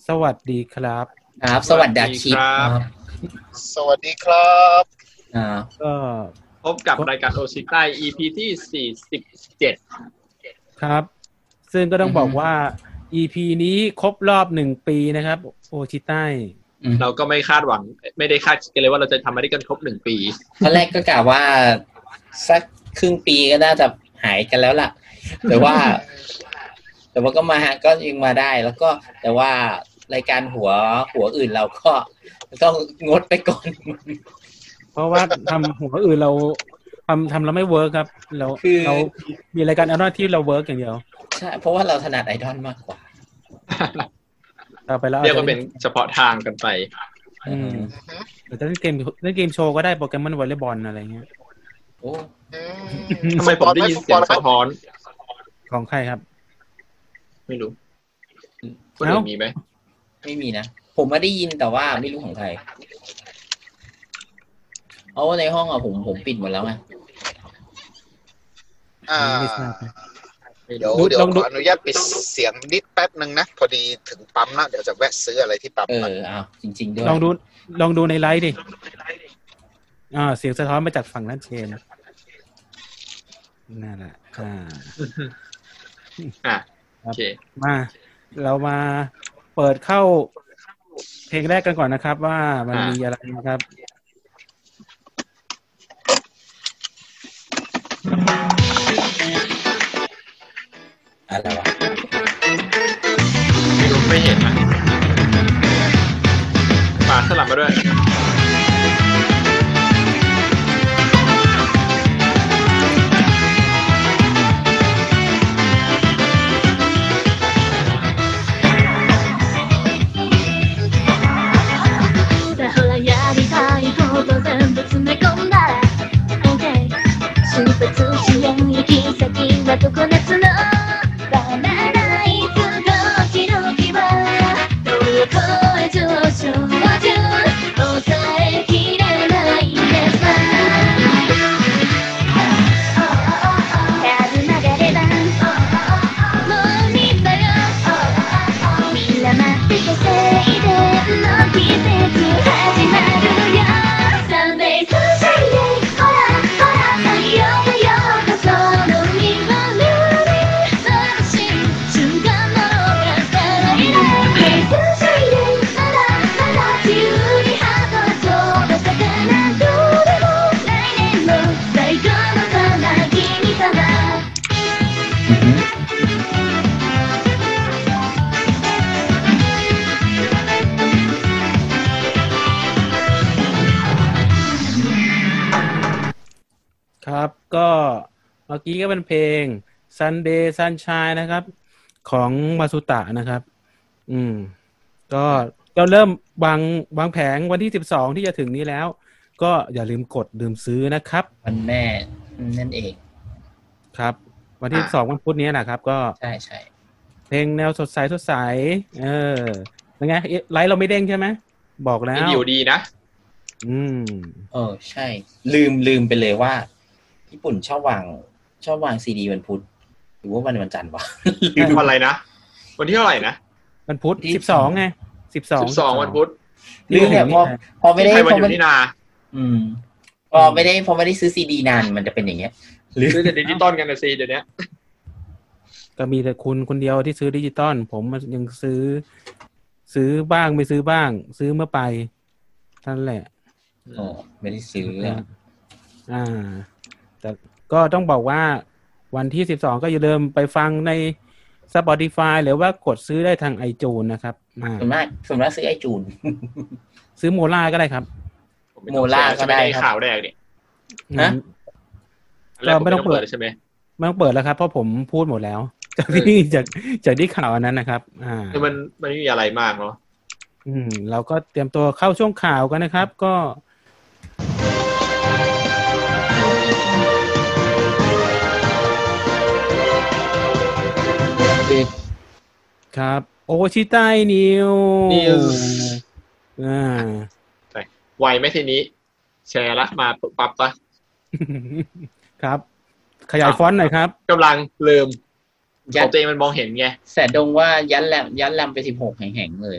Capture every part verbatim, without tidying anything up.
สวัสดีครับครับสวัสดีคิดครับสวัสดีครับอ่าก็พบกับรายการโอชิใต้ อี พี ที่สี่สิบเจ็ดครับซึ่งก็ต้องบอกว่า อี พี นี้ครบรอบหนึ่งปีนะครับโอชิใต้เราก็ไม่คาดหวังไม่ได้คาดกันเลยว่าเราจะทำมาได้กันครบหนึ่งปีตอนแรกก็กะว่าสักครึ่งปีก็น่าจะหายกันแล้วล่ะแต่ว่าแต่ว่าก็มาก็ยังมาได้แล้วก็แต่ว่ารายการหัวหัวอื่นเราก็ต้องงดไปก่อนเพราะว่าทำหัวอื่นเราทำทำเราไม่เวิร์คครับเราเรามีรายการเอาหน้าที่เราเวิร์คอย่างเดียวใช่เพราะว่าเราถนัดไอดอลมากกว่าต่อไปแล้วเรียกว่าเป็นเฉพาะทางกันไปอืมหรือจะเล่นเกมเล่นเกมโชว์ก็ได้โปรแกรมมันวอลเลย์บอลอะไรเงี้ยโอ้ทำไมผมได้ยินเสียงสะท้อนของใครครับไม่รู้คนอื่นมีไหมไม่มีนะผมไม่ได้ยินแต่ว่าไม่รู้ของใครเอาในห้องอ่ะผมผมปิดหมดแล้วไงอ่าเดี๋ยวเดี๋ยวขออนุญาตปิดเสียงนิดแป๊บนึงนะพอดีถึงปั๊มนะเดี๋ยวจะแวะซื้ออะไรที่ปั๊มเอออ้าวจริงๆด้วยลองดูลองดูในไลฟ์ดิอ่าเสียงสะท้อนมาจากฝั่งนั้นเชนนั่นแหละอ่าอ่ะโอเคมาเรามาเปิดเข้าเพลงแรกกันก่อนนะครับว่ามันมีอะไรนะครับอะไรวะไม่รู้ไม่เห็นนะฝาสลับมาด้วยどこ夏のバナナイスゴチの木はどこへ上昇中抑えきれないです風流ればもう見たよみんな待ってて静電の季節始まるよサンデーサンシャインデーほらほら太陽がようこそครับก็เมื่อกี้ก็เป็นเพลง Sunday Sunshine นะครับของมาสุตะนะครับอืมก็เราเริ่มวางวางแผงวันที่สิบสองที่จะถึงนี้แล้วก็อย่าลืมกดลืมซื้อนะครับวันแม่นั่นเองครับวันที่สิบสองวันพุธนี้นะครับก็ใช่ใช่เพลงแนวสดใสสดใสเออเป็นไงไลฟ์เราไม่เด้งใช่ไหมบอกแล้วอยู่ดีนะอืมเออใช่ลืมลืมไปเลยว่าญี่ปุ่นชอบวางชอบวางซีดีวันพุธหรือว่าวันวันจันทร์วะวันอะไรนะวันที่เท่าไหร่นะวันพุธสิบสองไงสิบสองสิบสองวันพุธลืมเนี่ยพอพอไม่ได้พอไม่ได้นาอืมพอไม่ได้พอไม่ได้ซื้อซีดีนานมันจะเป็นอย่างเงี้ยซื้อแต่ดิจิตอลกันนะซีเดี๋ยวนี้ก็มีแต่คุณคนเดียวที่ซื้อดิจิตอลผมยังซื้อซื้อบ้างไม่ซื้อบ้างซื้อเมื่อไปนั่นแหละอ๋อไม่ได้ซื้ออ่าแต่ก็ต้องบอกว่าวันที่สิบสองก็อย่าลืมไปฟังใน Spotify หรือว่ากดซื้อได้ทาง iTunes นะครับส่วนมากส่วนมากซื้อ iTunes ซื้อโมล่าก็ได้ครับโมล่าก็ได้ครับข่าวแรกนี่นะก็ไม่ต้องเปิดใช่ไหมไม่ต้องเปิดแล้วครับเพราะผมพูดหมดแล้วจากที่จากจากที่ข่าวอันนั้นนะครับอ่ามันมันไม่มีอะไรมากเนาะอืมเราก็เตรียมตัวเข้าช่วงข่าวกันนะครับก็ครับโอชิใต้นิวนิวอ่าไวไหมทีนี้แชร์ละมาปั๊บปะครับขยายฟอนต์หน่อยครับกำลังลืมของตัวเองมันมองเห็นไงแสดงว่ายันแลมยันแลมไปสิบหกแห่งๆเลย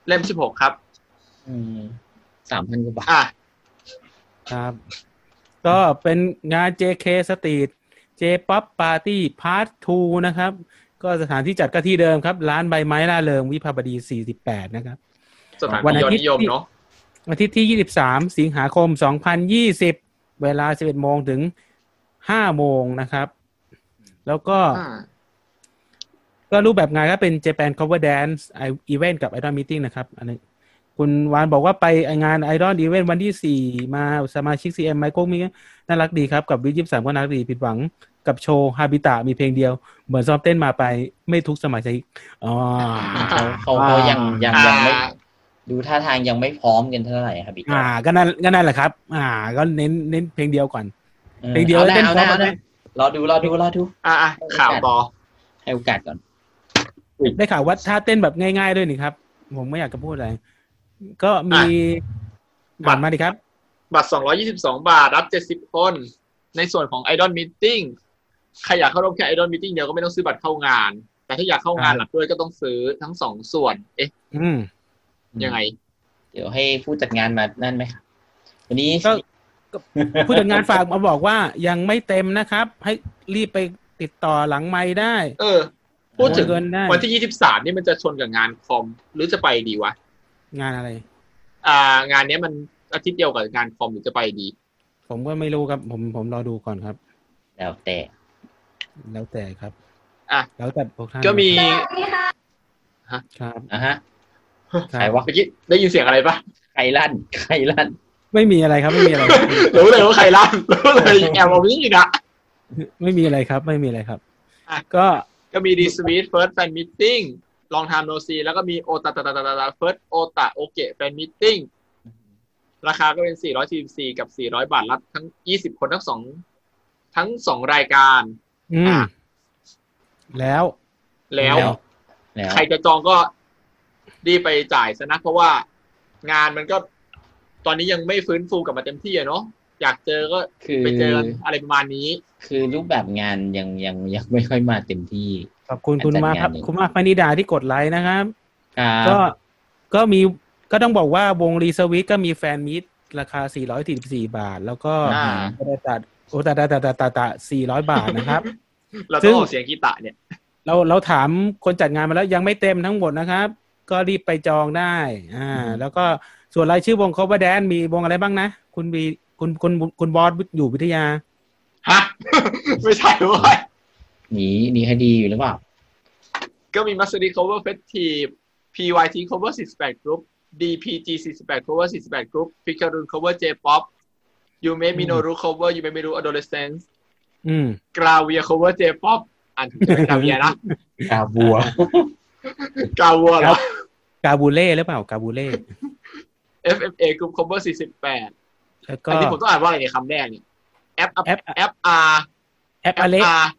เล่มสิบหกครับอืมสามพันกว่าบาทอ่ะครับ ก็เป็นงาน เจ เค Street J-Pop Party Part ทูนะครับ ก็สถานที่จัดก็ที่เดิมครับร้านใบไม้ร่าเริงวิภาวดีสี่สิบแปดนะครับสถานที่ยอดนิยมเนาะวันอาทิตย์ที่ยี่สิบสามสิงหาคมสองพันยี่สิบเวลา สิบเอ็ดโมงถึงห้าโมงนะครับแล้วก็ก็รูปแบบงานก็เป็น Japan Cover Dance Event กับ Idol Meeting นะครับอันนี้คุณวานบอกว่าไปงาน Idol Event วันที่สี่มาสมาชิก ซี เอ็ม ไมโครมีน่ารักดีครับกับวิยี่สิบสามก็น่ารักดีผิดหวังกับโชว์ Habita มีเพลงเดียวเหมือนซ้อมเต้นมาไปไม่ทุกสมาชิกอ๋อเขาเขาเขายังยังยังไม่ดูท่าทางยังไม่พร้อมกันเท่าไหร่ครับพี่อ่าก็นั่นก็นั่นแหละครับอ่าก็เน้นเน้นเพลงเดียวก่อนเพลงเดียวเต้นพร้อมกันรอดูรอดูรอดูอ่าข่าวต่อให้โอกาสก่อนได้ข่าวว่าท่าเต้นแบบง่ายๆด้วยนี่ครับผมไม่อยากจะพูดอะไรก็มีบัตรมาดิครับบัตรสองร้อยยี่สิบสองบาทรับเจ็ดสิบคนในส่วนของ Idol Meeting ใครอยากเข้าร่วมแค่ Idol Meeting เดียวก็ไม่ต้องซื้อบัตรเข้างานแต่ถ้าอยากเข้างานหลักด้วยก็ต้องซื้อทั้งสองส่วนเอ๊ะยังไงเดี๋ยวให้ผู้จัดงานมานั่นไหมครับวันนี้ก็ผู้จัดงานฝากมาบอกว่ายังไม่เต็มนะครับให้รีบไปติดต่อหลังไมค์ได้เออพูดถึงวันที่ยี่สิบสามนี่มันจะชนกับงานคอมหรือจะไปดีวะงานอะไรอ่างานนี้มันอาทิตย์เดียวกับงานคอมหรือจะไปดีผมก็ไม่รู้ครับผมผมรอดูก่อนครับแล้วแต่แล้วแต่ครับอ่ะแล้วแต่พวกท่านก็มีฮะครับอ่ะฮะใครวะเมื่อกี้ได้ยินเสียงอะไรปะใครลั่นใครลั่นไม่มีอะไรครับไม่มีอะไรรู้เลยว่าใครลั่นรู้เลยแอบเอาวิ่งอ่ะไม่มีอะไรครับไม่มีอะไรครับก็ก็มีดีสวีทเฟิร์สแฟนมิทติ้งลองทำโนซีแล้วก็มีโอตาตาตาตาตาเฟิร์สโอตาโอเกะแฟนมิทติ้งราคาก็เป็นสี่ร้อยสี่สิบสี่กับสี่ร้อยบาทรับทั้งยี่สิบคนทั้งสองทั้งสองรายการอืมแล้วแล้วใครจะจองก็รีบไปจ่ายซะนะเพราะว่างานมันก็ตอนนี้ยังไม่ฟื้นฟูกลับมาเต็มที่อะเนาะอยากเจอก็ไปเจออะไรประมาณนี้คือรูปแบบงานยังยังยังไม่ค่อยมาเต็มที่ขอบคุณคุณมากครับคุณมากพนิดาที่กดไลค์นะครับก็ก็มีก็ต้องบอกว่าวงรีสวิตก็มีแฟนมิตราคาสี่ร้อยสี่สิบสี่บาทแล้วก็โอตาโอตาตาตาตาตาตาสี่ร้อยบาทนะครับเราต้องออกเสียงกีตาเนี่ยเราเราถามคนจัดงานมาแล้วยังไม่เต็มทั้งหมดนะครับก็รีบไปจองได้อ่าแล้วก็ส่วนรายชื่อวง Cover Dance มีวงอะไรบ้างนะคุณบีคุณคุณคุณบอสอยู่วิทยาฮะไม่ใช่เว้ยหนีหนีให้ดีอยู่หรือเปล่าก็มี Mastery Cover Festive พี วาย ที Cover สี่สิบแปด Group ดี พี จี สี่สิบแปด Cover สี่สิบแปด Group Fikarun Cover J-Pop Yume Minoru Cover Yume Minoru Adolescence อืม Gravia Cover J-Pop อ่านถูกไหม Gravia นะกาบัวกาบัวเหรอกาบูเล่หรือเปล่ากาบูเล่เอฟ เอฟ เอ Group Cover สี่สิบแปดแล้วก็อันนี้ผมต้องอ่านว่าอะไรเนี่ยคำแรกเนี่ย F F F R F R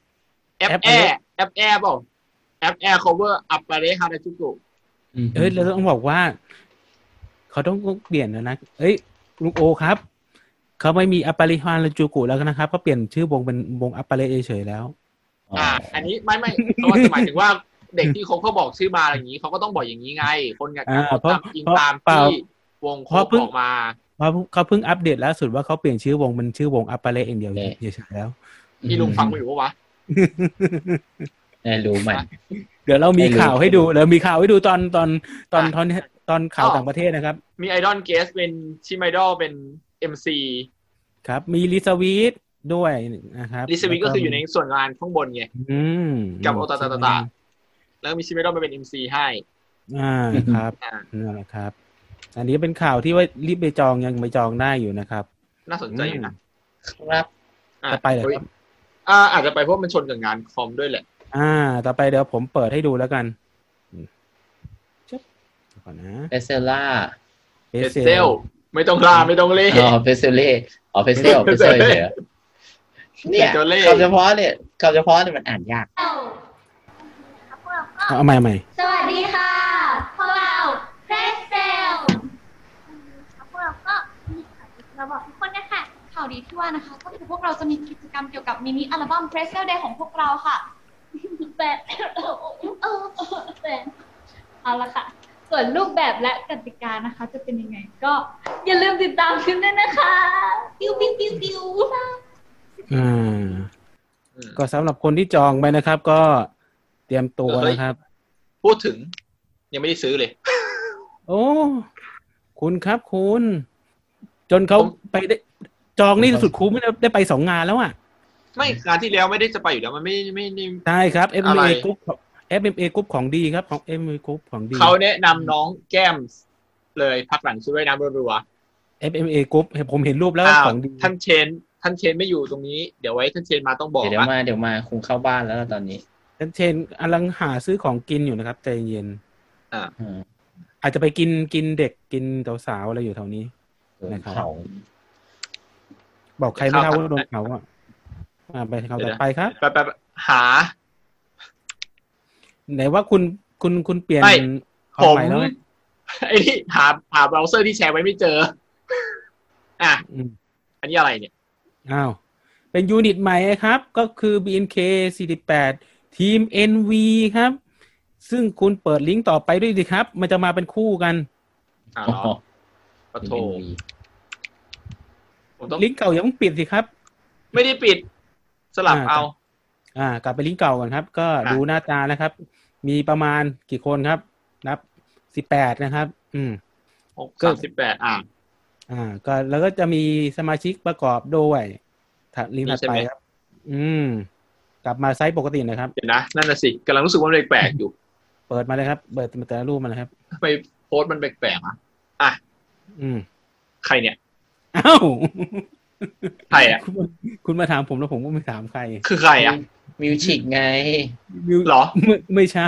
F Air F Air เปล่า F Air Cover Appare Harajuku เอ้ยเราต้องบอกว่าเขาต้องเปลี่ยนแล้วนะเอ้ยลุงโอครับเขาไม่มี Appare Harajuku แล้วนะครับเขาเปลี่ยนชื่อวงเป็นวง Appare เฉยๆแล้วอ่าอันนี้ไม่ไม่เพราะว่าหมายถึงว่าเด็กที่เขาเขาบอกชื่อมาอย่างนี้เขาก็ต้องบอกอย่างนี้ไงคนกับเขาตามอิงตามที่วงเขาบอกมาเพราะเขาเพิ่งอัปเดตล่าสุดว่าเขาเปลี่ยนชื่อวงมันชื่อวงอัปเปอร์เลเองเดียวเฉยๆแล้วพี่ลุงฟังไม่รู้วะไม่รู้มันเดี๋ยวเรามีข่าวให้ดูเดี๋ยวมีข่าวให้ดูตอนตอนตอนตอนตอนข่าวต่างประเทศนะครับมีไอดอลเกสเป็นชิมไอดอลเป็น เอ็ม ซีครับมีลิซาวีทด้วยนะครับลิซาวีทก็คืออยู่ในส่วนงานข้างบนไงกับโอตาตาตาแล้วมีชิมไอดอลมาเป็น เอ็ม ซี ให้อ่าครับนั่นแหละครับอันนี้เป็นข่าวที่ว่ารีบไปจองยังไม่จองได้อยู่นะครับน่าสนใจอยู่นะครับจะไปเหรอครับอ่าอาจจะไปเพราะมันชนกับงานคอมด้วยแหละอ่าต่อไปเดี๋ยวผมเปิดให้ดูแล้วกันจ๊บก่อนนะเฟเซล่าเฟเซลไม่ต้องลาไม่ต้องเล่อ๋อเฟเซเล่อ๋อเฟเซลเฟเซลเฉยเนี่ยคำเฉพาะเนี่ยคำเฉพาะเนี่ยมันอ่านยากเอาใหม่ใหม่สวัสดีค่ะพวกเราเพรสเซลพวกเราก็มีข่าวดีมาบอกทุกคนนะคะข่าวดีที่ว่านะคะก็คือพวกเราจะมีกิจกรรมเกี่ยวกับมินิอัลบั้มเพรสเซลเดย์ของพวกเราค่ะแต่แต่เอาละค่ะส่วนรูปแบบและกติกานะคะ จะเป็นยังไงก็อย่าลืมติดตามคลิปด้วยนะคะปิ้วปิ้วปิ้วปิ้วอ่าก็สำหรับคนที่จองไปนะครับ ก็เตรียมตัวนะครับพูดถึงยังไม่ได้ซื้อเลยโอ้คุณครับคุณจนเขาไปได้จองนี่สุดคุ้มได้ไปสองงานแล้วอ่ะไม่งานที่แล้วไม่ได้จะไปอยู่แล้วมันไม่ไม่ไม่ใช่ครับ เอ็ม เอ็มอะไรเอ Group เอฟ เอ็ม เอ Group ของดีครับของ เอ็ม เอ็ม เอ Group ของดีเขาแนะนำน้องแก้มเลยพักหลังช่วยน้ำรัวเอฟ เอ็ม เอ Group ผมเห็นรูปๆแล้วอ้าวของดีท่านเชนท่านเชนไม่อยู่ตรงนี้เดี๋ยวไว้ท่านเชนมาต้องบอกเดี๋ยวว่ามาเดี๋ยวมาคงเข้าบ้านแล้วตอนนี้ท่านเชนกำลังหาซื้อของกินอยู่นะครับใจเย็นอ่าอืมอาจจะไปกินกินเด็กกินสาวๆอะไรอยู่แถวนี้ นะครับเขาบอกใครไม่เท่าว่าโดนเขาอ่ะอ่าไปเขาต่อไปครับไปไปไปหาไหนว่าคุณคุณคุณเปลี่ยนไม่ขอผงมใหม่แล้วไงไอ้นี่หาหาเบราว์เซอร์ที่แชร์ไว้ไม่เจอ อ่ะอืมอันนี้อะไรเนี่ยอ้าวเป็นยูนิตใหม่ครับ ก็คือ บี เอ็น เค สี่สิบแปด ทีม เอ็น วี ครับ ซึ่งคุณเปิดลิงก์ต่อไปด้วยสิครับ มันจะมาเป็นคู่กันอ่าอ๋อเหรอปะโถผมต้องลิงก์เก่ายังต้องปิดสิครับไม่ได้ปิด สลับอ่าเอาอ่ากลับไปลิงก์เก่าก่อนครับ ก็อ่ะดูหน้าตานะครับ มีประมาณกี่คนครับ นับสิบแปดนะครับ อืมหกสามสิบแปดอ่าอ่า ก็แล้วก็จะมีสมาชิกประกอบด้วยถัดลิงก์ถัดไปนี่ใช่ไหมครับ อืม กลับมาไซส์ปกตินะครับเดี๋ยวนะ นั่นน่ะสิกำลังรู้สึกว่ามันแปลกๆอยู่เปิดมาเลยครับ เปิดแต่ละรูปมาเลยครับทำไมโพสต์มันแปลกๆอ่ะอ่ะอืมใครเนี่ยอ้าวใครอ่ะคุณคุณมาถามผมแล้วผมก็ไม่ถามใครคือใครอ่ะมิวชิกไงมิวเหรอไม่ไม่ใช่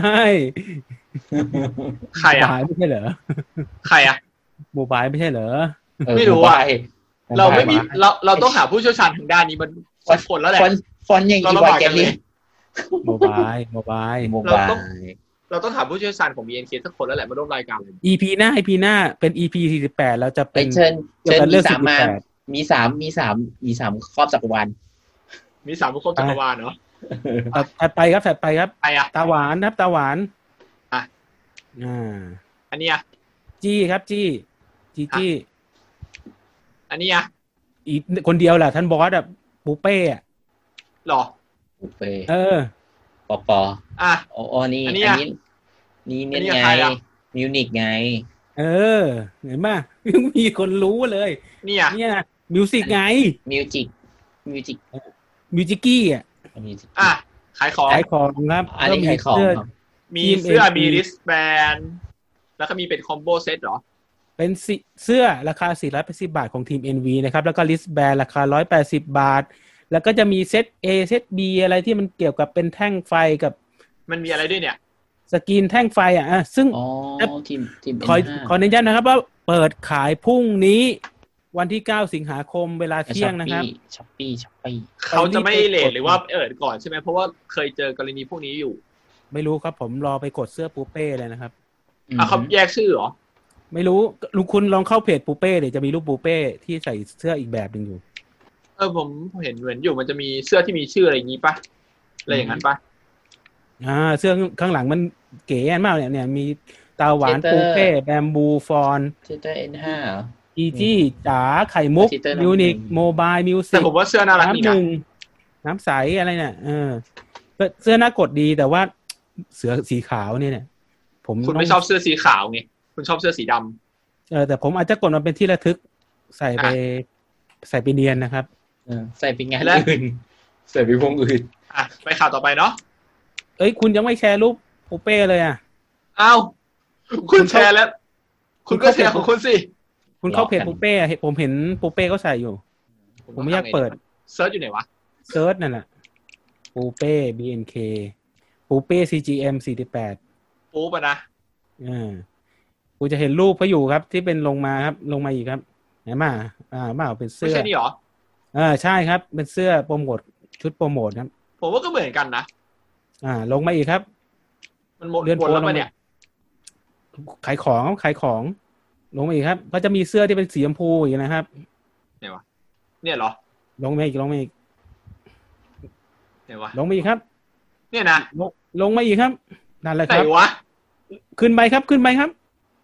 ใครอ่ะโมบายไม่ใช่เหรอใครอ่ะโมบายไม่ใช่เหรอเออไม่รู้อะโบายเราไม่มีโบายเราเราต้องหาผู้เชี่ยวชาญทางด้านนี้มันสักคนแล้วแหละฟอนต์ฟอนต์ยังเราอีระวาบาดแกกันนเลเลียยโมบายโมบายโมเราบาต้องยเราต้องหาผู้เชี่ยวชาญของ บี เอ็น เค สักคนแล้วแหละมาร่วมรายการเลยอี พี หน้า อี พี หน้าเป็น อี พี สี่สิบแปดเราจะไปเป็นเชิญเกี่ยวเชิญกับมีเรื่องสามมาสี่สิบแปดมีสามมีสามมีสามครอบจักรวาลมีสามบุคคลจักรวาลเนาะถัดถัดไปครับถัดไปครับใครอ่ะตาหวานครับตาหวานอ่ะอ่าอันนี้อ่ะจี้ครับจี้จี้จี้อันนี้อ่ะอีกคนเดียวแหละท่านบอสอะปูเป้อะหรอบุฟเฟ่เออปอปออ่ะอ๋ออ๋อนี่อัอันนนี้นี้อะนี่อัเนี่นยนี้ไงใครอะมิวนิกไงเออ เห็นไหม มีคนรู้เลยนี่อ่ะเนี่ยมิวสิกไงมิวจิกมิวจิกมิวจิกี้อ่ะมิวจิกอ่ะขายของขายของครับอันนี้ก็มีขายของเสื้อครับมีทีมเสื้อเอ็นมีพีริสแบนแล้วก็มีเป็นคอมโบเซตเหรอเป็นสิเสื้อราคาสี่ร้อยแปดสิบบาทของทีม เอ็น วี นะครับ แล้วก็ลิสแบนราคาหนึ่งร้อยแปดสิบบาท แล้วก็จะมีเซต A เซต B อะไรที่มันเกี่ยวกับเป็นแท่งไฟกับมันมีอะไรด้วยเนี่ยสกรีนแท่งไฟอ่ะอ่ะซึ่งอ๋อทีมทีมขอเอ็นห้าขอเน้นย้ำนะครับว่าเปิดขายพรุ่งนี้ วันที่เก้าสิงหาคมเวลาเที่ยงนะครับช้อปปี้ช้อปปี้เขาจะไม่ไปรีบไปเลกทดหรือว่าเอิดก่อนใช่ไหมเพราะว่าเคยเจอกรณีพวกนี้อยู่ไม่รู้ครับผมรอไปกดเสื้อปูเป้เลยนะครับอ่ะเขาแยกชื่อเหรอไม่รู้ลุงคุณลองเข้าเพจปูเป้เดี๋ยวจะมีรูปปูเป้ที่ใส่เสื้ออีกแบบหนึ่งอยู่เออผมเห็นเหมือนอยู่มันจะมีเสื้อที่มีชื่ออะไรอย่างนี้ปะอะไรอย่างนั้นปะอ่าเสื้อข้างหลังมันเก๋มากเนี่ยเนี่ยมีตาหวานปูเป้แบมบูฟอนเทเตอร์เอ็นห้าอีจี้จ๋าไข่มุก Twitter มิวนิกน้ำหนึ่งโมบายมิวสิแต่กผมว่าเสื้อน่ารักดีน้ำหนะนึ่งน้ำใสอะไรเนี่ยเออก็เสื้อน่ากดดีแต่ว่าเสือสีขาวเนี่ยเนี่ยผมคุณไม่ชอบเสื้อสีขาวไงคุณชอบเสื้อสีดำเออแต่ผมอาจจะกดมาเป็นที่ระทึกใส่ไปใส่ไปเนียนนะครับเออใส่เป็นงานและอื่นใส่เป็นวงอื่นอ่ะไปข่าวต่อไปเนาะเอ้ยคุณยังไม่แชร์รูปปูเป้เลยอ่ะอ้าวคุณคุณแชเข้าร์แล้ว คุณก็แชร์ของคุณสิคุณเข้าเพจปูเป้อะเห็นผมเห็นปูเป้เขาใส่อยู่ ผมไม่อยากเปิดเซิร์ชอยู่ไหนวะเซิร์ชนั่นแหละปูเป้ บี เอ็น เค ปูเป้ ซี จี เอ็ม สี่สิบแปดปุ๊บอะนะอ่ากูจะเห็นรูปเขาอยู่ครับ ที่เป็นลงมาครับ ลงมาอีกครับไหนมาอ่ามาเป็นไม่เสื้อใช่นี่หรออ่าใช่ครับ เป็นเสื้อโปรโมทชุดโปรโมทครับผมว่าก็เหมือนกันนะอ่า ลงมาอีกครับมันหมดเลื่อนหมดแล้วโพสต์ลงปะมาเนี่ยขายของครับขายของ ลงมาอีกครับ ก็จะมีเสื้อที่เป็นสีชมพูอีกนะครับไหนวะเนี่ยเหรอลงมาอีกลงมาอีกไหนวะลงมาอีกครับเนี่ยนะลงลงมาอีกครับนั่นแหละไหนครับวะขึ้นไปครับขึ้นไปครับ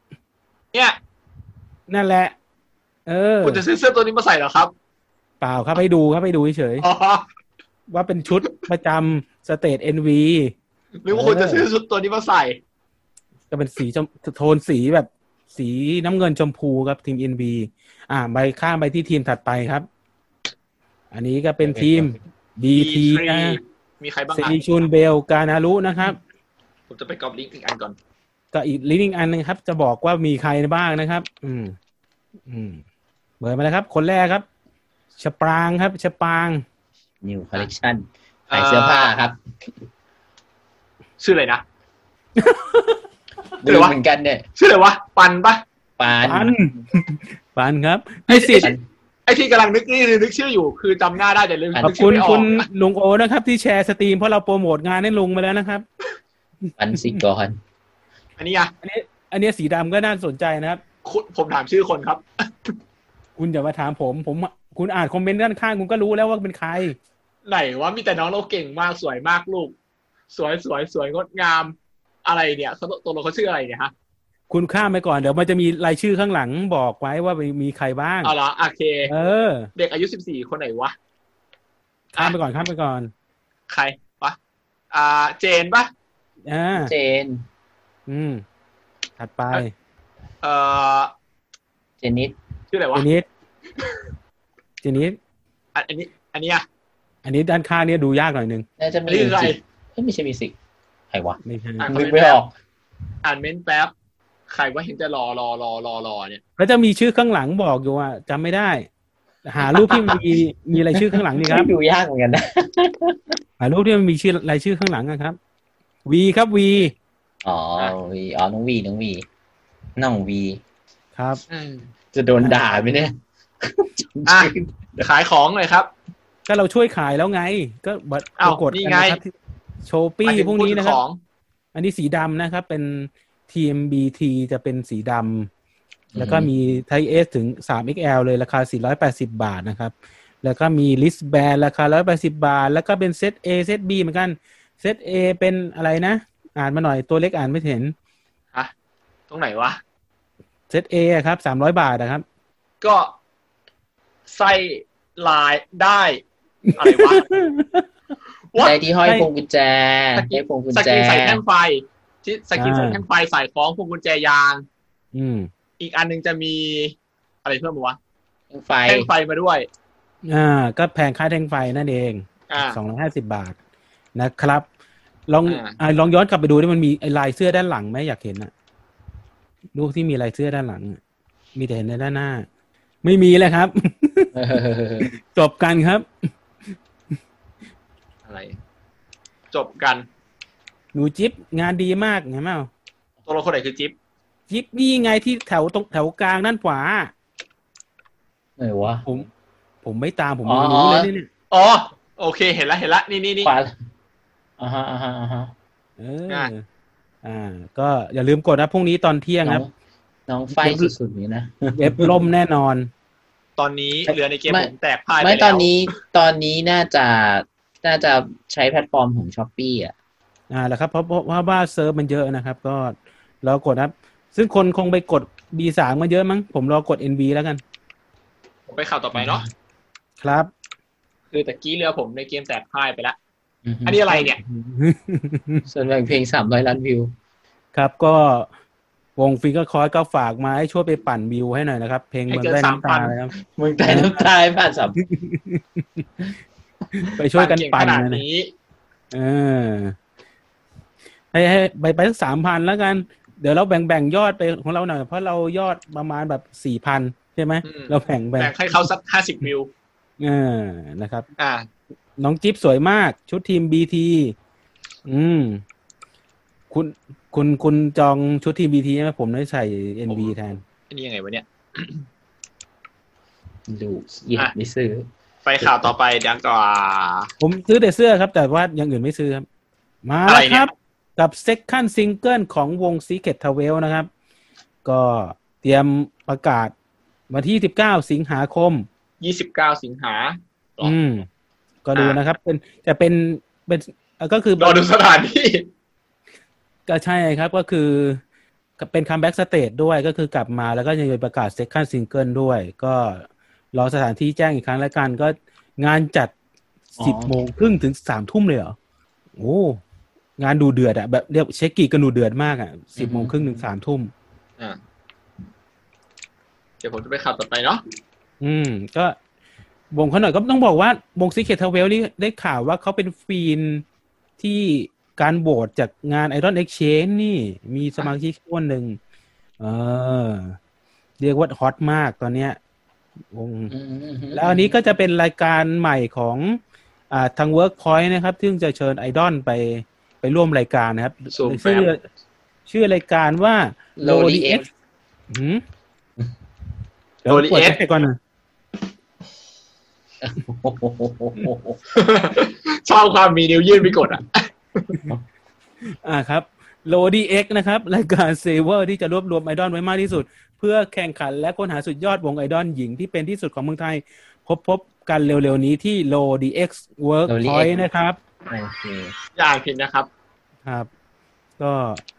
เนี่ยนั่นแหละ เออคุณจะซื้อเสื้อตัวนี้มาใส่เหรอครับเปล่าครับให้ดูครับให้ดูเฉยอ๋อๆว่าเป็นชุดประจำสเตทเอ็นวีหรือว่าคุณจะซื้อชุดตัวนี้มาใส่ก็เป็นสีชมโทนสีแบบสีน้ำเงินชมพูครับทีม เอ็น วี อ่าใบข้ามไปที่ทีมถัดไปครับ อันนี้ก็เป็นทีม บี ทีบี ทรีนะมีใครบ้างเซอ่ะนิชุนเบลกานารุนะครับผมจะไปกรอบลิงก์อีกอันก่อนก็อีกลิงก์อันนึงครับ จะบอกว่ามีใครบ้างนะครับ อืม อืมเปิดมาแล้วครับ คนแรกครับชปรางครับชปราง New Collection ขายเสื้อผ้าครับชื่ออะไรนะดูเหมือนกันเนี่ยชื่ออะไรวะ ปันปะปานปัน ปันครับไอ้นิสิตไอ้ไอ้ที่กำลังนึกนี่นึกชื่ออยู่ คือจำหน้าได้แต่ลืมขอบนึกชื่คุอณไม่ออคุกณลุงโอนะครับ ที่แชร์สตรีมเพราะเราโปรโมทงานให้ลุงมาแล้วนะครับปันสิกรอันนี้อ่ะอันนี้ อันนี้สีดำก็น่าสนใจนะครับคุณผมถามชื่อคนครับคุณอย่ามาถามผม ผม คุณอ่านคอมเมนต์ด้านข้างคุณก็รู้แล้วว่าเป็นใครไหนว่ามีแต่น้องเราเก่งมากสวยมากลูก สวยสวยสวยงดงาม อะไรเนี่ยเขาตัวเราเขาชื่ออะไรเนี่ยฮะคุณข้ามไปก่อนเดี๋ยวมันจะมีรายชื่อข้างหลังบอกไว้ว่ามีใครบ้างเอาเหรอโอเคเออเด็กอายุสิบสี่คนไหนวะข้ามไปก่อนข้ามไปก่อนใครวะอ่า เจนปะอ่าเจนอืม ถัดไปเอ่อเจนิสชื่ออะไรเจวะนิสเจนิสอันอันนี้ อันนี้อ่ะอันนี้ด้านข้างเนี่ยดูยากหน่อยนึงน่าจะอันมีนี้คือใครเอ้ยไม่ใช่มิวสิกใครวะไม่ใช่อ่ะนึกไม่ออกอ่านเม้นต์แป๊บ ใครว่าเห็นจะรอรอรอรอรอเนี่ยแล้วจะมีชื่อข้างหลังบอกอยู่ว่าจำไม่ได้ หารูปที่มีมีรายชื่อข้างหลังนี่ครับดูยากเหมือนกันนะหารูปที่มันมีชื่อรายชื่อข้างหลังนะครับ วีครับวีอ๋อวีอ๋อน้องวีน้องวีน้องวีครับอืมจะโดนด่าไหมเนี่ยอ่ะ ขายของเลยครับก็เราช่วยขายแล้วไง ก็บัตรอ้าวกดนี่กันไงนะครับที่โชปี้มาถึพวกนี้นะคพูรับดถึงของอันนี้สีดำนะครับ เป็น ที เอ็ม บี ที จะเป็นสีดำแล้วก็มี Type S ถึง ทรี เอ็กซ์ แอล เลยราคาสี่ร้อยแปดสิบบาทนะครับ แล้วก็มี List Band ราคาหนึ่งร้อยแปดสิบบาท แล้วก็เป็นเซต A เซต B เหมือนกันเซต A เป็นอะไรนะ อ่านมาหน่อยตัวเล็กอ่านไม่เห็นฮะตรงไหนวะเซต A อะครับสามร้อยบาทนะครับก็ใส่ลายได้อะไรวะ What? ได้ที่ห้อยได้พวงกุญแจสกิได้นพวงกุญสแจกินใส่แท่งไฟที่สกินอ่าใส่แท่งไฟใส่คล้องพวงกุญแจยางอืมอีกอันหนึงจะมีอะไรเพิ่มมาวะแท่งไฟแท่งไฟมาด้วยอ่า ก็แพงค่าแท่งไฟนั่นเองอ่าสองร้อยห้าสิบบาทนะครับ ลองอ่าอ่าลองย้อนกลับไปดูที่มันมีไอ้ลายเสื้อด้านหลังไหมอยากเห็นอะรูปที่มีลายเสื้อด้านหลังอะมีแต่เห็นในด้านหน้า ไม่มีเลยครับเออจบกันครับอะไร จบกันหนูจิ๊บงานดีมากเห็นไหมตัวละครไหนคือจิ๊บจิ๊บนี่ไงที่แถวตรงแถวกลางด้านขวาไหนวะผม ผมไม่ตามผมอ๋อไม่รู้เลยเนี่ยอ๋อโอเคเห็นละเห็นละนี่นี่นี่ขวาอ่าฮะอ่าฮะอ่าฮะเอออ่ะอ่า ก็อย่าลืมกดนะพรุ่งนี้ตอนเที่ยงน้คอรังบน้องไฟสุดๆนี้นะเว็บล่มแน่นอนตอนนี้เหลือในเกมไม่ผมแตกพ่ายไปไม่แล้วตอนนี้ตอนนี้น่าจะน่าจะใช้แพลตฟอร์มของช้อปปี้อ่ะอ่าแหละครับเพราะเพราะเพราะว่าเซิร์ฟมันเยอะนะครับ ก็รอกดครับ ซึ่งคนคงไปกด บี สาม มาเยอะมั้งผมรอกด เอ็น วี แล้วกันผมไปข่าวต่อไปเนาะครับคือตะกี้เรือผมในเกมแตกพ่ายไปแล้วอือฮึอันนี้อะไรเนี่ยส่วนแบ่งเพลงสามร้อยล้านวิวครับก็วงฟิงเกอร์คอร์สก็ฝากมาให้ช่วยไปปั่นวิวให้หน่อยนะครับ เพลงให้เมืองเกินได้น้ำตาสามพันเลยครับเมืองใต้น้ำตายผ่านสับไปช่วยกันเก่งปั่ขนนาดนะนี้เออให้ให้ไปไปสักสามพันแล้วกัน เดี๋ยวเราแบ่งแบ่งยอดไปของเราหน่อยเพราะเรายอดประมาณแบบสี่พันใช่ไหมอืมเราแบ่งแบ่งแบ่งให้เขาสักห้าสิบวิวเออนะครับอ่าน้องจิ๊บสวยมากชุดทีม บี ที อืม คุณคุณคุณจองชุดทีม บี ที ใช่ไหมผมได้ใส่ เอ็น บี แทนอันนี้ยังไงวะเนี่ยดูเหยียดไม่ซื้อไปข่าวต่อไปดังกว่าผมซื้อแต่เสื้อครับ แต่ว่าอย่างอื่นไม่ซื้อครับ มาอะแล้ไรวเนี่คยรับ กับ second single ของวง Secret Travel นะครับ ก็เตรียมประกาศวันที่สิบเก้าสิงหาคมยี่สิบเก้าสิงหา หรออือืม ก็ดูอ่านนะครับ เป็นจะเป็นเป็นเอ่อก็คือรอดูสถานที่ก็ใช่ครับก็คือเป็นคัมแบ็กสเตจด้วยก็คือกลับมาแล้วก็ยังมีประกาศเซคันด์ซิงเกิลด้วย ก็รอสถานที่แจ้งอีกครั้งแล้วกันก็งานจัดสิบโมงครึ่งถึงสามทุ่มเลยเหรอโอ้งานดูเดือดอะแบบเรียกเช็คกี่กันดูเดือดมากอะสิบโมงครึ่งถึงสามทุ่มอ่าเดี๋ยวผมจะไปข่าวต่อไปเนาะอืมก็วงเขาหน่อยก็ต้องบอกว่าวง Secret Travel นี่ได้ข่าวว่าเขาเป็นฟีนที่การโหวตจากงาน Idol Exchange นี่มีสมาชิกคนหนึ่งเออเรียกว่าฮอตมากตอนเนี้ยวงแล้วอันนี้ก็จะเป็นรายการใหม่ของอ่าทาง Workpoint นะครับซึ่งจะเชิญไอดอลไปไปร่วมรายการนะครับชื่อชื่อรายการว่า Lodi X หืมเดี๋ยวกดให้ก่อนนะชอบความมีนิ้วยื่นไปกดอ่ะอ่าครับ Lodi X นะครับรายการเซเวอร์ที่จะรวบรวมไอดอลไว้มากที่สุดเพื่อแข่งขันและค้นหาสุดยอดวงไอดอลหญิงที่เป็นที่สุดของเมืองไทยพบพบกันเร็วๆนี้ที่ Lodi X Workpoint นะครับโอเคอย่างผิดนะครับครับก็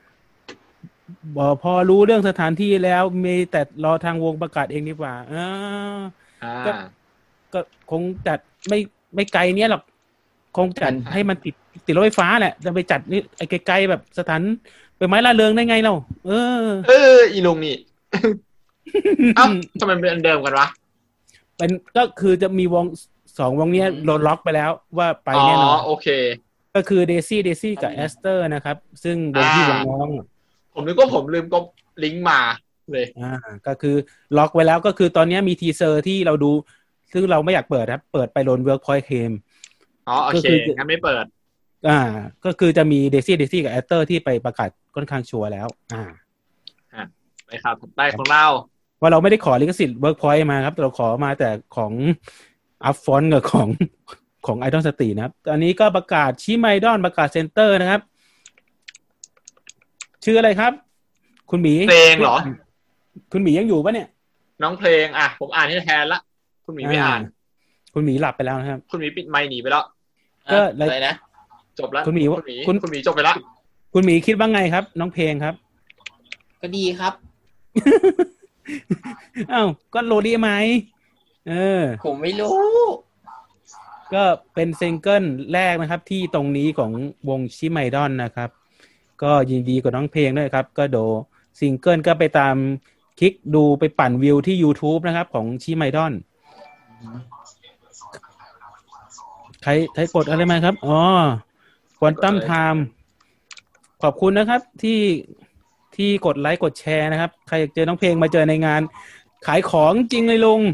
พอรู้เรื่องสถานที่แล้วมีแต่รอทางวงประกาศเองดีกว่าอ่าก็ก็คงจัดไม่ไม่ไกลเนี้ยหรอกคงจัดให้มันติดติดรถไฟฟ้าแหละจะไปจัดนี่ไอ้ไกลๆแบบสถานไปไม้ละเริงได้ไงเราเออเอออีลุงนี่เอ้าทำไมเป็นอันเดิมกันวะเป็นก็คือจะมีวงสองวงเนี้ยโดนล็อกไปแล้วว่าไปแน่นอนอ๋อโอเคก็คือเดซี่เดซี่กับแอสเตอร์นะครับซึ่งวงที่วงน้องผมนึกว่าผมลืมก็ลิงก์มาเลยอ่าก็คือล็อกไว้แล้วก็คือตอนนี้มีทีเซอร์ที่เราดูซึ่งเราไม่อยากเปิดครับเปิดไปโดน Workpoint เคมอ๋อโอเคงั้นไม่เปิดอ่าก็คือจะมีเดซี่เดซี่กับแอสเตอร์ที่ไปประกาศค่อนข้างชัวร์แล้วอ่าอ่าไปครับถัดไปของเราว่าเราไม่ได้ขอลิขสิทธิ์ Workpoint มาครับเราขอมาแต่ของ Upfront กับของของ Idol Street นะครับตอนนี้ก็ประกาศชิไมดอนประกาศเซ็นเตอร์นะครับชื่ออะไรครับคุณหมีเพลงเหรอคุณหมียังอยู่ปะเนี่ยน้องเพลงอ่ะผมอ่านให้แทนละคุณหมีไม่อ่านคุณหมีหลับไปแล้วนะครับคุณหมีปิดไมค์หนีไปแล้วก็อะไรนะจบแล้วคุณหมีคุณคุณหมีจบไปแล้วคุณหมีคิดว่าไงครับน้องเพลงครับก็ดีครับอ้าวก็โหลดดีไหมเออผมไม่รู้ก็เป็นซิงเกิลแรกนะครับที่ตรงนี้ของวงชิไมดอนนะครับก็ยินดีกับน้องเพลงด้วยครับก็โดซิงเกิลก็ไปตามคลิกดูไปปั่นวิวที่ YouTube นะครับของชิไมดอนใครใครกดอะไรมาครับอ๋อควอนตัมไทม์ขอบคุณนะครับที่ที่กดไลค์กดแชร์นะครับใครอยากเจอน้องเพลงมาเจอในงานขายของจริงเลยลุง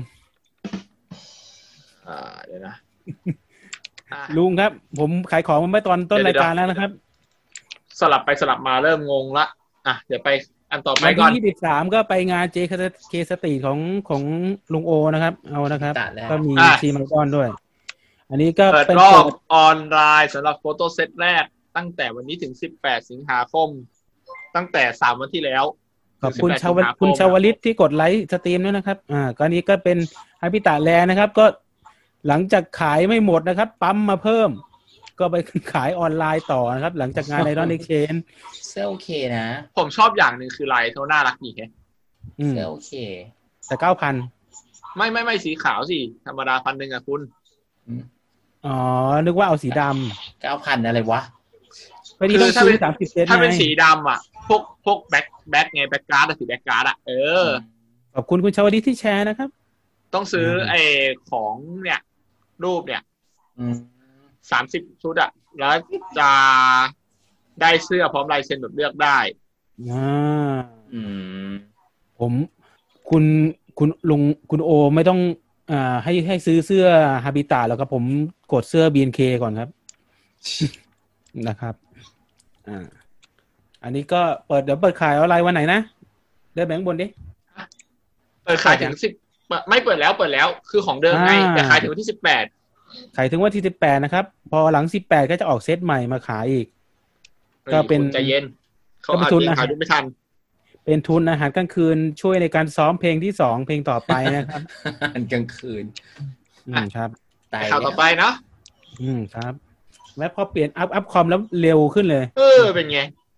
อ่าเดี๋ยวนะลุงครับผมขายของมาเมื่อตอนต้นรายการแล้วนะครับสลับไปสลับมาเริ่มงงละอ่ะเดี๋ยวไปอันต่อไปก่อนวันที่ยี่สิบสามก็ไปงานเจเคสตีของของลุงโอนะครับเอานะครับก็มีทีมไอดอลด้วยอันนี้ก็เปิดรอบออนไลน์สำหรับโฟโต้เซตแรกตั้งแต่วันนี้ถึงสิบแปดสิงหาคมตั้งแต่สามวันที่แล้วขอบคุณชาวคุณชาวลิตที่กดไลค์สตรีมด้วยนะครับอ่าก็นี้ก็เป็นฮาพิตะแลนะครับก็หลังจากขายไม่หมดนะครับปั๊มมาเพิ่มก็ไปขายออนไลน์ต่อนะครับหลังจากงาน Idol Exchange เสื้อโอเคนะผมชอบอย่างหนึ่งคือลายเขาน่ารักดีแฮะเสื้อโอเคแต่ เก้าพันไม่ไม่ไม่สีขาวสิธรรมดาพันหนึ่งอ่ะคุณอ๋อนึกว่าเอาสีดำ เก้าพัน อะไรวะไปนี่ต้องซื้อสามสิบเซนถ้าเป็นสีดำอ่ะพวกพวกแบ็คแบ็คไงแบ็คการ์ดสีแบ็คการ์ดอ่ะเออขอบคุณคุณชาวลิตที่แชร์นะครับต้องซื้อไอ้ของเนี่ยรูปเนี่ยสามสิบชุดอะแล้วจะได้เสื้อพร้อมลายเซ็นแบบเลือกได้อ่าอืมผมคุณคุณลุงคุณโอไม่ต้องอ่าให้ให้ซื้อเสื้อฮาบิตะแล้วก็ผมกดเสื้อ บี เอ็น เค ก่อนครับ นะครับอ่าอันนี้ก็เปิดเดี๋ยวเปิดขายออนไลน์วันไหนนะเดินแบงค์บนดิเปิดขายถึงสิบไม่เปิดแล้วเปิดแล้วคือของเดิมไงแต่ขายถึงวันที่สิบแปดขายถึงวันที่สิบแปดนะครับพอหลังสิบแปดก็จะออกเซตใหม่มาขายอีกก็เป็นใจเย็นเขาอาจจะขายไม่ทันเป็นทุนอาหารกลางคืนช่วยในการซ้อมเพลงที่สองเพลงต่อไปนะครับอาหารกลางคืนอืมครับข่าวต่อไปเนาะอืมครับแล้วพอเปลี่ยนอัพอัพคอมแล้วเร็วขึ้นเลยเออเป็นไง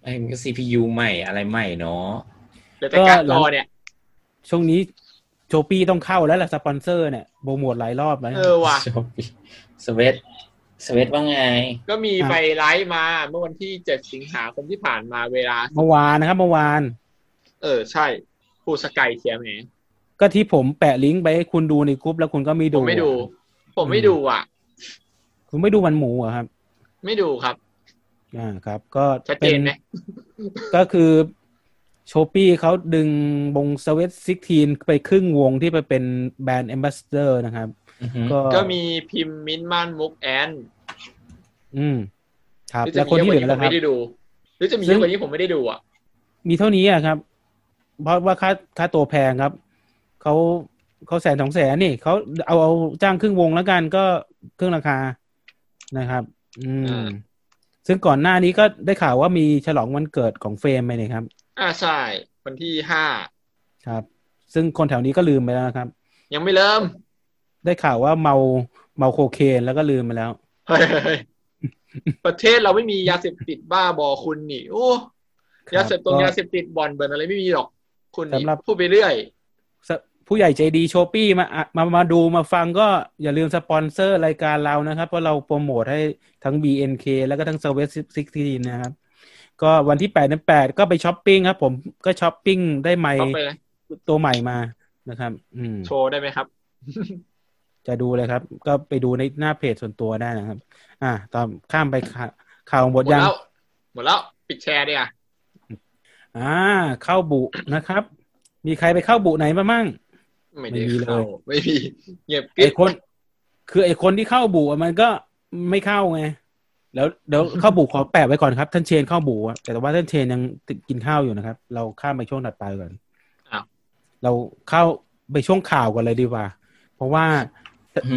ไอ้มันก็ ซี พี ยู ใหม่อะไรใหม่เนาะเดี๋ยวแต่การ์ดจอเนี่ยช่วงนี้โชปี้ต้องเข้าแล้วล่ะสปอนเซอร์เนี่ยโปรโมทหลายรอบแล้วเออว่ะสเวตสเวตว่าไงก็มีไปไลฟ์มาเมื่อวันที่เจ็ดสิงหาคมที่ผ่านมาเวลาเมื่อวานนะครับเมื่อวานเออใช่พูดสกายเทียมแหมก็ที่ผมแปะลิงก์ไปให้คุณดูในกรุ๊ปแล้วคุณก็ไม่ผดูมไม่ดู ผมไม่ดูอ่ะคุณไม่ดูมันหมูเหรอครับไม่ดูครับอ่าครับ ก็ชัดเจนไหมก็คือโชปี้เขาดึงวงสวีทสิกทีนไปครึ่งวงที่ไปเป็นแบรนด์แอมบาสเดอร์นะครับอือฮึก็ก็มีพิมพ์มิ้นท์ม่านมุกแอนอืมครับหรือแล้จะวมีคนเยอะที่กเหว่าลือนี้ผมแล้วครับไม่ได้ดู หรือจะมีเยอะกว่านี้ผมไม่ได้ดูอ่ะมีเท่านี้อะครับ เพราะว่าค่าค่าตัวแพงครับเขาเขาแสนสองแสนนี่เขาเอาเอาจ้างครึ่งวงแล้วกันก็ครึ่งราคานะครับ อืมอ่าซึ่งก่อนหน้านี้ก็ได้ข่าวว่ามีฉลองวันเกิดของเฟรมไปเนี่ยครับอ่าใช่วันที่ห้าครับ ซึ่งคนแถวนี้ก็ลืมไปแล้วนะครับยังไม่เริ่มได้ข่าวว่าเมาเมาโคเคนแล้วก็ลืมไปแล้วเฮ้ยประเทศเราไม่มียาเสพติดบ้าบอคุณนี่โอ้ครับยาเสพติดก็ยาเสพติดบ่อนเบิร์นอะไรไม่มีหรอก คุณนี่สำหรับพูดไปเรื่อยสผู้ใหญ่ใจดีโชปี้มาอ่ะมามาดูมาฟังก็อย่าลืมสปอนเซอร์รายการเรานะครับ เพราะเราโปรโมทให้ทั้ง บี เอ็น เค แล้วก็ทั้ง Service สิบหกนะครับ ก็วันที่แปดเดือนแปดก็ไปช้อปปิ้งครับ ผมก็ช้อปปิ้งได้ไมๆค์เอาไปเลยตัวใหม่มานะครับ อืมโชว์ได้ไหมครับจะดูเลยครับ ก็ไปดูในหน้าเพจส่วนตัวได้นะครับ อ่าตอนข้ามไปข่าข่าวหมหมดดยังแล้ว หมดแล้ว ปิดแชร์ดิอ่ะอ่าเข้าบุนะครับ มีใครไปเข้าบุไหนมามั่งไม่ได้ไม่มีเลยเข้าไม่มีเงียบไอคน คือไอคนที่เข้าบุอ่ะมันก็ไม่เข้าไงแล้วเดี๋ยวเข้าบุขอแปะไว้ก่อนครับ ท่านเชนเข้าบุอะแต่ว่าท่านเชนยังติดกินข้าวอยู่นะครับ เราข้ามไปช่วงถัดไปก่อนอ้าวเราเข้าไปช่วงข่าวก่อนเลยดีกว่า เพราะว่าอือฮึ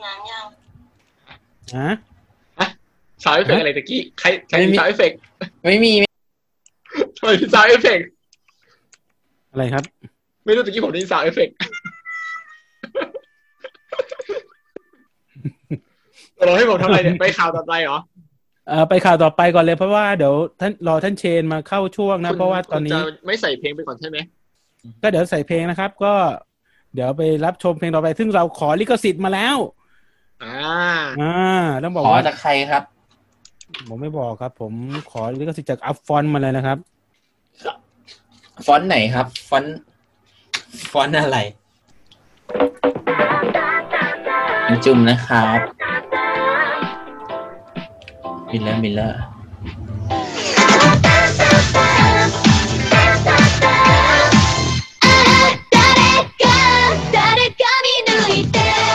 ฮะสาวเอฟเฟกต์อะไรตะกี้ใครใครมีสาวเอฟเฟกต์ไม่มีทำไมมีสาวเอฟเฟกต์อะไรครับไม่รู้ตะกี้ผมได้ยินสาวเอฟเฟกต์เราให้ผมทำอะไรเนี่ยไปข่าวต่อไปเหรอเอ่อไปข่าวต่อไปก่อนเลยเพราะว่าเดี๋ยวท่านรอท่านเชนมาเข้าช่วงนะคุณเพราะว่าตอนนี้คุณจะไม่ใส่เพลงไปก่อนใช่ไหมก็เดี๋ยวใส่เพลงนะครับ ก็เดี๋ยวไปรับชมเพลงต่อไป ซึ่งเราขอลิขสิทธิ์มาแล้วอ่าอ่าต้องบอกขอว่าจากใครครับผมไม่บอกครับ ผมขอลิขสิทธิ์จากอัพฟอนต์มาเลยนะครับฟอนต์ไหนครับ ฟอนต์ฟอนต์อะไรอินจุ่มนะครับมิลเลอร์มิลเลอร์誰か見抜いて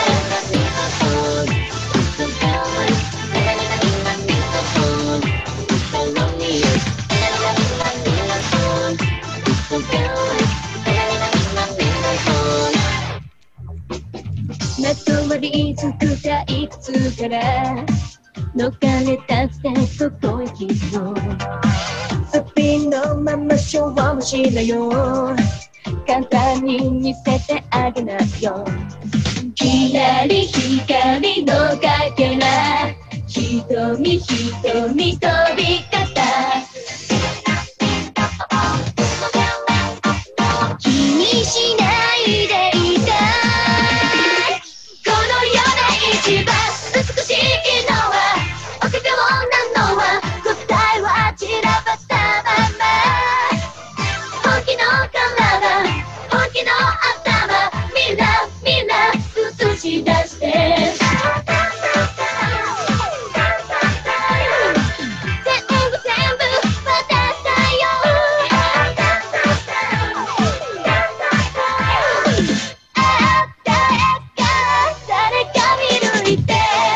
まとわりつく退屈から逃れたくてそこへ来たのスピンのまま勝負しないよ簡単に見せてあげないよきらり光のかけら瞳瞳飛び方気にしないでいたいこの世で一番美しいのはおかげをなのは答えは散らばったまま本気の体本気の頭みんなみんな映し出して全部全部渡したよあ誰か誰か見抜いて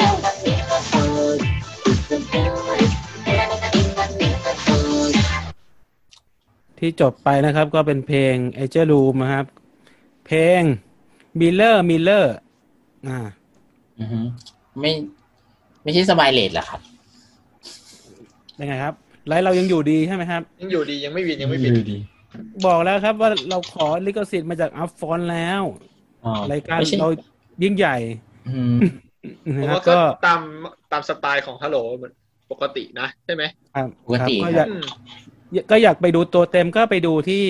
ที่จบไปนะครับ ก็เป็นเพลง Angel Room นะครับ เพลง Miller Miller อ่าอือฮึไม่ไม่ใช่สมายเลดเหรอครับเป็นไงครับไลฟ์เรายังอยู่ดีใช่ไหมครับยังอยู่ดียังไม่บินยังไม่บินดีบอกแล้วครับว่าเราขอลิขสิทธิ์มาจากอัพฟอนต์แล้วอ๋อรายการไม่ใช่เรายิ่งใหญ่อืมผมนะครับว่าก็ก็ตามตามสไตล์ของฮัลโหลเหมือนปกตินะใช่ไหมครับปกติครับก็คอรัย่าบอืมก็อยากไปดูตัวเต็มก็ไปดูที่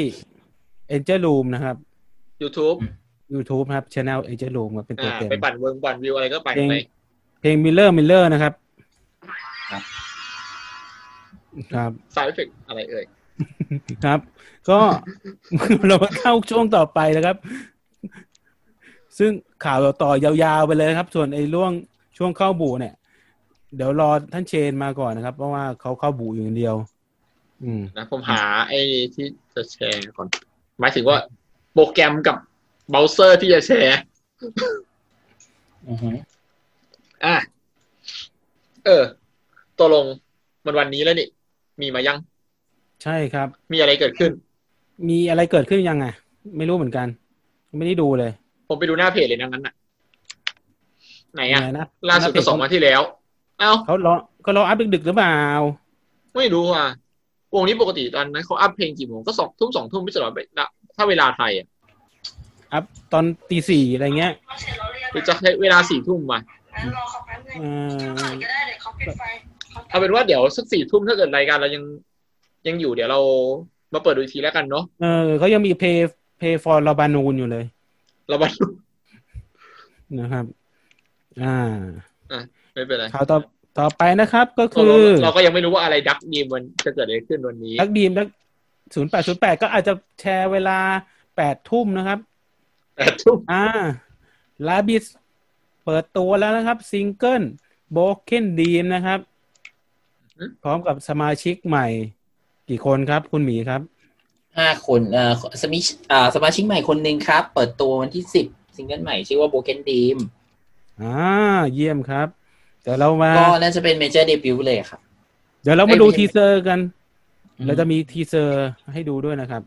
Angel Room นะครับ YouTube YouTube ครับ Channel Angel Room ครับเป็นตัวอ่าเต็มไปปั่นเวิร์งปั่นวิวอะไรก็ปั่นเพลงไปเพลง Miller Miller นะครับครับครับสายเอฟเฟกต์อะไรเอ่ยครับ ก็ เรามาเข้าช่วงต่อไปแล้วครับ ซึ่งข่าวต่อยาวๆไปเลยครับ ส่วนไอ้ร่วงช่วงเข้าบูเนี่ย เดี๋ยวรอท่านเชนมาก่อนนะครับ เพราะว่าเขาเข้าบูอยู่คนเดียว อืมนะผมหาไอ้ที่จะแชร์ก่อนหมายถึงว่าโปรแกรมกับเบราว์เซอร์ที่จะแชร์อือฮึอ่ะเออตกลงมันวันนี้แล้วนี่มีมายังใช่ครับมีอะไรเกิดขึ้นมีอะไรเกิดขึ้นยังไงไม่รู้เหมือนกัน ไม่ได้ดูเลยผมไปดูหน้าเพจเลยนะงั้นน่ะไหนอ่ะยังไงนะล่าสุดก็สองวันที่แล้ว เอ้าเขารอเขารออัพดึกๆหรือเปล่าไม่รู้อ่ะวงนี้ปกติตอนนั้นเขาอัพเพลงกี่โมงก็สองทุ่มสองทุ่มไม่ใช่เหรอถ้าเวลาไทยอ่ะอัพตอนตีสี่อะไรเงี้ยหรือจะใช้เวลาสี่ทุ่มมาเอ่อเอาเป็นว่าเดี๋ยวสักสี่ทุ่มถ้าเกิดรายการเรายังยังอยู่เดี๋ยวเรามาเปิดดูอีกทีแล้วกันเนาะเออเขายังมีเพย์เพย์ฟอร์ลาบานูนอยู่เลยเรามาดูนะครับ อ่าอ่ะไม่เป็นไรข่าวต่อต่อไปนะครับ ก็เราคือเราก็ยังไม่รู้ว่าอะไรดักดีมมันจะเกิดอะไรขึ้นวันนี้นักดีมนักศูนย์แปดศูนย์แปดก็อาจจะแชร์เวลาแปดทุ่มนะครับแปดทุ่มอ่าลาบิสเปิดตัวแล้วนะครับ ซิงเกิลโบเคนดีมนะครับ พร้อมกับสมาชิกใหม่ กี่คนครับ คุณหมีครับห้าคนเอ่อสมิชอ่าสมาชิกใหม่คนหนึ่งครับ เปิดตัววันที่สิบซิงเกิลใหม่ชื่อว่า Broken Dream อ่าเยี่ยมครับ เดี๋ยวเรามาก็น่าจะเป็นเมเจอร์เดบิวต์เลยครับเดี๋ยวเรามาดูเอ้ยทีเซอร์กันอืมเราจะมีทีเซอร์ให้ดูด้วยนะครับ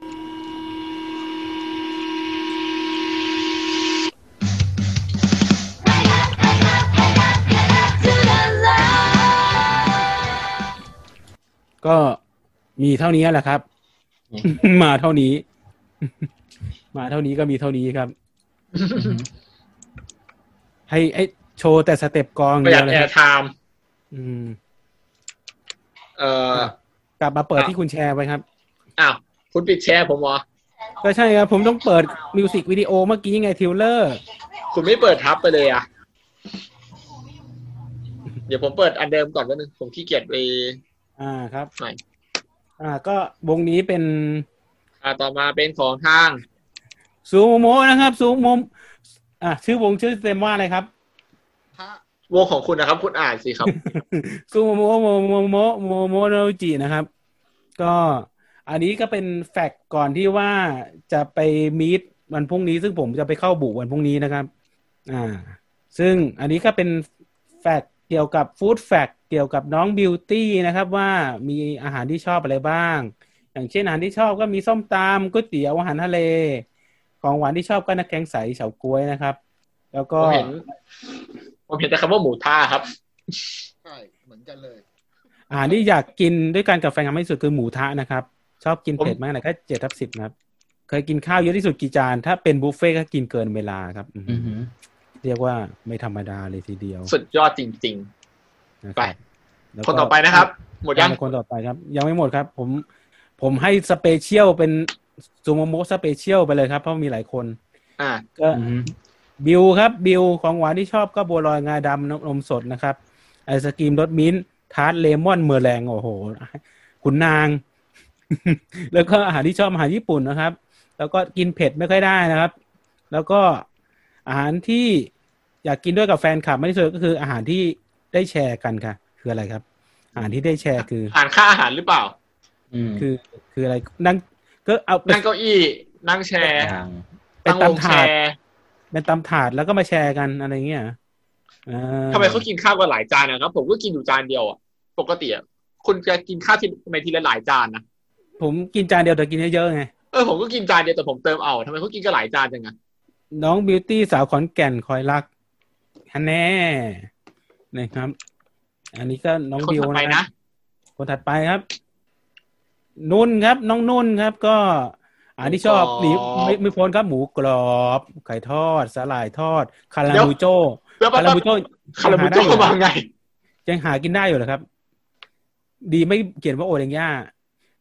ก็มีเท่านี้แหละครับ มาเท่านี้ มาเท่านี้ก็มีเท่านี้ครับ ให้ให้โชว์แต่สเต็ปกลองประหยัดเดีแอยวเลยร์ไทม์อืมเอ่อกลับมาเปิดที่คุณแชร์ไว้ครับอ้าวคุณปิดแชร์ผมเหรอก็ใช่ครับ ผมต้องเปิดมิวสิกวิดีโอเมื่อกี้ไงทิวเลอร์คุณไม่เปิดทับไปเลยอ่ะ เดี๋ยวผมเปิดอันเดิมก่อนก็นึงผมขี้เกียจไปอ่าครับใหม่อ่า ก็วงนี้เป็นอ่าต่อมาเป็นของทางซูโมนะครับซูโมอ่าชื่อวงชื่อเต็มว่าอะไรครับวงของคุณนะครับ คุณอ่านสิครับซูโมโมโมโมโมโมโนจินะครับ ก็อันนี้ก็เป็นแฟกต์ก่อนที่ว่าจะไปมีตวันพรุ่งนี้ซึ่งผมจะไปเข้าบุวันพรุ่งนี้นะครับ อ่า ซึ่งอันนี้ก็เป็นแฟกต์เกี่ยวกับฟู้ดแฟกต์เกี่ยวกับน้องบิวตี้นะครับว่ามีอาหารที่ชอบอะไรบ้าง อย่างเช่นอาหารที่ชอบก็มีส้มตำก๋วยเตี๋ยวอาหารทะเลของหวานที่ชอบก็น้ำแกงใสเฉาก๊วยนะครับ แล้วก็ผมเห็น ผมเห็นแต่คำว่าหมูท่าครับใช่เหมือนกันเลยอาหารที่อยากกินด้วยกันกับแฟนคลับมากที่สุดคือหมูทะนะครับ ชอบกินเผ็ดมากเลยก็เจ็ดทับสิบนะครับ เคยกินข้าวเยอะที่สุดกี่จานถ้าเป็นบุฟเฟ่ต์ก็กินเกินเวลาครับอืมอือฮึเรียกว่าไม่ธรรมดาเลยทีเดียวสุดยอดจริงนะคไปรับแล้วๆก็คนต่อไปนะครับ หมดยังคนต่อไปครับ ยังไม่หมดครับ ผมผมให้สเปเชียลเป็นซูโมโมสเปเชียลไปเลยครับเพราะมีหลายคนอ่าก็อือฮึบิวครับบิวของหวานที่ชอบก็บัวลอยงาดำนมนมสดนะครับไอศกรีมรสมิ้นท์ทาร์ตเลมอนเมอร์แรงโอ้โหขุนนาง แล้วก็อาหารที่ชอบอาหารญี่ปุ่นนะครับ แล้วก็กินเผ็ดไม่ค่อยได้นะครับ แล้วก็อาหารที่อยากกินด้วยกับแฟนคลับไม่ที่สุดก็คืออาหารที่ได้แชร์กันค่ะ คืออะไรครับ อาหารที่ได้แชร์คืออ่านค่าอาหารหรือเปล่าอืมคือคืออะไรนั่งก็เอาไปนั่งเก้าอี้ นั่งแชร์ทางเป็นตั้งวงตำแชถาดร์เป็นตำถาดแล้วก็มาแชร์กันอะไรเงี้ยอ่าทำไมเขากินข้าวกันหลายจานนะครับ ผมก็กินอยู่จานเดียวอ่ะ ปกติอ่ะคุณจะกินข้าวที่ทำไมทีละหลายจานนะผมกินจานเดียวแต่กินเยอะๆไงเออผมก็กินจานเดียวแต่ผมเติมเอาทำไมเขากินกันหลายจานจังอะน้องบิวตี้สาวขอนแก่นคอยรักฮันแน่นะครับ อันนี้ก็น้องคนบิวถัดไปนะนะคนถัดไปครับ นุ่นครับ น้องนุ่นครับ ก็อันที่ชอบหนีไม่ไม่พ้นครับหมูกรอบไข่ทอดสาหร่ายทอดคารามูโจเดี๋ยวคารามูโจคาราบูโจมาไงยังหากินได้อยู่เหรอครับ ดีไม่เขียนว่าโอเดงย่า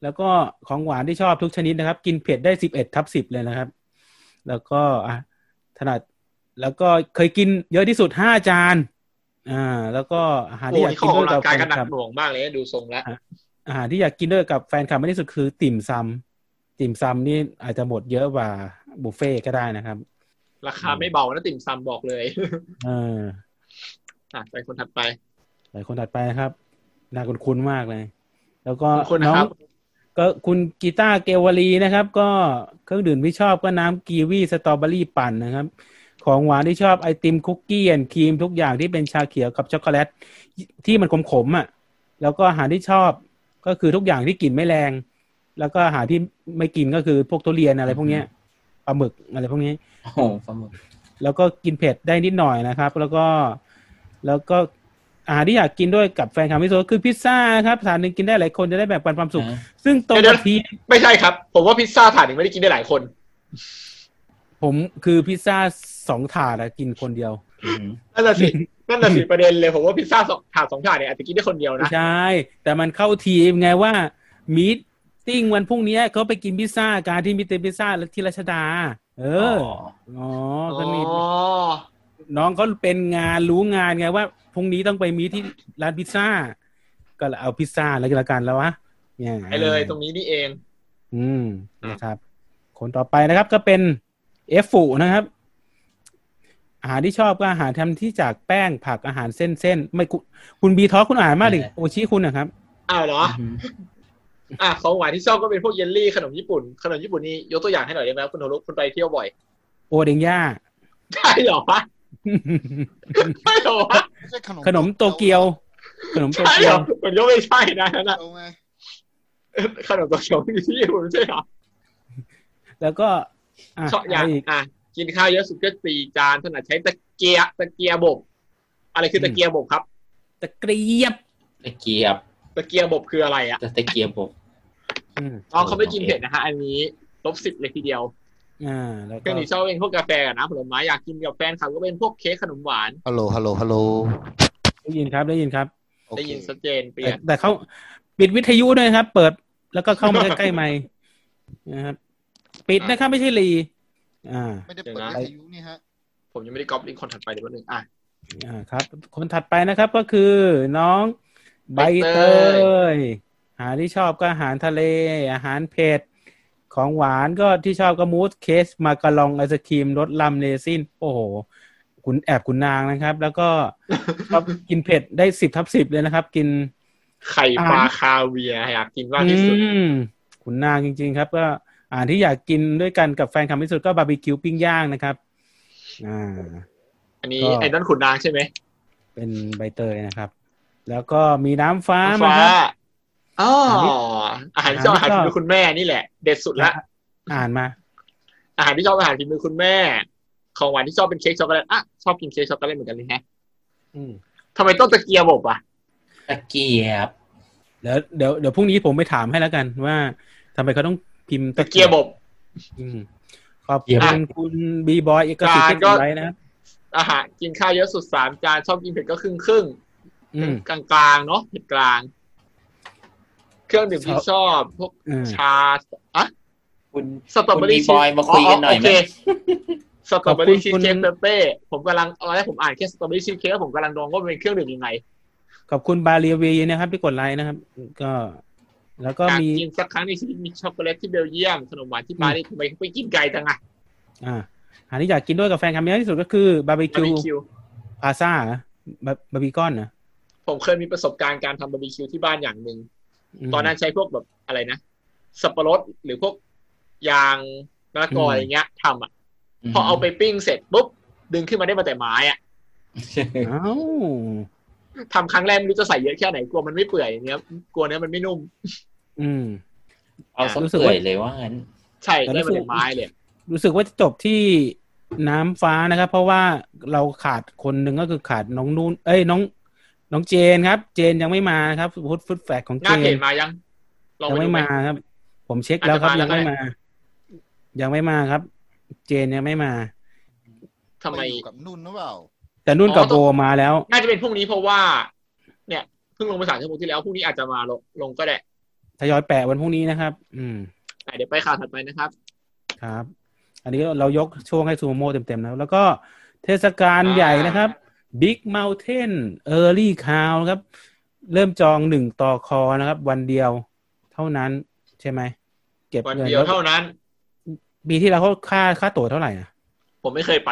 แล้วก็ของหวานที่ชอบทุกชนิดนะครับกินเผ็ดได้สิบเอ็ดทับสิบเลยนะครับแล้วก็อ่ะถนัดแล้วก็เคยกินเยอะที่สุดห้าจานอ่าแล้วก็อาหารโอ้ที่อยากนี่กิเขานออกด้วยกำลักังบกายแฟกันนหนัคกลับหน่วงมากเลยนะดูทรงแล้วอาหารที่อยากกินด้วยกับแฟนคลับมากที่สุดคือติ่มซำติ่มซำนี่อาจจะหมดเยอะกว่าบุฟเฟ่ก็ได้นะครับราคาไม่เบานะติ่มซำบอกเลยเอออ่ะไปคนถัดไปหลายคนถัดไปนะครับน่าคุ้นๆมากเลย แล้วก็คุณนะน้อครังบก็คุณกีตาร์เกวลีนะครับ ก็เครื่องดื่มที่ชอบก็น้ำกีวีสตรอเบอรี่ปั่นนะครับ ของหวานที่ชอบไอติมคุกกี้แอนด์ครีมทุกอย่างที่เป็นชาเขียวกับช็อกโกแลตที่มันขมๆอ่ะแล้วก็อาหารที่ชอบก็คือทุกอย่างที่กลิ่นไม่แรง แล้วก็อาหารที่ไม่กินก็คือพวกทุเรียนอะไรพวกเนี้ยปลาหมึกอะไรพวกนี้โอ้โหปลาหมึกแล้วก็กินเผ็ดได้นิดหน่อยนะครับ แล้วก็แล้วก็อาหารที่อยากกินด้วยกับแฟนคลับที่สุดก็คือพิซซ่าครับถาดหนึ่งกินได้หลายคนจะได้แบ่งปันความสุขนะซึ่งตรงเดี๋ยวกับทีไม่ใช่ครับ ผมว่าพิซซ่าถาดหนึ่งไม่ได้กินได้หลายคนผมคือพิซซ่าสองถาดอะกินคนเดียวอืมนั่นแหละสินั่นแหละสิประเด็นเลยผมว่าพิซซ่าสองถาดสองถาดเนี่ยอาจจะกินได้คนเดียวไม่นะใช่ แต่มันเข้าทีมไงว่ามีตติ้งวันพรุ่งนี้เขาไปกินพิซซ่าการที่มีเต็มพิซซ่าที่รัชดา เอออ๋อก็นี่อ๋อน้องเขาเป็นงานรู้งานไงว่าพรุ่งนี้ต้องไปมีที่ร้านพิซซ่า ก็เอาพิซซ่าแล้วกันละกันแล้ววะเนี่ยไปเลยตรงนี้นี่เองอืมนะครับ คนต่อไปนะครับก็เป็นเอฟฟูนะครับ อาหารที่ชอบก็อาหารทำที่จากแป้งผักอาหารเส้นเส้นไม่คุณคุณบีทอคุณอ่านมากดิโอชิคุณนะครับอ้าวเหรออืมอ่ะของหวานที่ชอบก็เป็นพวกเยลลี่ขนมญี่ปุ่นขนมญี่ปุ่นนี่ยกตัวอย่างให้หน่อยได้ไหมครับคุณโทรุคุณไปเที่ยวบ่อยโอเดงย่าใช่เหรอวะใช่เหรอวะไม่ใช่ขนมขนมโตเกียว ขนมโตใช่เกีเหรยวอมันก็ไม่ใช่นะนั่นน่ะเอาไงขนมโตเกียวที่ญี่ปุ่นไม่ใช่เหรอแล้วก็อ่ะชอบอย่างอะไรอีกอ่ะกินข้าวเยอะสุดก็สี่จานถนัดใช้ตะเกียบตะเกียบบกอะไรคือตะเกียบบกครับตะเกียบตะเกียบตะเกียบบกคืออะไรอ่ะแต่ตะเกียบบกอืมน้องเขาไม่กินเผ็ดนะฮะอันนี้ลบสิบเลยทีเดียวอ่าแล้วเคก็รื่องดื่มชอบเป็นพวกกาแฟกับน้ำผลไม้อยากกินกับแฟนครับก็เป็นพวกเค้กขนมหวานฮัลโหลฮัลโหลฮัลโหลได้ยินครับได้ยินครับโอได้เคยินชัดเจนเปลี่แต่ยนแต่เขาปิดวิทยุด้วยครับ เปิดแล้วก็เข้ามาใกล้ๆไมค์นะครับปิดนะครับไม่ใช่รีอ่าไม่ได้เปิดวิทยุนี่ฮะผมยังไม่ได้ก๊อปลิงก์คนถัดไปเดี๋ยวแป๊บนึงอ่ะอ่าครับ คนถัดไปนะครับก็คือน้องใบใบเตเตยยอาหารที่ชอบก็อาหารทะเล อาหารเผ็ดของหวานก็ที่ชอบก็มูสเคสมาการองไอศครีมรสลัมเรซินโอ้โหคุณแอบคุณนางนะครับ แล้วก็ ชอบกินเผ็ดได้สิบทับสิบเลยนะครับ กินไข่ปลาคาเวียร์อยากกินมากที่สุดอืมคุณนางจริง ๆ ครับ ก็อาหารที่อยากกินด้วยกันกับแฟนคลับที่สุดก็บาร์บีคิวปิ้งย่างนะครับอ่าอันนี้ก็ไอ้นั่นขุนนางใช่ไหมเป็นใบเตยนะครับ แล้วก็มีน้ำฟ้าน้ำมาฟ้าครับอ๋ออาหารที่ชอบอาหารฝีมือคุณแม่นี่แหละ เด็ดสุดละอ่านมาอาหารที่ชอบอาหารฝีมือคุณแม่ ของหวานที่ชอบเป็นเค้กช็อกโกแลตอ่ะชอบกินเค้กช็อกโกแลตเหมือนกันเลยแฮะอืมทำไมต้องตะเกียบบกอ่ะตะเกียบเดี๋ยวเดี๋ยวเดี๋ยวพรุ่งนี้ผมไปถามให้แล้วกันว่าทำไมเขาต้องพิมพ์ตะเกียบบกอืมขอบคุณคุณบีบอยเอกสิทธิ์ที่ก็ทำไว้นะครับอาหารกินข้าวเยอะสุดสามจานชอบกินเผ็ดก็ครึ่งครึ่งอืมกลางกลางๆเนาะเผ็ดกลาง เครื่องดื่มที่ชอบพวกอืมชาอ่ะคุณสตรอเบอรี่คุณ B-boy มาคุยกันหน่อยไหมโเคสตรอเบอรี่ขอบคุณชีสเค้กเปเป้ผมกำลังตอนแรกผมอ่านแค่สตรอเบอรี่ชีสเค้กแล้วผมกำลังดองว่ามันเป็นเครื่องดื่มยังไงขอบคุณบาเรียวีนะครับที่กดไลค์นะครับ ก็ แล้วก็อยากมีกินสักครั้งในชีวิตมีช็อกโกแลตที่เบลเยียมขนมหวานที่ปารีสทำไมไปกินไกลจังอะอ่าอาหารที่อยากกินด้วยกับแฟนคลับเยอะที่สุดก็คือบาร์บีบาคิร์วบีคิวพาซ่าบาบาร์บีคอนนะผมเคยมีประสบการณ์การทำบาร์บีคิวที่บ้านอย่างหนึ่งมตอนนั้นใช้พวกแบบอะไรนะสับปะรดหรือพวกยางมะละกออืมอะไรเงี้ยทำอ่ะ พอเอาไปปิ้งเสร็จปุ๊บดึงขึ้นมาได้มาแต่ไม้อ่ะเอ้าทำครั้งแรกไม่รู้จะใส่เยอะแค่ไหนกลัวมันไม่เปื่อยเนี้ยกลัวเนี้ยมันไม่นุ่มอืมเอาสักรู้สึกเปื่ว่าอยเลยว่างั้นใช่แต่ได้รู้มาสึกแต่ไม้เลยรู้สึกว่าจะจบที่น้ำฟ้านะครับ เพราะว่าเราขาดคนหนึ่งก็คือขาดน้องนุ่นเอ้ยน้อง น้องเจนครับ เจนยังไม่มาครับฟุตฟุตแฟกของหเจน้าเพนจมายังลองยังไปดูไม่ไหมมาครับ ผมเช็คแล้วครับอาจจะยังไม่มามา ยังไม่มาครับ เจนยังไม่มาทำไมไปอยู่กับนุ่นหรือเปล่าแต่นุ่นกับอ๋อโบมาแล้วน่าจะเป็นพรุ่งนี้เพราะว่า เนี่ยเพิ่งลงไปสามชั่วโมงที่แล้วพรุ่งนี้อาจจะมาลงลงก็ได้ทยอยแปะวันพรุ่งนี้นะครับ อืมอ่ะเดี๋ยวไปข่าวถัดไปนะครับครับ อันนี้เรายกช่วงให้ซูโม่เต็มๆนะแล้วก็เทศกาลใหญ่นะครับ Big Mountain Early Count ครับ เริ่มจองหนึ่งต่อคอนะครับ วันเดียวเท่านั้นใช่ไหมเก็บวันเงินเดียวเท่านั้นปีที่แล้วเขาค่าค่าตั๋วเท่าไหร่อ่ะผมไม่เคยไป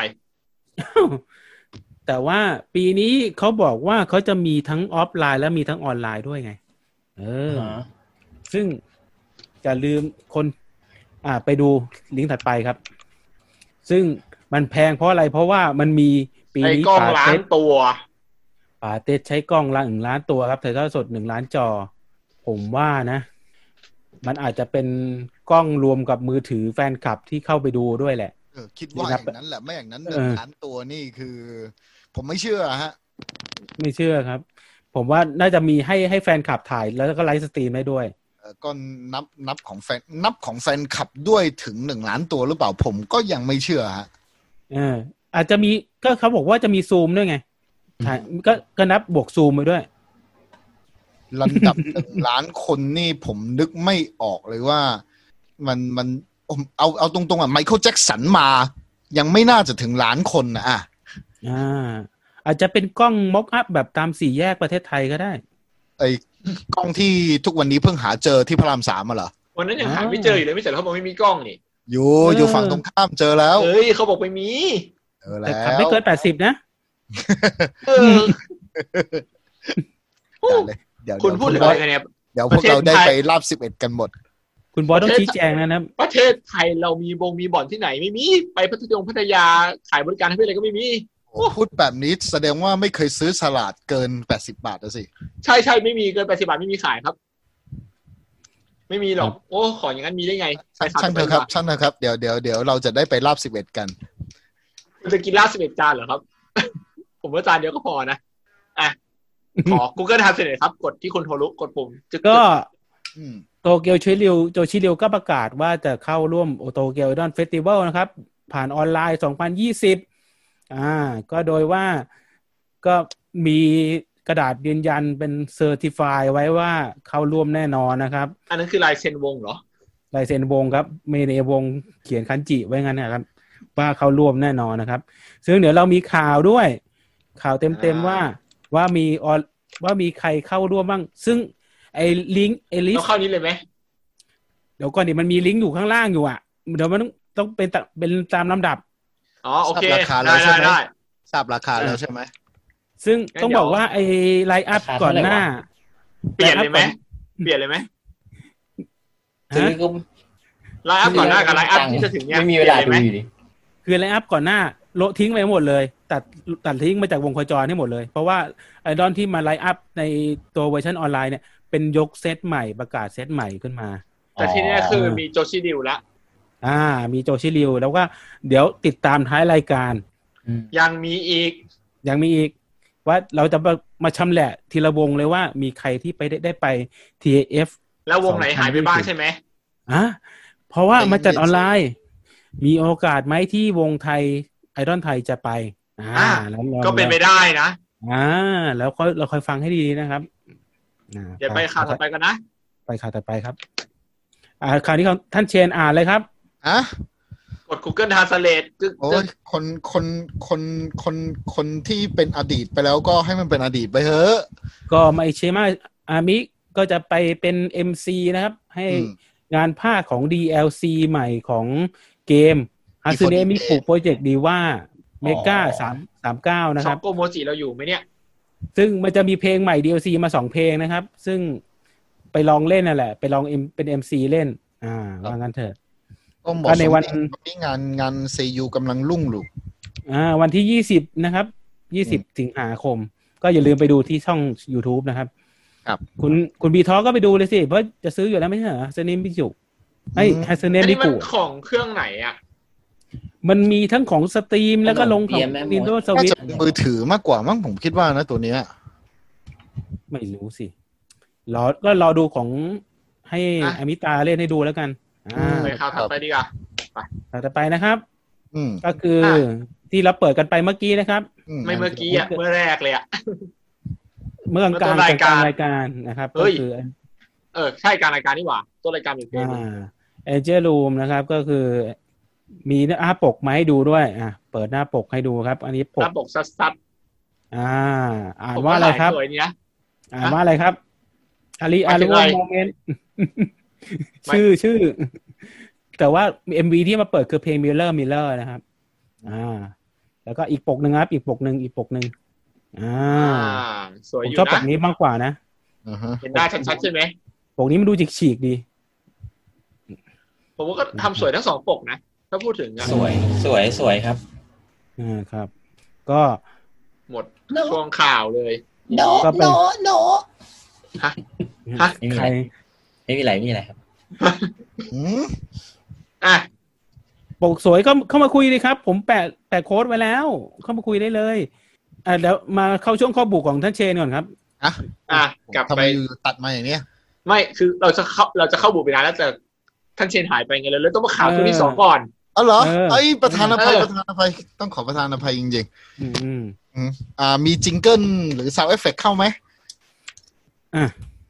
แต่ว่าปีนี้เขาบอกว่าเขาจะมีทั้งออฟไลน์และมีทั้งออนไลน์ด้วยไง เออ ซึ่งจะลืมคน อ่าไปดูลิงก์ถัดไปครับ ซึ่งมันแพงเพราะอะไรเพราะว่ามันมีปีไอ้นี้กล้องปาล้าเต็นดตัวปาเต็ดใช้กล้องละหนึ่งล้านตัวครับเธอก็สดหนึ่งล้านจอ ผมว่านะ มันอาจจะเป็นกล้องรวมกับมือถือแฟนคลับที่เข้าไปดูด้วยแหละเออคิดว่าอย่างนั้นแหละไม่อย่างนั้นหนึ่งล้านตัวนี่คือ ผมไม่เชื่อฮะไม่เชื่อครับ ผมว่าน่าจะมีให้ให้แฟนคลับถ่ายแล้วก็ไลฟ์สตรีมได้ด้วยเออก็นับนับของแฟนนับของแฟนคลับด้วยถึงหนึ่งล้านตัวหรือเปล่าผมก็ยังไม่เชื่อฮะเอออาจจะมีก็เขาบอกว่าจะมีซูมด้วยไงถ่ายก็ก็นับบวกซูมไปด้วยลำดับ หนึ่งล้านคนนี่ผมนึกไม่ออกเลยว่า มันมันเอาเอาตรงๆอ่ะไมเคิลแจ็คสันมา ยังไม่น่าจะถึงล้านคนนะอ่ะอ่า อาจจะเป็นกล้องม็อกอัพแบบตามสี่แยกประเทศไทยก็ได้ไอ้กล้องที่ทุกวันนี้เพิ่งหาเจอที่พระรามสามมาเหรอวันนั้นยังหาไม่เจออยู่เลยไม่เจอเขาบอกไม่มีกล้องนี่อยู่อยู่ฝั่งตรงข้ามเจอแล้วเอ้ยเขาบอกไม่มีเจอแล้แต่ขับวไม่เกินแปดสิบนะเอออย่าเลยเดี๋ยวคุณพูดถึงอะไรกันเนี่ยเดี๋ยวพวกเราได้ไปลาบสิบเอ็ดกันหมดคุณบอสต้องชี้แจงนะนะประเทศไทยเรามีบงมีบ่อนที่ไหนไม่มีไปพัทยาพัทยาขายบริการให้อะไรก็ไม่มีโอ้พูดแบบนี้แสดงว่าไม่เคยซื้อสลัดเกินแปดสิบบาทนะสิใช่ใช่ไม่มีเกินแปดสิบบาทไม่มีขายครับ ไม่มีหรอกโอ้ขออย่างนั้นมีได้ไงช่างเถอะครับช่างเถอะครับเดี๋ยวเดี๋ยวเดี๋ยวเราจะได้ไปลาบสิบเอ็ดกันคุณจะกินลาบสิบเอ็ดจานเหรอครับ ผมว่าจานเดียวก็พอนะอ่ะขอ Google Translate ครับกดที่คุณโทรุกดปุ่มจะก็อืมโตเกียวชิริวโจชิริวก็ประกาศว่าจะเข้าร่วมโตเกียวไอดอลเฟสติวัลนะครับ ผ่านออนไลน์สองพันยี่สิบอ่าก็โดยว่าก็มีกระดาษยืนยันเป็นเซอร์ติฟายไว้ว่าเข้าร่วมแน่นอนนะครับอันนั้นคือลายเซ็นวงเหรอลายเซ็นวงครับเมเนวงเขียนคันจิไว้งั้นนะครับว่าเข้าร่วมแน่นอนนะครับ ซึ่งเดี๋ยวเรามีข่าวด้วย ข่าวเต็มๆว่าว่ามีออนว่ามีใครเข้าร่วมบ้างซึ่งไอ้ลิงก์ไอ้ลิสต้องเข้านี้เลยไหมเดี๋ยวก่อนดิมันมีลิงก์อยู่ข้างล่างอยู่อ่ะเดี๋ยวมันต้องต้องเป็นตะเป็นตามลำดับอ๋อโอเคทราบราคาแล้ได้วใช่ได้ไหมได้ทราบราคาแล้วใช่ไหมซึ่งงั้นต้องเดี๋ยวบอกว่าไอ้ไลน์อัพก่อนหน้าเปลี่ยนเลยไหมเปลี่ยนเลยไหมซื้อก็ไลน์อัพก่อนหน้ากับไลน์อัพที่จะถึงเนี่ยไม่มีเวลาปดูลี่ยนอยู่ดิคือไลน์อัพก่อนหน้าโละทิ้งไปหมดเลยตัดตัดทิ้งมาจากวงโคจรให้หมดเลยเพราะว่าไอดอลที่มาไลน์อัพในตัวเวอร์ชันออนไลน์เนี่ยเป็นยกเซตใหม่ประกาศเซตใหม่ขึ้นมาแต่ที่นี่คือมีโจชิดิวแล้วอ่ามีโจชิริวแล้วก็เดี๋ยวติดตามท้ายรายการยังมีอีกยังมีอีกว่าเราจะมามาชำแหละทีละวงเลยว่ามีใครที่ไปได้ได้ไป ที เอ เอฟแล้ววงไหนหายไปบ้างใช่ไหมอ่ะเพราะว่ามาจัดออนไลน์ มีโอกาสไหมที่วงไทยไอดอลไทยจะไปอ่าแล้วเราก็เป็นไปได้นะอ่าแล้วค่อยเราค่อยฟังให้ดีนะครับอ่าเดี๋ยวไปข่าวต่อไปกันนะไปข่าวต่อไปครับอ่าข่าวนี้ของท่านเชนอ่านเลยครับอะกด Google Translate กึกโอ้ยคนคนคนคนคนที่เป็นอดีตไปแล้วก็ให้มันเป็นอดีตไปเถอะก็ไมเชมาอามิก็จะไปเป็น เอ็ม ซี นะครับ ให้อืมงานภาคของ ดี แอล ซี ใหม่ของเกม Hatsune Miku Project Diva Mega สามสามเก้านะช็คอรักบโกโมจิเราอยู่ไหมเนี่ยซึ่งมันจะมีเพลงใหม่ ดี แอล ซี มาสองเพลงนะครับ ซึ่งไปลองเล่นนั่นแหละ ไปลอง M เป็น เอ็ม ซี เล่น อ่าว่างั้นเถอะก็เหมาะก็สในมวันที่งานงานเซยูกำลังรุ่งหลุกอ่าวันที่ยี่สิบนะครับยี่สิบสิงหาคม ก็อย่าลืมไปดูที่ช่อง YouTube นะครับครับคุณคุณบีทอก็ไปดูเลยสิ เพราะจะซื้ออยู่แล้วไม่ใช่เหรอ Hatsune Miku ไอ้ Hatsune อันนี้มัน Miku ของเครื่องไหนอ่ะมันมีทั้งของสตรีมแล้วก็ลงของ Nintendo น่า Switch จะเป็นมือถือมากกว่ามั้งผมคิดว่านะตัวเนี้ยไม่รู้สิ รอ ก็รอดูของให้อ่ะอมิตาเล่นให้ดูแล้วกัน อ่าไปข่าวถัดไปดีกว่าต่อไปนะครับอืมก็คืออที่เราเปิดกันไปเมื่อกี้นะครับไม่เมื่อกี้อ่ะ เมื่อแรกเลยอ่ะเมื่อกลางเมื่อต้นรายกการลางรายการนะครับเฮ้ก็ยคือเออใช่การรายการนี่หว่าต้นรายการเป็นเพลงอ่า Angel Room นะครับ ก็คือมีหน้าปกมาให้ดูด้วยอ่ะเปิดหน้าปกให้ดูครับ อันนี้ปหกน้าปกซัดอ่า อ่าๆนผมว่าอะไรครับสวยนี่นะอ่านว่าอะไรครับอารีหอามายถึรุงอะไรโมเมนต์ ชื่อชื่อ แต่ว่า เอ็ม วี ที่มาเปิดคือเพลง Mirror Mirror นะครับ อ่า แล้วก็อีกปกหนึ่งครับ อีกปกหนึ่งอีกปกหนึ่งอ่าอ่าสวยผมอยู่ชอบปนะกนี้มากกว่านะอือฮะเห็นหน้าชัดๆใช่ไหมปกนี้มันดูฉีกๆดีผมว่าก็ทำสวยทั้งสองปกนะถ้าพูดถึงอะสวยสวยสวยครับอ่าครับ ก็หมดช่วงข่าวเลยโนก็เป็โนนโนฮะฮะไม่มีใคอะรไรไม่มีอะไรไม่มีอะไรครับอืมอ่ะปกสวยก็เข้ามาคุยเลยครับ ผมแปะแปะโค้ดไว้แล้ว เข้ามาคุยได้เลยอ่าเดี๋ยวมาเข้าช่วงข้อบุกของท่านเชนก่อนครับอ่ะอ่ะกลับทำไปไมอยู่ตัดมาอย่างเนี้ยไม่คือเราจะเข้าเราจะเข้าบุกไปนานแล้วแต่ท่านเชนหายไปไงเลยเลยต้องมาข่าวช่วงที่สองก่อนอ๋อเหรอเออไอ้ยประธานอภัยเออประธานอภัยต้องขอประธานอภัยจริงอืมอืมๆอืมอ่ามีจิงเกิลหรือซาวด์เอฟเฟกเข้าไหมอ่ะ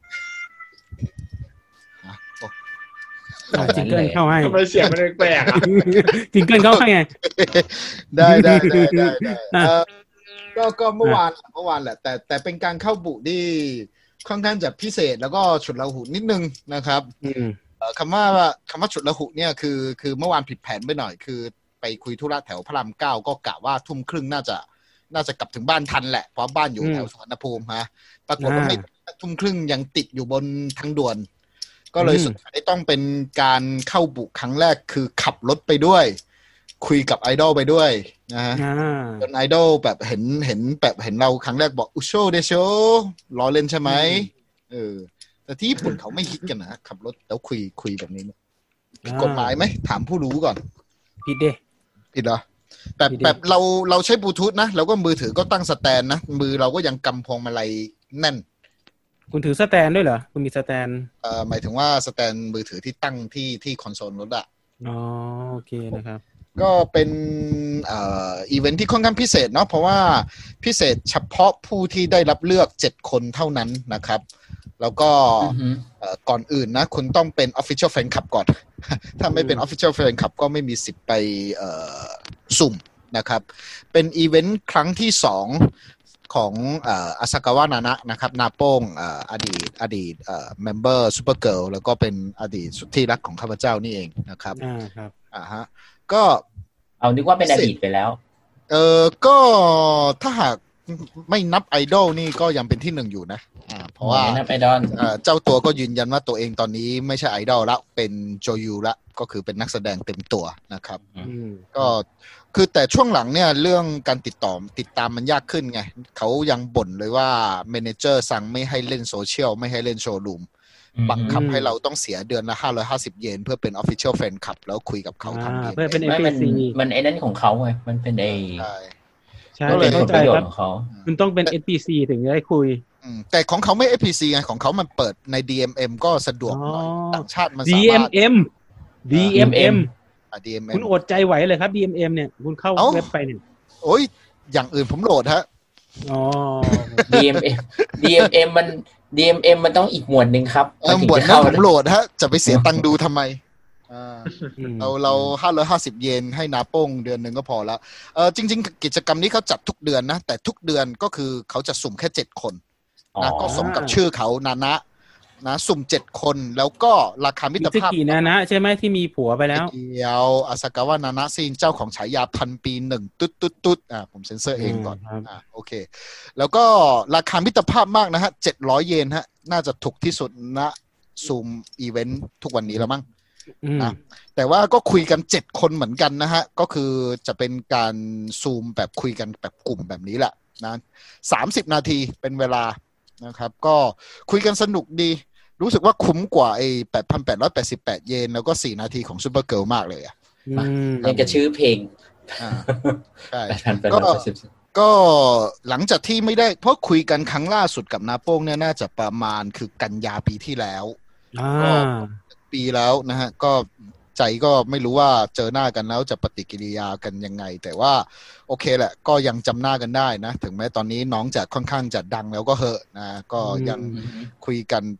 อ่ะโอ้อ่ะจิงเกิลเข้าให้ทำไมเสียงมันแปลกๆอ่ะจิงเกิลเข้าให้ไงได้ได้ได้ได้ได้อ่ะเอ่อก็ก็เมื่อวานเมื่อวานแหละ แต่แต่เป็นการเข้าบุที่ค่อนข้างจะพิเศษแล้วก็ฉุดระหุนิดนึงนะครับอืมเอ่อคำว่าคำว่าฉุดระหุเนี่ยคือคือเมื่อวานผิดแผนไปหน่อย คือไปคุยธุระแถวพระรามเก้าก็กะว่าทุ่มครึ่งน่าจะน่าจะกลับถึงบ้านทันแหละเพราะบ้านอยู่แถวสุวรรณภูมิฮะปรากฏว่าไม่ทุ่มครึ่งยังติดอยู่บนทางด่วน ก็เลยสุดท้ายต้องเป็นการเข้าบุกครั้งแรกคือขับรถไปด้วย คุยกับไอดอลไปด้วยนะฮะอ่าจนไอดอลแบบเห็นเห็นแบบเห็นเราครั้งแรกบอกอุโชเดโชล้อเล่นใช่ไหมเออแต่ที่ญี่ปุ่นเขาไม่ฮิตกันนะขับรถแล้วคุยคุยแบบนี้ผิดกฎหมายไหมถามผู้รู้ก่อนผิดเด้ผิดเหรอแบบผิดดิแบบเราเราใช้บลูทูธนะเราก็มือถือก็ตั้งสแตนนะมือเราก็ยังกำพวงมาลัยแน่นคุณถือสแตนด้วยเหรอ คุณมีสแตนเอ่อหมายถึงว่าสแตนมือถือที่ตั้งที่ที่คอนโซลรถอะอ๋อโอเคนะครับก็เป็นเอ่ออีเวนท์ที่ค่อนข้างพิเศษเนาะเพราะว่าพิเศษเฉพาะผู้ที่ได้รับเลือกเจ็ดคนเท่านั้นนะครับ แล้วก็อือฮึเอ่อก่อนอื่นนะคุณต้องเป็น Official Fan Club ก่อน ถ้าไม่เป็น Official Fan Club ก็ไม่มีสิทธิ์ไปเอ่อสุ่มนะครับ เป็นอีเวนต์ครั้งที่สองของอาซากาวะนานะนะครับนาโป้งเอ่ออดีตอดีตเอ่อเมมเบอร์ซูเปอร์เกิร์ลแล้วก็เป็นอดีตสุดที่รักของข้าพเจ้านี่เองนะครับอ่าครับอ่าฮะก็เอานึกว่าเป็นอดีตไปแล้วเออก็ถ้าหากไม่นับไอดอลนี่ก็ยังเป็นที่หนึ่งอยู่นะอ่าเพราะว่าไม่นับไอดอลเอ่อเจ้าตัวก็ยืนยันว่าตัวเองตอนนี้ไม่ใช่ไอดอลละเป็นโจยูละก็คือเป็นนักแสดงเต็มตัวนะครับอืมก็คือแต่ช่วงหลังเนี่ยเรื่องการติดต่อติดตามมันยากขึ้นไงเขายังบ่นเลยว่าเมเนเจอร์สั่งไม่ให้เล่นโซเชียลไม่ให้เล่นโชว์รูมบังคับให้เราต้องเสียเดือนละห้าร้อยห้าสิบเยนเพื่อเป็น Official Fan Club แล้วคุยกับเขาอ่าทำเองเพื่อเป็นไม่มันเอฟ พี ซีมันไอ้นั่นของเขาไงมันเป็นไอ้ใช่ใช่ก็เลยเป็นผเข้าลใจประโยชครัน์บของเขาคุณต้องเป็น เอฟ พี ซี ถึงจะได้คุยอืมแต่ของเขาไม่ เอฟ พี ซี ไงของเขามันเปิดใน ดี เอ็ม เอ็ม ก็สะดวกหน่อยอ๋อต่างชาติมันดีสาเอ็มาม รถเอ็ม ดี เอ็ม เอ็มอ่ะ ดี เอ็ม เอ็คุมณอดใจไหวเลยครับ ดี เอ็ม เอ็ม เนี่ย คุณเข้าเอ้าเว็บไปเนี่ยโอ้ยอย่างอื่นผมโหลดฮะอ๋อดี เอ็ม เอ็ม ดี เอ็ม เอ็ม มัน ดี เอ็ม เอ็ม มันต้องอีกหมวดหนึ่งครับเออถึงบวชจะนั้เข้านผมโหลดฮะ จะไปเสียตังค์ดูทำไมอ่าอืมเราเราห้าร้อยห้าสิบเยนให้นาโป้งเดือนหนึ่งก็พอแล้วเออจริง ๆ กิจกรรมนี้เขาจัดทุกเดือนนะ แต่ทุกเดือนก็คือเขาจะสุ่มแค่เจ็ดคนอ๋อนะก็สมกับชื่อเขานานะนะสุ่มเจ็ดคนแล้วก็ราคามิมิตรซึภาพกินะนะใช่ไหมที่มีผัวไปแล้วเดียวอาซากาวะนานะซินเจ้าของฉายาพันปีหนึ่งตุ๊ดตุ๊ดตุ๊ดอ่าผมเซ็นเซอร์เองก่อนอืมครับอ่าโอเค แล้วก็ราคามิตรภาพมากนะฮะเจ็ดร้อยเยนฮะน่าจะถูกที่สุดณซูมอีเวนต์ทุกวันนี้แล้วมั้งอืมนะ แต่ว่าก็คุยกันเจ็ดคนเหมือนกันนะฮะ ก็คือจะเป็นการซูมแบบคุยกันแบบกลุ่มแบบนี้แหละนะสามสิบนาทีเป็นเวลานะครับ ก็คุยกันสนุกดี รู้สึกว่าคุ้มกว่าไอ้แปดพันแปดร้อยแปดสิบแปดเยนแล้วก็สี่นาทีของซูเปอร์เกิร์ลมากเลยอ่ะอืมยังจะชื่อเพลงอ่าใช่แปดพันแปดร้อยแปดสิบก็หลังจากที่ไม่ได้เพราะคุยกันครั้งล่าสุดกับนาโป้งเนี่ยน่าจะประมาณคือกันยาปีที่แล้วอ่าปีแล้วนะฮะก็ใจก็ไม่รู้ว่าเจอหน้ากันแล้วจะปฏิกิริยากันยังไง แต่ว่าโอเคแหละก็ยังจำหน้ากันได้นะถึงแม้ตอนนี้น้องจะค่อนข้างจะดังแล้วก็เหอะนะก็ยังคุยกันแบบ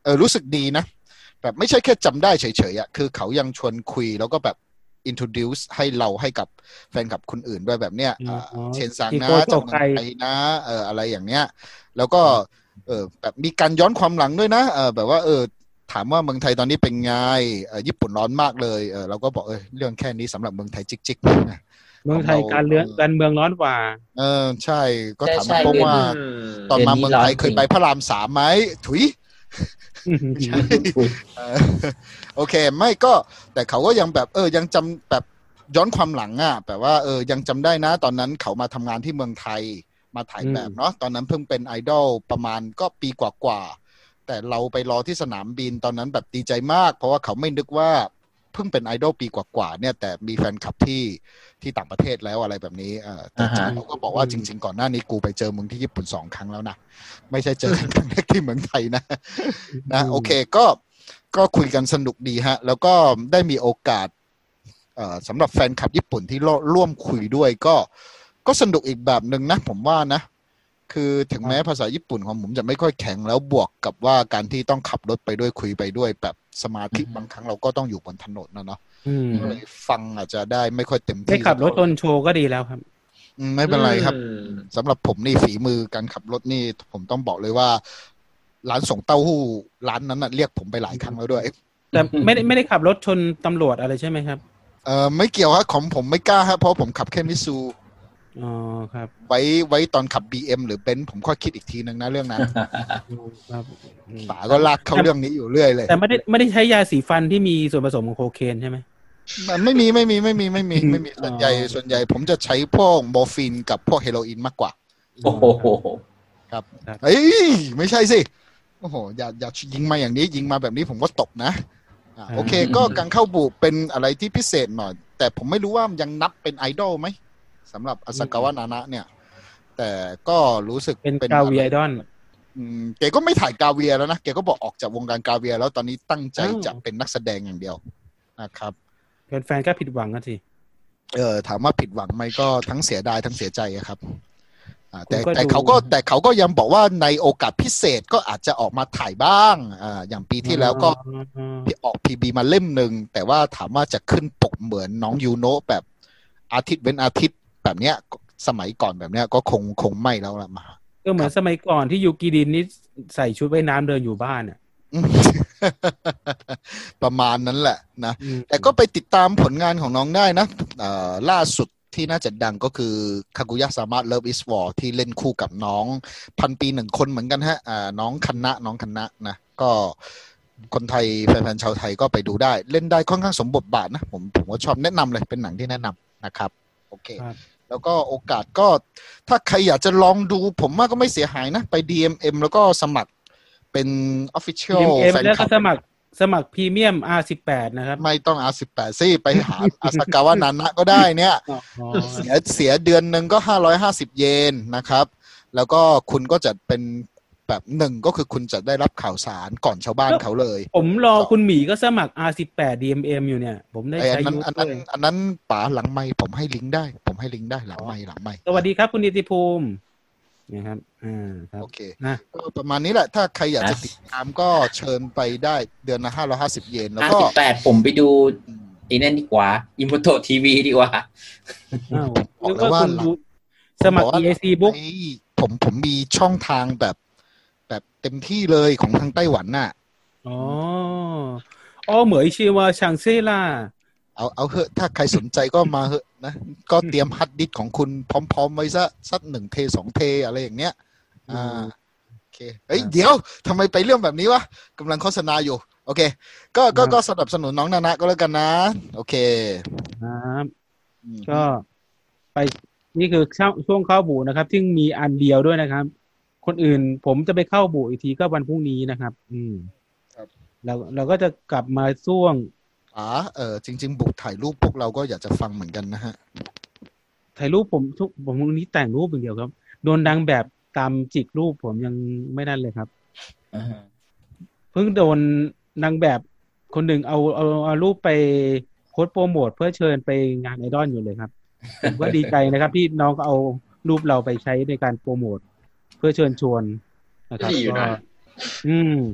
เออรู้สึกดีนะแบบไม่ใช่แค่จำได้เฉยๆอ่ะคือเขายังชวนคุยแล้วก็แบบ introduce ให้เราให้กับแฟนคลับคนอื่นด้วยแบบเนี้ยอ๋อเอ่อเชนซังที่นะโกโจจากเมืองไกไทยนะเอออะไรอย่างเนี้ยแล้วก็เออแบบมีการย้อนความหลังด้วยนะเออแบบว่าเออถามว่าเมืองไทยตอนนี้เป็นไงเออญี่ปุ่นร้อนมากเลยเออเราก็บอกเออเรื่องแค่นี้สำหรับเมืองไทยจิกๆนะเมืองไทยการเลืองการเมืองร้อนกว่าเออใช่ก็ใช่ถามใช่เพราะว่าอืมตอนมาเมืองไทยเคยไปพระรามสามไหมถุย ใช่ เออโอเคไม่ก็แต่เขาก็ยังแบบเออยังจำแบบย้อนความหลังอ่ะแบบว่าเออยังจำได้นะตอนนั้นเขามาทำงานที่เมืองไทยมาถ่ายแบบเนาะตอนนั้นเพิ่งเป็นไอดอลประมาณก็ปีกว่าๆแต่เราไปรอที่สนามบินตอนนั้นแบบดีใจมากเพราะว่าเขาไม่นึกว่าเพิ่งเป็นไอดอลปีกว่าๆเนี่ยแต่มีแฟนคลับที่ที่ต่างประเทศแล้วอะไรแบบนี้เออแต่จริงๆเขาก็บอกว่าจริงๆก่อนหน้านี้กูไปเจอมึงที่ญี่ปุ่นสองครั้งแล้วนะไม่ใช่เจอกันครั้งแรกที่เมืองไทยนะนะโอเคก็ก็คุยกันสนุกดีฮะแล้วก็ได้มีโอกาสเอ่อสำหรับแฟนคลับญี่ปุ่นที่ร่วมคุยด้วยก็ก็สนุกอีกแบบหนึ่งนะผมว่านะคือถึงแม้ภาษาญี่ปุ่นของผมจะไม่ค่อยแข็งแล้วบวกกับว่าการที่ต้องขับรถไปด้วยคุยไปด้วยแบบสมาธิบางครั้งเราก็ต้องอยู่บนถนนนะเนาะอืมก็เลยฟังอาจจะได้ไม่ค่อยเต็มได้ที่ขับรถชนโชว์ก็ดีแล้วครับอืมไม่เป็นไรครับอืมสำหรับผมนี่ฝีมือการขับรถนี่ผมต้องบอกเลยว่า ร้านส่งเต้าหู้ร้านนั้นน่ะเรียกผมไปหลายครั้งแล้วด้วยแต่ไม่ได้ไม่ได้ขับรถชนตำรวจอะไรใช่ไหมครับเออไม่เกี่ยวครับของผมไม่กล้าครับเพราะผมขับแค่มิตซูอ๋อครับไว้ไว้ตอนขับ บี เอ็ม หรือเบนซ์ผมค่อยคิดอีกทีนึงนะเรื่องนั้นครับอืมป๋าก็ลากเข้าเรื่องนี้อยู่เรื่อยเลยแต่ไม่ได้ไม่ได้ใช้ยาสีฟันที่มีส่วนผสมของโคเคนใช่ไหมมันไม่มีไม่มีไม่มีไม่มีไม่มีอ๋อส่วนใหญ่ส่วนใหญ่ผมจะใช้พวกโมอร์ฟีนกับพวกเฮโรอีนมากกว่าโอ้โหครับครับเอ้ยไม่ใช่สิโอ้โหอย่าอย่ายิงมาอย่างนี้ยิงมาแบบนี้ผมก็ตกนะอ่าโอเค ก็การเข้าบุเป็นอะไรที่พิเศษหน่อย แต่ผมไม่รู้ว่ายังนับเป็นไอดอลไหมสำหรับอาซากาวะนานะเนี่ย แต่ก็รู้สึกเป็นกาเวียไอดอลอืมแกก็ไม่ถ่ายกาเวียแล้วนะแกก็บอกออกจากวงการกาเวียแล้วตอนนี้ตั้งใจอ้าวจะเป็นนักแสดงอย่างเดียวนะครับแฟนๆก็ผิดหวังกันสิเออถามว่าผิดหวังไหมก็ทั้งเสียดายทั้งเสียใจอะครับอ่าแต่คุณก็แต่ดูเขาก็แต่เขาก็ยังบอกว่าในโอกาสพิเศษก็อาจจะออกมาถ่ายบ้างอ่าอย่างปีที่แล้วก็อ๋อออกพีบีมาเล่มหนึ่งแต่ว่าถามว่าจะขึ้นปกเหมือนน้องยูโนะแบบอาทิตย์เว้นอาทิตย์แบบเนี้ยสมัยก่อนแบบเนี้ยก็คงคงไม่แล้วละมาก็เหมือนสมัยก่อนที่ยูกิดินนี่ใส่ชุดว่ายน้ำเดินอยู่บ้านอ่ะอืม ประมาณนั้นแหละนะอืมแต่ก็ไปติดตามผลงานของน้องได้นะเอ่อล่าสุดที่น่าจะดังก็คือคากุยะสามารถ Love is War ที่เล่นคู่กับน้องพันปีหนึ่งคนเหมือนกันฮะอ่าน้องคันนะน้องคันนะนะก็คนไทยแฟนๆชาวไทยก็ไปดูได้เล่นได้ค่อนข้างสมบทบาทนะผมผมก็ชอบแนะนำเลยเป็นหนังที่แนะนำนะครับโอเคครับแล้วก็โอกาสก็ถ้าใครอยากจะลองดูผมว่าก็ไม่เสียหายนะ ไป ดี เอ็ม เอ็ม แล้วก็สมัครเป็น Official เอ็มแฟนแล้วคลัก็บสมัครสมัครพรีเมียม อาร์ สิบแปด นะครับไม่ต้อง อาร์ สิบแปด สิไปหา อาซากาวะนานะก็ได้เนี่ยอ๋ออ๋อเสียเสียเดือนหนึ่งก็ห้าร้อยห้าสิบเยนนะครับ แล้วก็คุณก็จะเป็นแบบหนึ่งก็คือคุณจะได้รับข่าวสารก่อนชาวบ้านเขาเลยผมรอคุณหมีก็สมัคร อาร์ สิบแปด ดี เอ็ม เอ็ม อยู่เนี่ย ผมได้ไอ้อัใช้นนั้นยูอันด้นั้นวยอันนั้นป๋าหลังไม่ผมให้ลิงก์ได้ ผมให้ลิงก์ได้หลังไม่หลังไม่สวัสดีครับคุณนิติภูมินะครับอ่าครับโอเคนะก็ประมาณนี้แหละ ถ้าใครอยากจะนะติดตามก็เชิญไปได้เดือนละห้าร้อยห้าสิบเยนแล้วห้าก็สิบแปดผมไปดูอีนั่นดีกว่าอิมโมโตทีวีดีกว่าอ้าวบอกนึกแล้วว่าว่าคุณดูสมัคร อี เอ ซี Book ไอ้ผมผมมีช่องทางแบบแบบเต็มที่เลยของทางไต้หวันน่ะอ๋ออ๋อเหมยชื่อว่าชางเซล่าเอาเอาเหอะถ้าใครสนใจก็มาเหอะนะ ก็เตรียมฮัดดิสก์ของคุณพร้อมๆไว้ซะสักหนึ่งเทสองเทอะไรอย่างเนี้ยอ่าโอเคเอ้ยเดี๋ยวทำไมไปเรื่องแบบนี้วะกำลังโฆษณาอยู่ โอเค ก็ก็ก็สนับสนุนน้องนานะก็แล้วกันนะ โอเคครับอืมก็ไปนี่คือช่วงช่วงเข้าบูนะครับ ซึ่งมีอันเดียวด้วยนะครับ คนอื่นผมจะไปเข้าบูอีกทีก็วันพรุ่งนี้นะครับ อืมเราเราก็จะกลับมาช่วงอ๋อเออจริง ๆ บุกถ่ายรูปพวกเราก็อยากจะฟังเหมือนกันนะฮะถ่ายรูปผมทุกผมวันนี้แต่งรูปอย่างเดียวครับ โดนดังแบบตามจิกรูปผมยังไม่นั่นเลยครับ เพิ่งโดนนางแบบคนหนึ่งเอาเอาเอารูปไปโพสต์โปรโมทเพื่อเชิญไปงานไอดอลอยู่เลยครับ ผมก็ดีใจนะครับ ที่น้องก็เอารูปเราไปใช้ในการโปรโมทเพื่อเชิญชวนนะครับดีอยู่นะก็อืม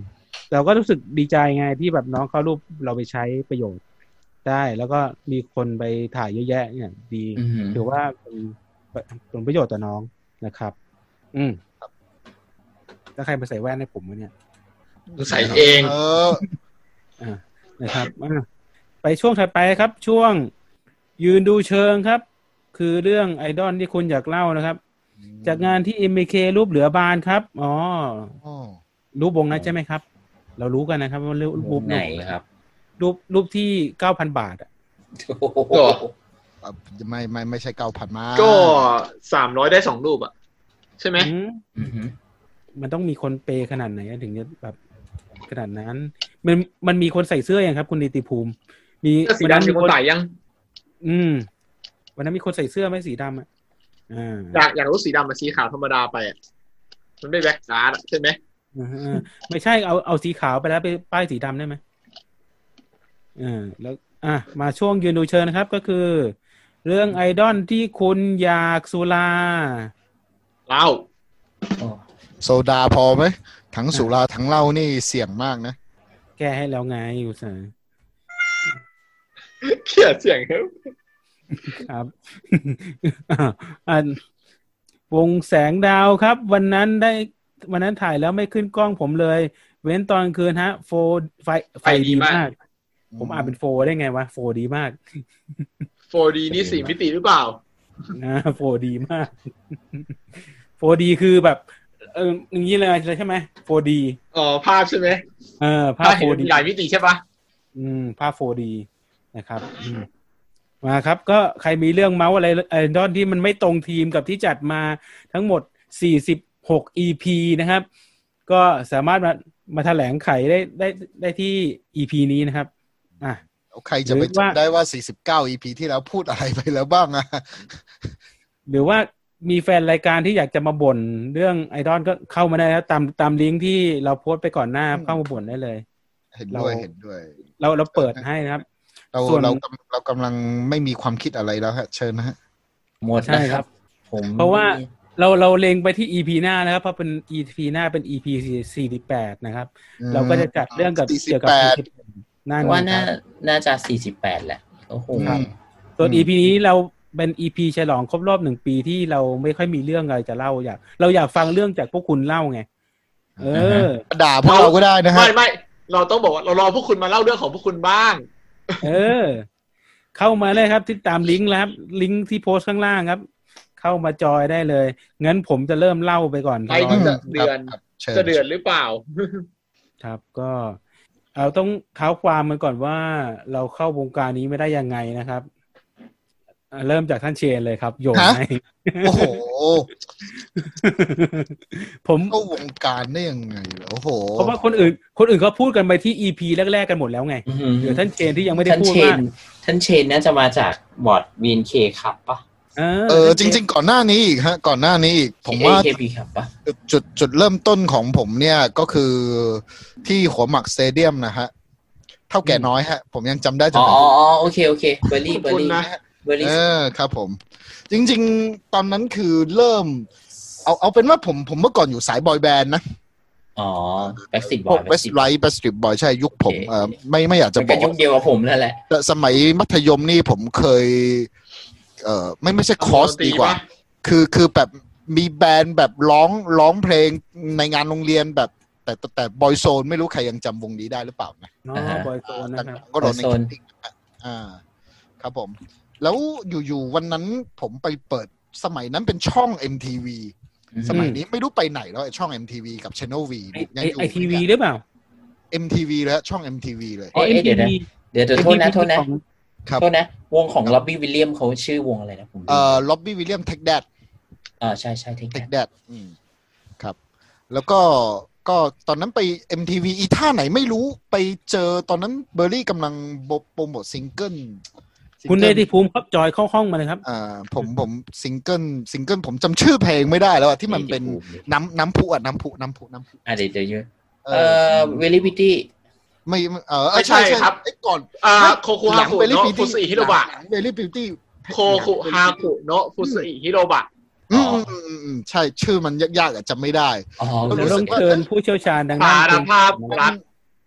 เราก็รู้สึกดีใจไงที่แบบน้องเขารูปเราไปใช้ประโยชน์ได้แล้วก็มีคนไปถ่ายเยอะแยะเนี่ยดีอือหือถือว่าเป็นผลประโยชน์ต่อน้องนะครับ อืมแล้วใครมาใส่แว่นให้ผมวะเนี่ยใส่เองเอออ่านะครับอ่ะไปช่วงถัดไปครับ ช่วงยืนดูเชิงครับ คือเรื่องไอดอลที่คุณอยากเล่านะครับ จากงานที่ เอ็ม เค รูปเหลือบานครับอ๋ออ๋อรูปวงนั้นใช่ไหมครับ เรารู้กันนะครับว่ารูปรูปไหนครับรูปรูปที่เก้าพันบาทอ่ะโอ้โหก็อ่ะไม่ไม่ไม่ใช่เก้าพันมาก็สามร้อยได้สองรูปอ่ะ ใช่ไหมอืมอือหือมันต้องมีคนเปย์ขนาดไหนถึงจะแบบขนาดนั้น มันมันมีคนใส่เสื้อยังครับ คุณนิติภูมิ มีก็สีดำมีคนใส่ยังอืมวันนั้นมีคนใส่เสื้อไหมสีดำอ่ะอ่าอยากอยากรู้สีดำกับสีขาวธรรมดาไปอ่ะมันไม่แบ็กการ์ดอะใช่ไหมอ่าไม่ใช่เอาเอาสีขาวไปแล้วไปป้ายสีดำได้ไหมอ่าแล้วอ่ะมาช่วงยืนดูเชิญนะครับ ก็คือ เรื่องไอดอลที่คุณอยากสุราเล่าโอ้โซดาพอไหมทั้งสุราทั้งเหล้านี่เสี่ยงมากนะแก้ให้แล้วไงอยู่สาเขียดเสียงครับครับ อันวงแสงดาวครับ วันนั้นได้วันนั้นถ่ายแล้วไม่ขึ้นกล้องผมเลย เว้นตอนคืนฮะโฟไฟไฟดีมาก ผมอ่านเป็นโฟได้ไงวะโฟดีมากโฟร์ดี นี่สี่มิติหรือเปล่านะโฟดีมาก โฟดีคือแบบ เอออย่างนี้เลยใช่ไหมโฟดีอ๋อภาพใช่ไหมเออภาภาพพโฟเห็นดีหลายมิติใช่ปะอืมภาพ โฟร์ดี นะครับอืมมาครับ ก็ใครมีเรื่องเมาส์อะไรไอดอลที่มันไม่ตรงทีมกับที่จัดมาทั้งหมดสี่สิบหก อี พี นะครับ ก็สามารถมามาแถลงไขได้ได้ได้ที่ อี พี นี้นะครับอ่ะใครจะไปหรือว่าจำได้ว่าสี่สิบเก้า อี พี ที่แล้วพูดอะไรไปแล้วบ้างอะหรือว่ามีแฟนรายการที่อยากจะมาบ่นเรื่องไอดอลก็เข้ามาได้แล้วตามตามลิงก์ที่เราโพสต์ไปก่อนหน้าเข้ามาบ่นได้เลยเห็นด้วยเราเห็นด้วยเราเราเปิดให้นะครับเราส่วนเรากำเรากำลังไม่มีความคิดอะไรแล้วฮะ เชิญนะฮะหมดใช่นะคครัรับ บ ผมเพราะว่าเราเราเล็งไปที่ อี พี หน้านะครับ เพราะเป็น อี พี หน้าเป็น อี พี สี่สิบแปดนะครับอืมเราก็จะจัดเรื่องกับสี่สิบเกี่ยวกับแปดนั่นว่าคน่ารับน่าจะสี่สิบแปดแหละ โอ้โหครับส่วนอืมอี พี นี้เราเป็น อี พี ฉลองครบรอบหนึ่งปีที่เราไม่ค่อยมีเรื่องอะไรจะเล่าอยากเราอยากฟังเรื่องจากพวกคุณเล่าไง เออด่าพวกเราก็ได้นะฮะไม่ไม่เราต้องบอกว่าเรารอพวกคุณมาเล่าเรื่องของพวกคุณบ้างเออ เข้ามาเลยครับที่ตามลิงก์แล้วครับลิงก์ที่โพสต์ข้างล่างครับ เข้ามาจอยได้เลย งั้นผมจะเริ่มเล่าไปก่อนไปถึงจะเดือนครับเชิญจะเดือนหรือเปล่าครับ ก็เราต้องเท้าความมันก่อนว่าเราเข้าวงการนี้ไม่ได้ยังไงนะครับอ่ะเริ่มจากท่านเชนเลยครับโยนฮะให้โอ้โหผมเข้าวงการได้ยังไงเหรอโอ้โหเพราะว่าคนอื่น คนอื่นเขาพูดกันไปที่ อี พี แรกๆกันหมดแล้วไงอื้อหือเดี๋ยวท่านเชนที่ยังไม่ได้ท่านพูดเชว่านท่านเชนน่าจะมาจากบอร์ด วี เอ็น เค ครับปะเอเออจริง ๆ ก่อนหน้านี้อีกฮะ ก่อนหน้านี้อีกผมว่าเค พี ครับปะจุดจุดจุดเริ่มต้นของผมเนี่ยก็คือที่หัวหมักสเตเดียมนะฮะ เท่าแก่น้อยฮะ ผมยังจำได้จอ๋นอถึงอ๋ออ๋อโอเคโอเคเบอร์รี่เบอร์รี่ขอบคุณนะเบอร์รี่เออครับผม จริง ๆ ตอนนั้นคือเริ่ม เอาเอาเป็นว่าผมผมเมื่อก่อนอยู่สายบอยแบนด์นะอ๋อแบ็กซิตบพอวย กด์เวสไลท์เวสตรีทบอยใช่ยุคผมเออไม่ไม่อยากจะจะบเป็อน กยุคเดียวกับผมนั่นแหละแต่สมัยมัธยมนี่ผมเคย เอ่อไม่ไม่ใช่คอร์สดีกว่า คือคือแบบมีแบนด์แบบร้องร้องเพลงในงานโรงเรียนแบบ แต่แต่แต่บอยโซนไม่รู้ใครยังจำวงนี้ได้หรือเปล่านะเนาะอ่าฮะบอยโซนนะครับก็โดนใน Boyzone คลิปอ่า ครับผม แล้วอยู่ๆวันนั้นผมไปเปิดสมัยนั้นเป็นช่อง เอ็ม ที วี สมัยนี้ไม่รู้ไปไหนแล้วไอ้ช่อง เอ็ม ที วี กับ Channel V ไอยังอยู่ไอทีวีหรือเปล่าเอ็ม ที วี แล้วช่อง เอ็ม ที วี เลยอ๋อเอ๊ะเอ็มเดี๋ทียวนะวีเดี๋ยวเดี๋ยวโทษนะโทษนะของครับโทษนะ วงของล็อบบี้วิลเลียมเขาชื่อวงอะไรนะผมลืมเอ่อล็อบบี้วิลเลียมเทคแดดอ่าใช่ใช่เทคเทคแดดอืมครับ แล้วก็ก็ตอนนั้นไป เอ็ม ที วี อีท่าไหนไม่รู้ไปเจอตอนนั้นเบอร์รี่กำลังโปรโมทซิงเกิลคุณเนติภูมิครับจอยเข้าห้องมาเลยครับอ่าผมผมซิงเกิลซิงเกิลผมจำชื่อเพลงไม่ได้แล้วอะที่มันเป็นน้ำน้ำพุอะน้ำพุน้ำพุน้ำพุอ่าเดี๋ยวเดี๋ยวเยอะเอเอ่ออเวลิพิตี้ไม่เออไม่ใช่ครับไอ้ก่อนอ่าไม่โคคุหฮาลังคุเวลี่โนะบิวฟุตี้สึฮิโรบะเวลี่บิวตี้โคคุฮาคุโนะฟุสึฮิโรบะอืมอืมอืมอืมใช่ชื่อมันยากๆอะจำไม่ได้อ๋อก็เรารู้สึต้องกว่าเชิญผู้เชี่ยวชาญดังสาด้านรภาพรัฐ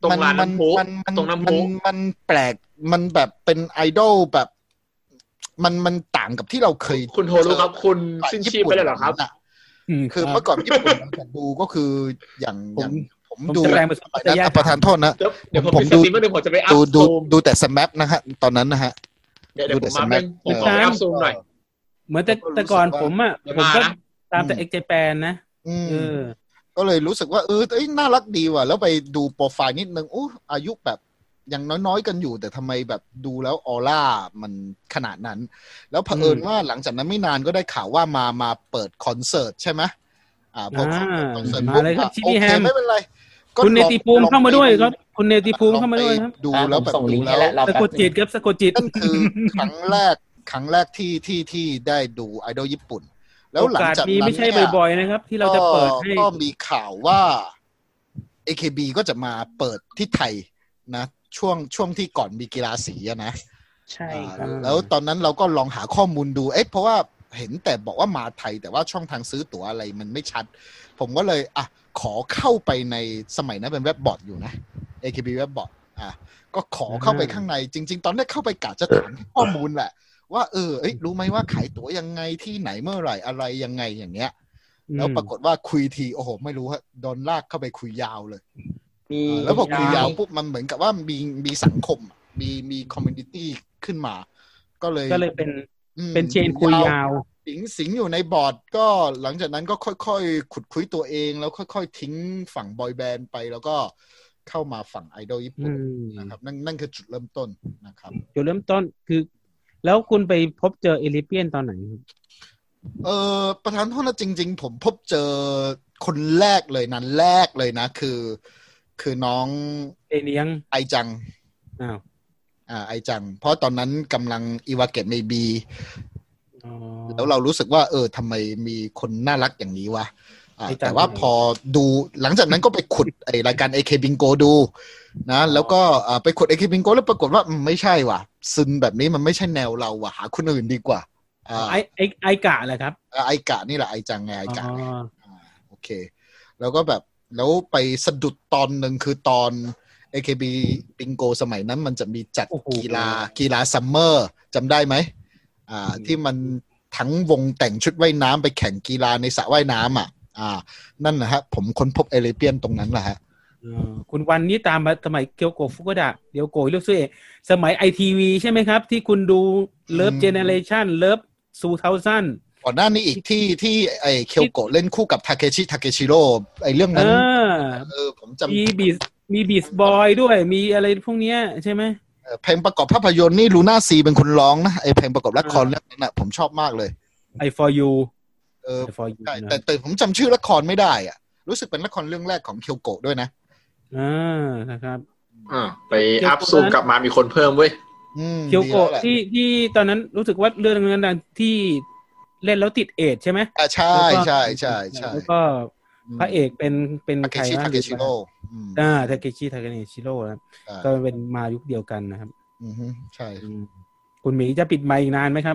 ตรงลานน้ำพุมันมันตรงน้ำมัพุนมันแปลกมันแบบเป็นไอดอลแบบ มันมันต่างกับที่เราเคยคุณโทรู้ครับ คุณสิ้นชีพไปเลยเหรอครับอืมคือเมื่อก่อนญี่ปุ่นเราจะดูก็คืออย่างผมอย่างผมผมดูจะแปลงเป็นสมัยนั้นจะแยกอ่ะประธานโทษนะเดี๋ยวเดี๋ยวผมผมปิดสดูตรีมเมื่อหนึ่งผมจะไปอัพดูดูซูมดูแต่สแมปนะฮะตอนนั้นนะฮะเดี๋ยวเดี๋ยวดูผแต่มมาเป็น Smack ผมขอไปอัพซูมหน่อยเหมือนแต่แต่ก่อนผมอ่ะเดี๋ยวผมมาก็นะตามแต่อืมเอ็กเจแปนนะอืมเออก็เลยรู้สึกว่าเออเอ้ยน่ารักดีว่ะแล้วไปดูโปรไฟล์นิดนึงอู้อายุแบบยังน้อยๆกันอยู่ แต่ทำไมแบบดูแล้วออร่ามันขนาดนั้น แล้วเผอิญอืมว่าหลังจากนั้นไม่นานก็ได้ข่าวว่ามามาเปิดคอนเสิร์ตใช่ไหมอ่าพออ่าคอนเสิร์ตมาปุ๊บเลยครับอ่ะชิโอมิเคแฮมไม่เป็นไรก็คุณเนลองติภูมิลองเข้ามาด้วยไปครับ คุณเนติภูมิเข้ามาด้วยครับดูอ่าแล้วผมแบบส่งลิงก์ดูให้แล้วแล้วรอสะแป๊กบดนึจิตงครับสะกดจิตนั่นคือครั้งแรกครั้งแรกที่ที่ที่ได้ดูไอดอลญี่ปุ่น แล้วโอหลังกาสจากมีนั้นไม่ใช่เนี่ยบ่อยๆนะครับ ที่เราจะเปิดให้ก็มีข่าวว่า เอ เค บี ก็จะมาเปิดที่ไทยนะช่วงช่วงที่ก่อนมีกีฬาสีอะนะใช่อ่าครับแล้วตอนนั้นเราก็ลองหาข้อมูลดูเอ๊ะเพราะว่าเห็นแต่บอกว่ามาไทยแต่ว่าช่องทางซื้อตั๋วอะไรมันไม่ชัด ผมก็เลยอ่ะขอเข้าไปในสมัยนั้นเป็นเว็บบอร์ดอยู่นะ เอ เค บี เว็บบอร์ดอ่ะก็ขอเข้าไปข้างในจริง ๆ ตอนแรกเข้าไปกะจะถามข้อมูลแหละ ว่าเออเอ้ยรู้ไหมว่าขายตั๋วยังไงที่ไหนเมื่อไหร่อะไรยังไงอย่างเงี้ย แล้วปรากฏว่าคุยทีโอ้โหไม่รู้ฮะโดนลากเข้าไปคุยยาวเลยมีอ่าแล้วพอคุยยาวปุ๊บมันเหมือนกับว่ามีมีสังคมอะมีมีคอมมูนิตี้ขึ้นมา ก็เลยก็เลยเป็นอืมเป็นเชนคุยยาวสิงสิงอยู่ในบอร์ดก็หลังจากนั้นก็ค่อยๆขุดคุยตัวเองแล้วค่อยๆทิ้งฝั่งบอยแบนด์ไปแล้วก็เข้ามาฝั่งไอดอลญี่ปุ่นอืมนะครับนั่นนั่นคือจุดเริ่มต้นนะครับจุดเริ่มต้นคือ แล้วคุณไปพบเจอเอลิเปียนตอนไหนครับเออประธานโทษนะจริง ๆ ผมพบเจอคนแรกเลยนั้นแรกเลยนะคือ คือน้องเอเลียงไอจังอ้าวอ่าไอจัง เพราะตอนนั้นกำลังอีวาเกตเมบีอ๋อแล้วเรารู้สึกว่าเออทำไมมีคนน่ารักอย่างนี้วะอ่าไอ้จังแต่ว่าพอดูหลังจากนั้นก็ไปขุด ไอรายการ เอ เค Bingo ดูนะแล้วก็อ่าไปขุด เอ เค Bingo แล้วปรากฏว่าอืมไม่ใช่ว่ะซึนแบบนี้มันไม่ใช่แนวเราว่ะหาคนอื่นดีกว่าอ่าไอไอไอกะแหละครับไอกะนี่แหละไอจังไงไอกะอ๋อโอเค แล้วก็แบบแล้วไปสะดุดตอนหนึ่งคือตอน เอ เค บี Bingo สมัยนั้นมันจะมีจัดโอ้โหกีฬากีฬาซัมเมอร์จำได้ไหมอ่าที่มันทั้งวงแต่งชุดว่ายน้ำไปแข่งกีฬาในสระว่ายน้ำอ่ะอ่านั่นนะฮะผมค้นพบเอเลเปียนตรงนั้นแหละฮะเออคุณวันนี้ตามมาสมัยเกียวโกฟุกุดะเดียวโกยเลือกซื้อสมัยไอทีวีใช่ไหมครับ ที่คุณดูเลิฟเจเนเรชันเลิฟซูเทาซันก่อนหน้านี้อีกที่ที่ไอเคียวโกะเล่นคู่กับทาเคชิทาเคชิโร่ไอเรื่องเอนั้นอเออผมจำมีบีสมีบีสบอยด้วยมีอะไรพวกเนี้ยใช่ไหมเอ่อเพลงประกอบภาพยนตร์นี่ลูน่าซีเป็นคนร้องนะไอเพลงประกอบละครเรื่องนั้นอ่ะผมชอบมากเลย I for you เออ I for you ใช่นะแต่แต่ผมจำชื่อละครไม่ได้อ่ะรู้สึกเป็นละครเรื่องแรกของเคียวโกะด้วยนะอ่านะครับอ่าไปอัพซูมกลับมามีคนเพิ่มเว้ยอืมเคียวดีโกะแหละที่ที่ตอนนั้นรู้สึกว่าเรื่องนั้นนะที่เล่นแล้วติดเอดส์ใช่ไหมอ่าใช่ใช่ใช่ใช่แล้วก็พระเอกเป็นเป็นทาเคใครชินะทาเคชิโร่อืมอ่าทาเคชิทาเคชิโร่นะอ่าก็เป็นมายุคเดียวกันนะครับอืมฮึใช่อืมคุณหมีจะปิดไมค์อีกนานไหมครับ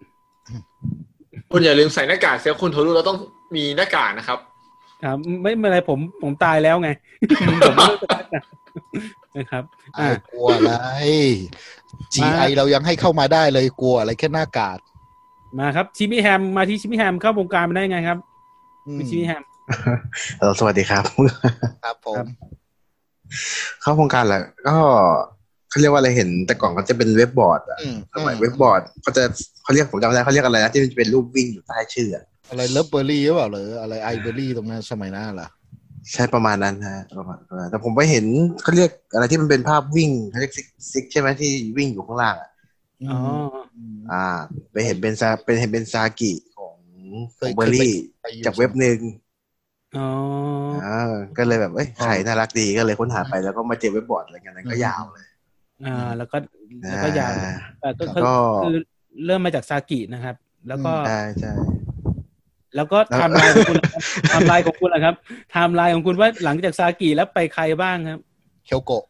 คุณอย่าลืมใส่หน้ากากเสียคุณโทรู้เราต้องมีหน้ากากนะครับครับไม่เป็นไรผมผมตายแล้วไง ผมไม่ต้องการนะครับไอ้อ่ากลัวอะไร จี ไอ เรายังให้เข้ามาได้เลยกลัวอะไรแค่หน้ากากมาครับชิมิแฮมมาที่ชิมิแฮมเข้าวงการมาได้ไงครับอืมคุณชิมิแฮมเออสวัสดีครับครับผครัมบเข้าโครงการแหละก็เขาเรียกว่าอะไรเห็นแต่ก่อนก็จะเป็นเว็บบอร์ดอะอืมสมัยเว็บบอร์ดเขาจะเขาเรียกผมจำไม่ได้เขาเรียกอะไรนะที่มันจะเป็นรูปวิ่งอยู่ใต้ชื่ออะอะไรเลิฟเบอร์รี่หรือเปล่าหรืออะไรไอเบอร์รี่ตรงนั้นสมัยนั้นเหรอใช่ประมาณนั้นฮะประมาณประมาณแต่ผมไปเห็นเขาเรียกอะไรที่มันเป็นภาพวิ่งเขาเรียกซิกซิกใช่ไหมที่วิ่งอยู่ข้างล่างอะอ๋อมอ่า ไปเห็นเป็นซาเป็นเห็นเป็นซากิของเคขอย งเบอร์รี่ไปอยู่จากเว็บหนึ่งอ๋ออ่าก็เลยแบบเอ้ยไข่น่ารักดีก็เลยค้นหาไปแล้วก็มาเจอเว็บบอร์ดอะไรกันนั้นก็ยาวเลยอ่าแล้วก็แล้วก็ยาวอ่าเอ่อก็ก็คือเริ่มมาจากซากินะครับ แล้วก็ใช่ใช่แล้วก็ไทม์ไลน์ของคุณนะครับไทม์ไลน์ของคุณนะครับไทม์ไลน์ของคุณว่าหลังจากซากิแล้วไปใครบ้างครับเคียวโกะ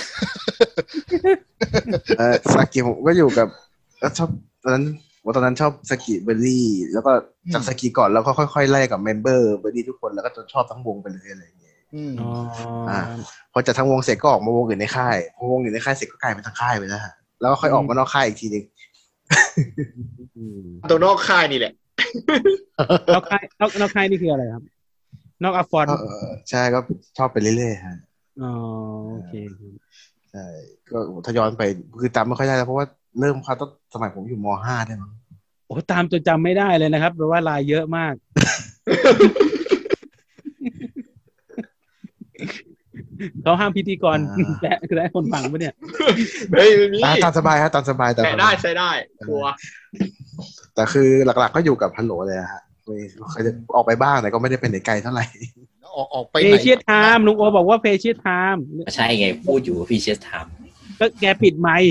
เออซากิผมก็อยู่กับก็ชอบตอนนั้นว่าตอนนั้นชอบสกิเบอร์รี่แล้วก็จากสกิก่อนแล้วก็ค่อยๆไล่กับเมมเบอร์เบอร์รี่ทุกคนแล้วก็จนชอบทั้งวงไปเลยอะไรอย่างเงี้ยอืมอ๋ออ่า พอจัดทั้งวงเสร็จก็ออกมาวงอื่นในค่ายพอวงอื่นในค่ายเสร็จก็กลายเป็นทั้งค่ายไปแล้วฮะแล้วก็ค่อยออกมานอกค่ายอีกทีนึงอืมตัวนอกค่ายนี่แหละนอกค่ายนอกนอกค่ายนี่คืออะไรครับ นอกอัฟฟอร์ดก็เออใช่ก็ชอบไปเรื่อยๆฮะอ๋อโอเคใช่ก็ถ้าย้อนไปคือจำไม่ค่อยได้แล้วเพราะว่าเริ่มเขาต้องสมัยผมอยู่มห้าได้มั้งโอ้ตามจนจำไม่ได้เลยนะครับแปลว่าลายเยอะมาก เขาห้ามพิธีกรและและคนฟังปะเนี่ยเฮ้ยไม่มีอ่าตามสบายฮะตามสบายตามใช้สได้บายใช้ได้กลัวแต่คือหลักๆก็อยู่กับฮัลโหลเลยฮะไม่เคยจะออกไปบ้างแต่ก็ไม่ได้ไปไหนไกลเท่าไหร่ออกออกไปเพไหนเชียไทม์ลุงโอบอกว่าเพเชียไทม์ใช่ไงพูดอยู่ว่าพีเชสไทม์ก็แกปิดไมค์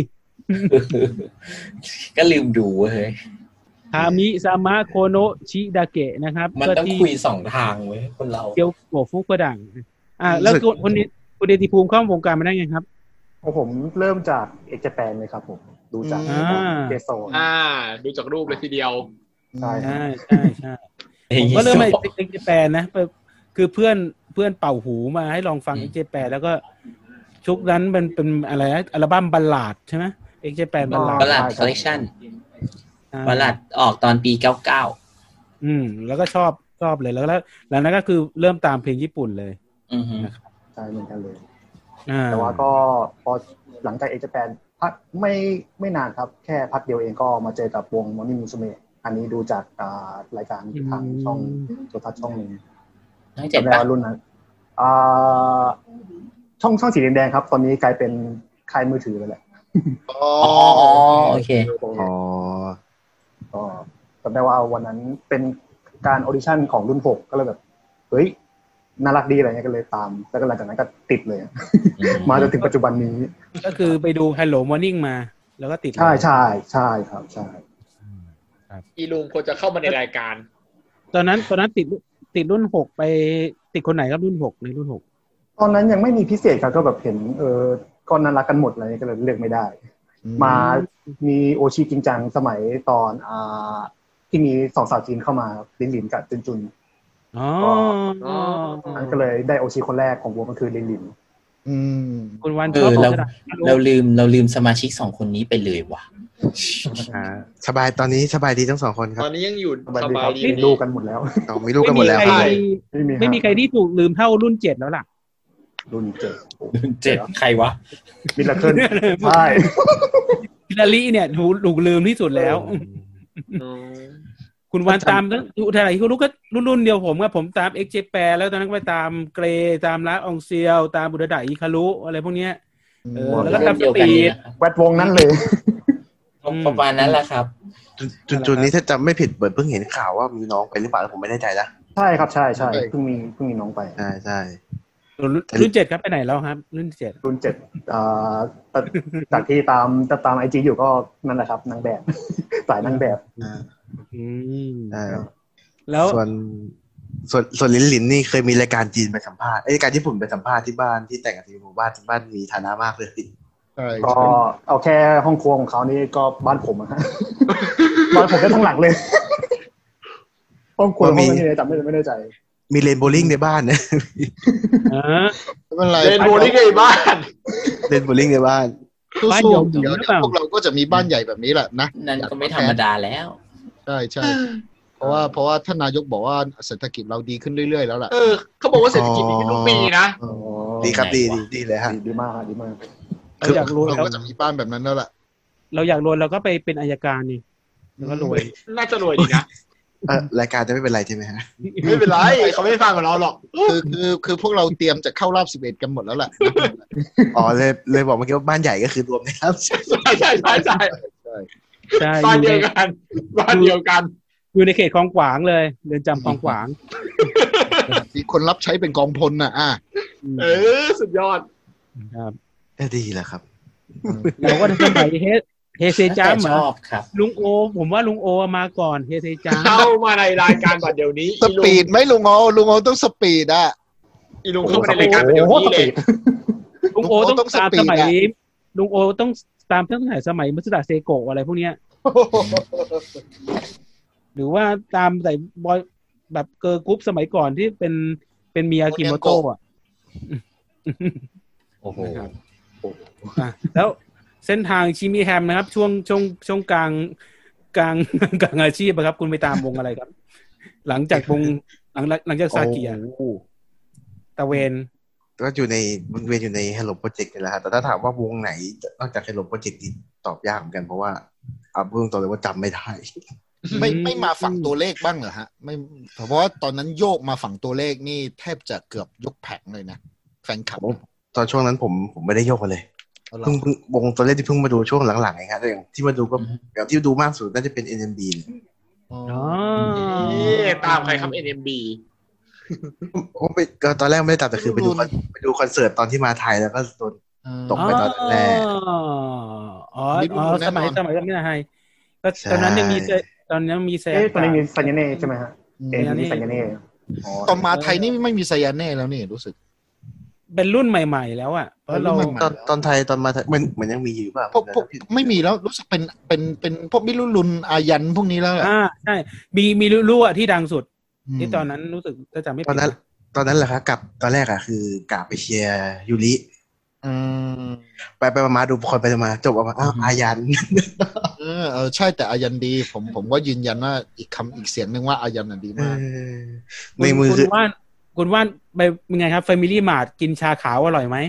ก็ลืมดูเว้ยทามิซามะโคโนะชิดาเกะนะครับมันก็ต้องที่คุยสองทางเว้ยคนเราเกียวโกฟุกระดังอ่าแล้วคนคนนี้คุณเดติภูมิเข้าวงการมาได้ไงครับของผมเริ่มจากเอกเจแปนเลยครับผมดูจากอ่าเกโซนอ่า ดูจากรูปเลยทีเดียวใช่ครับใช่ใช่ใช่ผมก็เริ่มมาเอ็กเจแปนนะคือเพื่อนเพื่อนเป่าหูมาให้ลองฟังเอ็กเจแปนแล้วก็ชุกนั้นมันเป็นอะไรนะอัลบั้มบัลลาดใช่ไหมเอ็กเจแปนบัลลาดบัลลัดคอลเลคชั่นบัลลัดออกตอนปีเก้าเก้าอืมแล้วก็ชอบชอบเลยแล้วแล้วหลังนั้นก็คือเริ่มตามเพลงญี่ปุ่นเลยอือฮึใช่เหมือนกันเลยอ่าแต่ว่าก็พอหลังจากเอกเจแปนพักไม่ไม่นานครับ แค่พักเดียวเองก็มาเจอกับวงมอนิมุสเมะอันนี้ดูจากอ่ารายการทางช่องโทรทัศน์ช่องหนึ่งทั้งเจ็ดจำได้ปะว่ารุ่นนั้นอ่าช่องช่องสีแดงๆครับ ตอนนี้กลายเป็นค่ายมือถือไปแล้วอ๋ออ๋อโอเคอ๋อก็จำได้ว่าวันนั้นเป็นการออดิชั่นของรุ่นหกก็เลยแบบเฮ้ยน่ารักดีอะไรเงี้ยก็เลยตาม แล้วก็หลังจากนั้นก็ติดเลย มาจนถึงปัจจุบันนี้ก็คือไปดู Hello Morning มา แล้วก็ติดใช่ใช่ใช่ครับใช่อีลุงควรจะเข้ามาในรายการตอนนั้นตอนนั้นติดติดรุ่นหกไปติดคนไหนครับรุ่นหกในรุ่นหกตอนนั้นยังไม่มีพิเศษครับก็แบบเห็นเออก็น่ารักกันหมดอะไรก็เลยเลือกไม่ได้ มามีโอชิจริงจังสมัยตอนอ่าที่มีสองสาวจีนเข้ามาลินลินกับจุนจุนอ๋อนั้นก็เลยได้โอชิคนแรกของวงก็คือลินลินอืมคุณวันเอชอบอเรากระดาษเราลืมเราลืมสมาชิกสองคนนี้ไปเลยว่ะอ่าสบายตอนนี้สบายดีทั้งสองคนครัตบอนนี้ยังอยู่บัดสนี้บาคยรับดีมีลูกกันหมดแล้วเรามีลูกกันหมดแล้วไม่คมีรับใครไม่มีไม่มีใครที่ถูกลืมเท่ารุ่นเจ็ดแล้วล่ะรุ่นเจ็ดเจ็ดใครวะมิลเคิลใช่ฮิลารีเนี่ยถูกถูกลืมที่สุดแล้วอืมคุณวันตามทั้งทุกท่านคุณรู้ก็รุ่นรุ่นเดียวผมครับผมตามเอ็กเจแปแล้วตอนนั้นก็ไปตามเกรตามร้านองเซียวตามบุรดาอิคารุอะไรพวกเนี้ยเออแล้วก็ตามสเดียวกันปีนี่ดนะครับแวดวงนั้นเลยประมาณนั้นแหละครับจุนจุนจุนนี้ถ้าจำไม่ผิดเบิร์ดเพิ่งเห็นข่าวว่ามีน้องไปหรือเปล่าผมไม่แน่ใจนะใช่ครับใช่ใช่เพิ่งมีเพิ่งมีน้องไปใช่ใช่รุ่นรุ่นเจ็ดครับไปไหนแล้วครับ รุ่นเจ็ดรุ่นเจ็ดอ่าแต่จากที่ตามตามไอจีอยู่ก็นั่นแหละครับนางแบบ สายนางแบบอ่าอืมใช่แล้วส่วนส่วนส่วนลินลินนี่เคยมีรายการจีนไปสัมภาษณ์เอ้ยรายการญี่ปุ่นไปสัมภาษณ์ที่บ้านที่แต่งกับทีมหมู่บ้านที่บ้านมีฐานะมากเลยใช่ก็เอาแค่ห้องครัวของเขานี่ก็บ้านผมอะฮะ บ้านผมก็ทั้งหลังเลย ห้องครัวห้องนี้จำไม่ไม่แน่ใจมีเลนโบลิ่งในบ้านนะอ่าไม่เป็นไรเล่นโบลิ่งในบ้านเลนโบลิ่งในบ้านบ้านสู้เดี่ยวๆเดี๋ยวหรือเดี๋ยวเปล่าพวกเราก็จะมีบ้านใหญ่แบบนี้แหละนะนั่นก็ไม่ธรรมดาแล้วใช่ใช่เพราะว่าเพราะว่าท่านนายกบอกว่าเศรษฐกิจเราดีขึ้นเรื่อยๆแล้วล่ะเออเขาบอกว่าเศรษฐกิจดีขึ้นทุกปีนะเออดีครับดีดีดีเลยฮะดีดีมากฮะดีมากเราอยากรวยเราเราก็จะมีบ้านแบบนั้นแล้วล่ะเราอยากรวยเราก็ไปเป็นอัยการนี่แล้วก็รวยน่าจะรวยดีนะเออรายการจะไม่เป็นไรใช่ไหมฮะไม่เป็นไรเขาไม่ฟังกับเราหรอกคือคือคือพวกเราเตรียมจะเข้ารอบสิบเอ็ดกันหมดแล้วแหละอ๋อเลยเลยบอกเมื่อกี้ว่าบ้านใหญ่ก็คือรวมนะครับใช่ใช่ใช่ใช่ใช่ใช่บ้านอยู่เดียวในกันบ้านเดียวกันอยู่ในเขตคลองขวางเลยเรือนจำคลองขวางมีคนรับใช้เป็นกองพลน่ะอ่ะเออสุดยอดครับก็ดีแหละครับเราก็สมัยเฮเฮเซจัมชอ่ะอบครับลุงโอ ผมว่าลุงโอมาก่อนเฮเซจัมเข้ามาในรายการบัดเดี๋ยวนี้สอีลุงปีดไหมลุงโอลุงโอต้องสปีดอ่ะอีลุงเข้ามาในรายการบัดเดี๋ยวนี้เลยลุงโอต้องลุงโอต้องตามสปีดสมัยอะลุงโอต้องตามตั้งแต่สมัยมัสดาเซโกะอะไรพวกเนี้ย หรือว่าตามแต่บอยแบบเกิร์ลกรุ๊ปสมัยก่อนที่เป็นเป็นเมียกิโมโตะอ่ะโอ้โหนะครับอ่ะแล้วเส้นทางชิมิแฮมนะครับ ช่วงช่วงช่วงกลางกลางกลางอาชีพครับคุณไปตามวงอะไรครับ หลังจากวงหลังหลังจากซากิอะตะเวนก็อยู่ในวนเวียนอยู่ใน Hello Project นี่แหละครับแต่ถ้าถามว่าวงไหนนอกจาก Hello Project ที่ตอบยากเหมือนกันเพราะว่าเอาพูดตรงๆเลยว่าจำไม่ได้ไม่ไม่มาฝั่งตัวเลขบ้างเหรอฮะไม่เพราะว่าตอนนั้นโยกมาฝั่งตัวเลขนี่แทบจะเกือบยกแผงเลยนะแฟนคลับตอนช่วงนั้นผมผมไม่ได้โยกมาเลยเอาเหรอเพิ่งเพิ่งวงตัวเลขที่เพิ่งมาดูช่วงหลังๆไงครับแต่อย่างที่มาดูก็อย่างที่ดูมากสุดน่าจะเป็น เอ็น เอ็ม บี เลยอ๋ออ๋อนี่ตามใครครับ เอ็น เอ็ม บีผมไปก็ตอนแรกไม่ได้ตามแต่คือไปดูคอนไปดูคอนเสิร์ตตอนที่มาไทยแล้วก็โดน ตกไปตอนแรกอ๋ออ๋อสมัยสมัยไม่ได้ให้ก็ตอนนั้นยังมีเซตอนนั้นมีเซเอ๊ะตอนนี้มีสัญญาเน่ใช่ไหมฮะอืมเอ๊ะมีสัญญาเน่อ๋อตอนมาไทยนี่ไม่มีไซยาเน่แล้วนี่รู้สึกเป็นรุ่นใหม่ๆแล้วอ่ะเพราะเรารุ่นใหม่ตอนตอนไทยตอนมาไทยมันเหมือนยังมีอยู่ป่ะพวกพวกไม่มีแล้วรู้สึกเป็นเป็นเป็นพวกมิรุลุนอายันพวกนี้แล้วอะอ่าใช่มีมีรั่วที่ดังสุดอืมที่ตอนนั้นรู้สึกถ้าจำไม่ตผิอนดนั้น ตอนนั้นแหละครับกลับตอนแรกอะคือกลับไปเชียร์ยูริอืมไปไปมาดูคนไปมาจบออกมาอ้าวอายันเออเออใช่แต่อายันดีผมผมก็ยืนยันว่าอีกคำอีกเสียงหนึ่งว่าอายันน่ะดีมากในมือคุคือณว่านคุณว่านไปเป็นไงครับ Family Mart กินชาขาวอร่อยไหม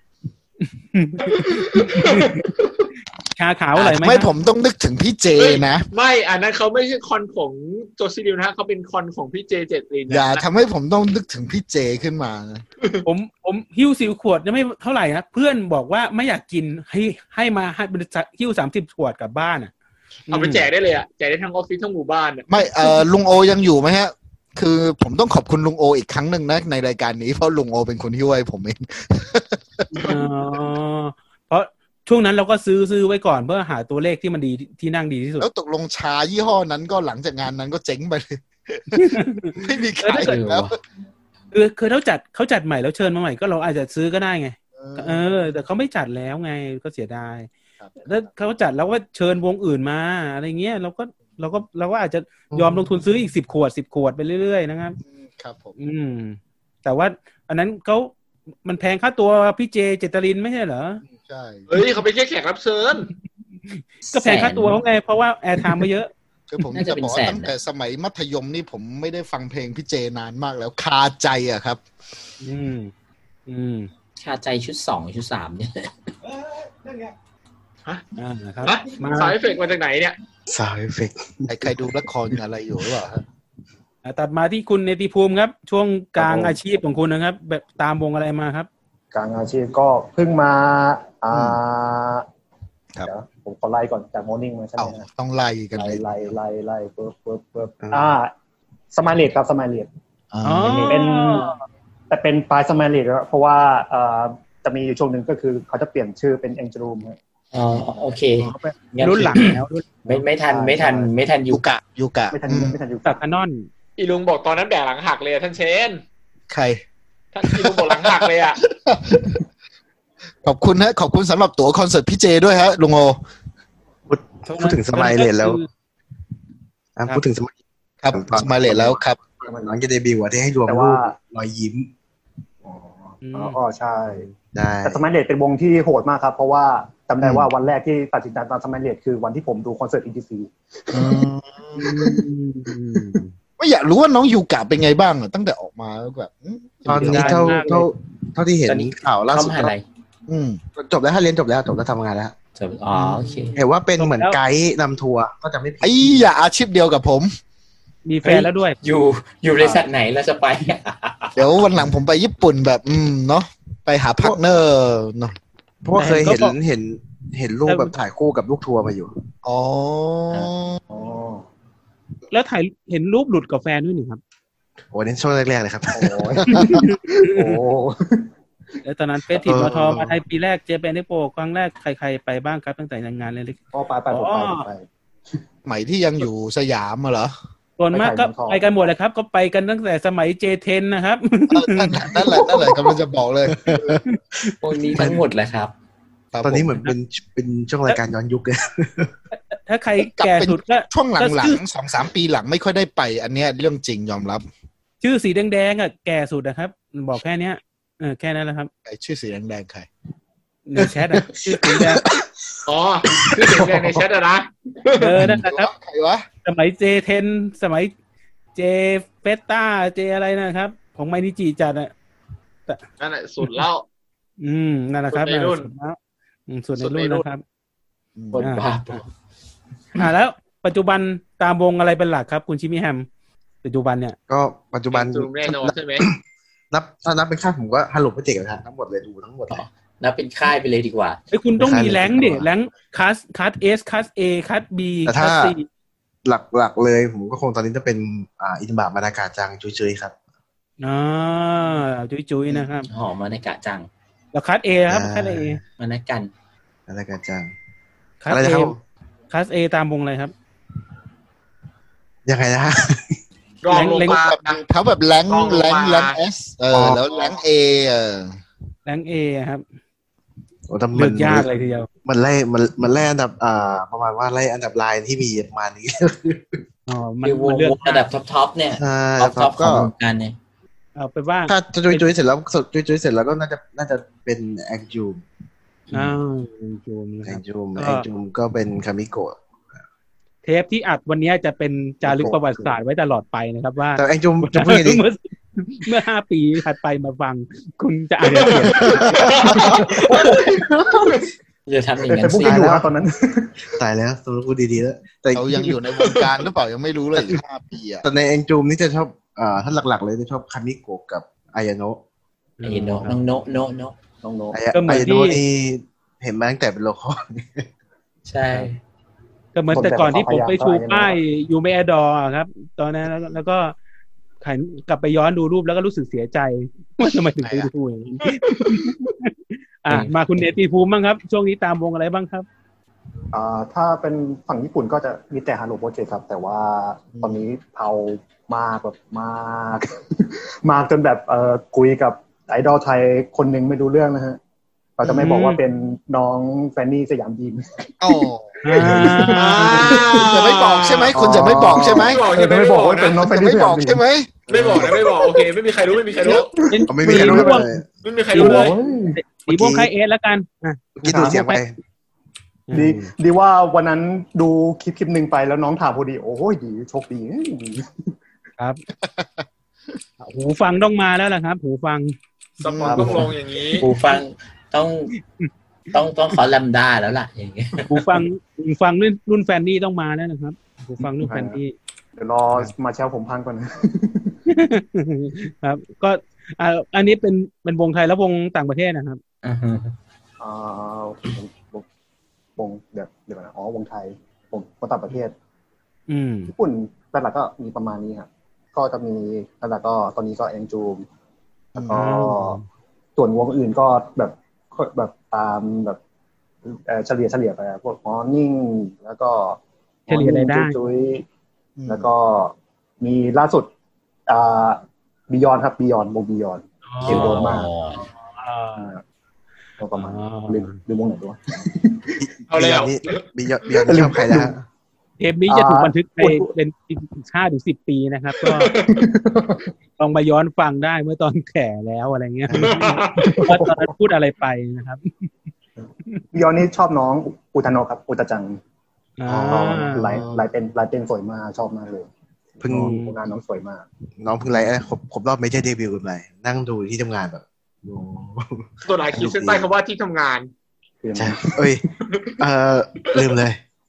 ชาขาวอร่อยไหมไม่ครับผมต้องนึกถึงพี่เจนะไม่อันนั้นเขาไม่ใช่คอนของโจซิริวนะฮะเขาเป็นคอนของพี่เจเจตลินนะอย่าทำให้ผมต้องนึกถึงพี่เจขึ้นมานะผมผมหิ้วสิบขวดยังไม่เท่าไหร่นะเพื่อนบอกว่าไม่อยากกินให้ให้มาให้บริษัทหิ้วสามสิบขวดกลับบ้านอ่ะเอาไปแจกได้เลยอ่ะแจกได้ทั้งออฟฟิศทั้งหมู่บ้านอ่ะไม่เออลุงโอยังอยู่ไหมฮะ คือผมต้องขอบคุณลุงโออีกครั้งหนึ่งนะในรายการนี้เพราะลุงโอเป็นคนที่ไว้ผมเองอ๋อเพราะช่วงนั้นเราก็ซื้อซื้อไว้ก่อนเพื่อหาตัวเลขที่มันดีที่นั่งดีที่สุดแล้วตกลงชายี่ห้อนั้นก็หลังจากงานนั้นก็เจ๊งไปเลย ไม่มีขายอีกแล้วคือคือเขาจัดเขาจัดใหม่แล้วเชิญมาใหม่ก็เราอาจจะซื้อก็ได้ไง เออ แต่เขาไม่จัดแล้วไงก็เสียดายครับถ้าเขาจัดแล้วก็เชิญวงอื่นมาอะไรเงี้ยเราก็เราก็เราก็อาจจะยอมลงทุนซื้ออีกสิบขวดสิบขวดไปเรื่อยๆนะครับครับผมอืม แต่ว่าอันนั้นเขามันแพงค่าตัวพี่เจเจตรินไม่ใช่เหรอใช่เฮ้ยเขาไปนแค่แขกรับเชิญก็แพงค่าตัวเขาไงเพราะว่าแอร์ไทม์มาเยอะคือผมน่าจะจะเป็นบอกแสว่าน ตั้งแต่สมัยมัธยมนี่ผมไม่ได้ฟังเพลงพี่เจนานมากแล้วคาใจอะครับอืม อืมชาใจชุดสองชุดสามเนี่ยอ่าครับฮะมาสายเอฟเฟกต์มาจากไหนเนี่ยสาวเอฟเฟกต์ใครใครดูละครอะไรอยู่หรือเปล่าฮะอ่าตัดมาที่คุณเนติภูมิครับ ช่วงกลางอาชีพของคุณนะครับ แบบตามวงอะไรมาครับกลางอาชีพก็เพิ่งมาอ่าครับเดี๋ยวผมขอไล่ก่อนจากโมนิ่งมาใช่ไหเอามฮะต้องไล่กันไล่เลยไล่ไล่ไล่เปิ๊บเปิ๊บเปิ๊บอ่าสมายเลดครับสมายเลดอ่าอ๋อเป็นแต่เป็นปลายสมายเลดเพราะว่าเอ่อจะมีอยู่ช่วงหนึ่งก็คือเขาจะเปลี่ยนชื่อเป็น Angel Room ครับอ๋อโอเคเขาเป็นรุ่นหลังแล้วรุ่นไม่ไม่ทันไม่ทันไม่ทันอยูยู่กะยูกะไม่ทันอืมไม่ทันอยู่จากคานอนอีลุงบอกตอนนั้นแบกหลังหักเลยอะท่านเชนใครท่านอีลุงบอกหลังหักเลยอ่ะขอบคุณฮะขอบคุณสำหรับตั๋วคอนเสิร์ตพี่เจด้วยฮะลุงโอพูดพูดถึงสมัยเลนแล้วอ่ะพูดถึงสมัยครับสมาเลตแล้วครับหลังจากเดบิวต์อะที่ให้รวมแต่รูว่าปรอยยิ้มอ๋ออืมอ๋ออ๋อใช่ได้แต่สมัยเลดเป็นวงที่โหดมากครับ เพราะว่าจำได้ว่าวันแรกที่ตัดสินใจตอนสมัยเลดคือวันที่ผมดูคอนเสิร์ต อี ที ซีไม่อยากรู้ว่าน้องยูกะเป็นไงบ้างอะตั้งแต่ออกมาแล้วแบบอืมตอนนี้เท่าเท่าเท่าที่เห็นตอนนี้ข่าวล่าเข้าสุดมหาลัยอืมจบแล้วถ้าเรียนจบแล้วจบแล้วทำงานแล้วจบอ๋อโอเคเห็นว่าเป็นเหมือนไกด์นำทัวร์ก็จะไม่ผิดไอ้อย่าอาชีพเดียวกับผมมีแฟนแล้วด้วยอยู่อยู่บริษัทไหนเราจะไปเดี๋ยววันหลังผมไปญี่ปุ่นแบบ อืมเนาะไปหาพาร์ทเนอร์เนาะเพราะว่าเคยเห็นก็บอกเห็นเห็นรูปแบบถ่ายคู่กับลูกทัวร์มาอยู่อ๋ออ๋อแล้วถ่ายเห็นรูปหลุดกับแฟนด้วยนี่ครับโอ้นี่ช่วงแรกๆเลยครับโอ้ยโอ้แล้วตอนนั้นเฟสติเออมอทอมาไทยปีแรกเจแปนเอ็กโปครั้งแรกใครๆไปบ้างครับตั้งแต่งานเลยเล็กก็ไปไปผมไปผมไปใหม่ที่ยังอยู่สยามมาเหรอส่วนมากก็ไปถ่ายเมืองทองไปกันหมดเลยครับ ก็ไปกันตั้งแต่สมัย เจ เท็น นะครับเออนั่นนั่นแหละนั่นแหละกำลังจะบอกเลยพวกนี้ทั้งหมดแหละครับครับตอนนี้ผเหมือนเป็นเป็นช่วงรายการย้อนยุคเลยถ้าใครแก่สุดก็ช่วงหก็ลัชื่งอๆสองสามปีหลังไม่ค่อยได้ไป อันเนี้ยเรื่องจริงยอมรับชื่อสีแดงๆอ่ะแก่สุดนะครับ บอกแค่เนี้ยเออแค่นั้นแหละครับใครชื่อสีแดงๆใครในแชทอะชื่อสีแดงอ๋อคือเสียงแดงในแชทอะนะเออนั่นแหละครับใครวะสมัย เจ เท็น สมัย J เฟสต้า J อะไรนะครับของไมนิจิจัดอะนั่นแหละสุดแล้วอืมนั่นแหละครับสุดในรุ่นสุดแล้วอืมสุดในสุดในรุ่นรุ่นนะครับคนบ้าบออ่าแล้วปัจจุบันตามวงอะไรเป็นหลักครับ คุณชิมิแฮมปัจจุบันเนี่ยก็ปัจจุบันจูมแน่นอนใช่ไหมนับถ้านับเป็นค่ายผมก็ฮัลโหลโปรเจกต์นะฮะทั้งหมดเลยดูทั้งหมดเลยนับเป็นค่ายไปเลยดีกว่าเฮ้ยคุณต้องมีไม่ใช่แรงค์ดิเลยแรงค์คัสคัสเอสคัสเอคัสบีแต่คัถ้าสซีหลักหลักเลยผมก็คงตอนนี้จะเป็นอ่าอินบามาดากาจังจุยๆครับอ่าจุยจุยๆนะครับหอมมาในกะจังแล้วคัสเอครับอ่าคัสเอมาในกันมาดากาจังคัสอะไรเอนะครับคัสเอตามวงอะไรครับยังไงนะฮะรองลงเล็งมาแบบเขาแบบแรงลองลงแรงมาแรงเอสเอออ๋อแล้วแรงเอเออแรงเอครับโอ้แต่เลืมัอน กยากเลยทีเดียวมันไล่มันมันไล่อันดับอ่าประมาณว่าไล่อันดับไลน์ที่มีประมาณนี้อ๋อมันคือวมังนเลือกวงระดับท็อปๆเนี่ยใช่ท็อปคท็รัอบ ปขก็องวงการเนี่ยเอาไปว่าถ้าจุยจุยๆเสร็จแล้วจุยจุยๆเสร็จแล้วก็น่าจะน่าจะเป็นแองจูมอ้าวจูมนะแอครังบจูมก็แองจูมก็เป็นคามิโกะเทปที่อัดวันนี้จะเป็นจารึกประวัติศาสตร์ไว้ตลอดไปนะครับว่าแต่แองจูมจะพูดไงดีเมื่อเมื่อห้าปีถัดไปมาฟัง คุณจะอาจจะเปลี่ยนจะทำอย่างแต่นั้นพวกสิกันอยู่ครับตอนนั้นตายแล้วต้องพูดดีๆแล้วแต่เรายังอยู่ในวงการหรือเปล่ายังไม่รู้เลยอีกห้าปีอ่ะแต่ในแองจูมนี่จะชอบอ่าถ้าหลักๆเลยจะชอบคามิโกะกับอายาโนะไอ้โนน้องโนโนโนน้องโนอายาก็เหมือนอายาที่โนะนี่เห็นมาตั้งแต่เป็นโลคอลใช่ก็เหมือนแต่ก่อนที่ผมไปชูป้ายยูเมอดอครับ ตอนนั้นแล้วแล้วก็ขันกลับไปย้อนดูรูปแล้วก็รู้สึกเสียใจว่าทำไมถึงไปดูอย่างนี้ อ่ะมาคุณเนตีภูมิบ้างครับ ช่วงนี้ตามวงอะไรบ้างครับอ่าถ้าเป็นฝั่งญี่ปุ่นก็จะมีแต่ฮาโลโปรเจกต์ครับ แต่ว่าตอนนี้เผามากแบบมาก มากจนแบบเอ่อคุยกับไอดอลไทยคนหนึ่งไม่รู้เรื่องนะฮะเราจะไม่บอกว่าเป็นน้องแฟนนี่สยามยีนโอ้อ่าคุณจะไม่บอกใช่ไหมคุณจะไม่บอกใช่ไหมไม่บอกเอใช่อไหมจะไม่บอกว่าเป็นน้องแฟจะนนี่ไม่สบยาอมกยีนใช่ไหมไม่บอกนะไม่บอกโอเคไม่มีใครรู้ไม่มีใครรู้เขาไม่มีใครรู้สีม่วงเลยไม่มีใครรู้เลยโอ้ยสีม่วงคล้ายเอสแล้วกันอ่ะเมื่อกี้ดูเสียงไปดีดีว่าวันนั้นดูคลิปคลิปหนึ่งไปแล้วน้องถามพอดีโอ้ยดีโชคดีดีครับ หูฟังต้องมาแล้วล่ะครับ หูฟังสปอนต้องลงอย่างนี้ผู้ฟังต้องต้องต้องขอลัมด้าแล้วล่ะอย่างเงี้ยหูฟังหูฟังรุ่นรุ่นแฟนนี่ต้องมาแล้วนะครับ หูฟังรุ่นแฟนนี่เดี๋ยวรอมาเชลผมพังก่อนนะครับ ก็อ่าอันนี้เป็นเป็นวงไทยแล้ววงต่างประเทศนะครับอือฮึอ่าวงวงเดี๋ยวเดี๋ยวนะอ๋อวงไทยวงวงต่างประเทศอืมญี่ปุ่นหลักๆก็มีประมาณนี้ครับก็จะมีหลักๆก็ตอนนี้ก็แองจูมแล้วก็อืมส่วนวงอื่นก็แบบแบบตามแบบเอ่อเฉลี่ยเฉลี่ยไปพวกมอร์นิ่งแล้วก็เฉลี่ยรายได้จุ้ยๆแล้วก็มีล่าสุดอ่าบิยอนครับบิยอนวงบิยอน เขียวโดนมากอ่าอ่าก็ประมาณอ๋อลืมลืมวงไหนด้วยเอาแล้วบียอนบียอนนี่ชอบใครนะฮะเทปนี้จะถูกอ่าบันทึกไปเป็นห้าถึงสิบปีนะครับ ก็ ลองมาย้อนฟังได้เมื่อตอนแก่แล้วอะไรเงี้ย ว่าตอนนั้นพูดอะไรไปนะครับบิยอนนี่ชอบน้องอุตาโนะครับอุตาจังอ่าน้องลายลายเต้นลายเต้นสวยมากชอบมากเลยเพิ่งน้องผลงานน้องสวยมากน้องเพิ่งไลฟ์ครบครบรอบเมเจอร์เดบิวต์กันไปนั่งดูที่ทำงานแบบโอ้ตัวไหนขีดเส้นใต้คำว่าที่ทำงานใช่เอ้ยเออลืมเลย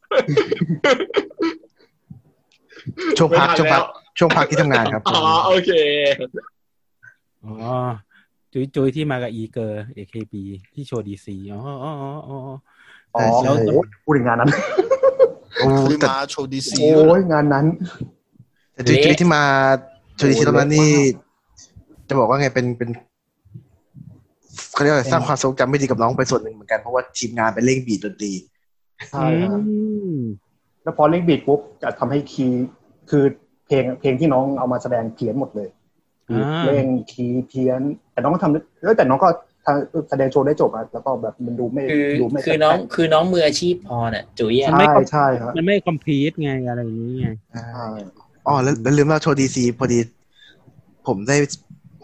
ช่วงพักไม่ทันช่วงพักแล้วช่วงพักที่ทำงานครับอ๋อโอเคอ๋อจุยจุยที่มากับอีเกอร์ เอ เค บี ที่โชว์ดีซีอ๋ออ๋ออ๋ออ๋ออ๋อใช่โอ้โหพูดถึงงานนั้นโอ้คือแต่มาโชว์ดีซีโอ้ยงานนั้นแต่จุยจุยที่มาจุยที่ตอนนั้นนี่ จะบอกว่าไงเป็นเป็นเขาเรียกอะไรสร้างความทรงจำไม่ดีกับน้องไปส่วนหนึ่งเหมือนกันเพราะว่าทีมงานไปเร่งบีทดนตรีใช่ครับอืมแล้วพอเล่นบีทปุ๊บจะทำให้คีย์คือเพลงเพลงที่น้องเอามาแสดงเพี้ยนหมดเลยอ่าเล่นคีย์เพี้ยน แต่น้องก็ทำเออแต่น้องก็แสดงโชว์ได้จบอะแล้วก็แบบมันดูไม่คือดูไม่คือน้องคือน้องมืออาชีพพอน่ะจุ๋ยใช่อ่ะใช่ครับมันไม่คอมพลีทไงอะไรอย่างนี้ไงใช่อ๋อแล้วแล้วลืมเล่าโชว์ดีซีพอดี ผมได้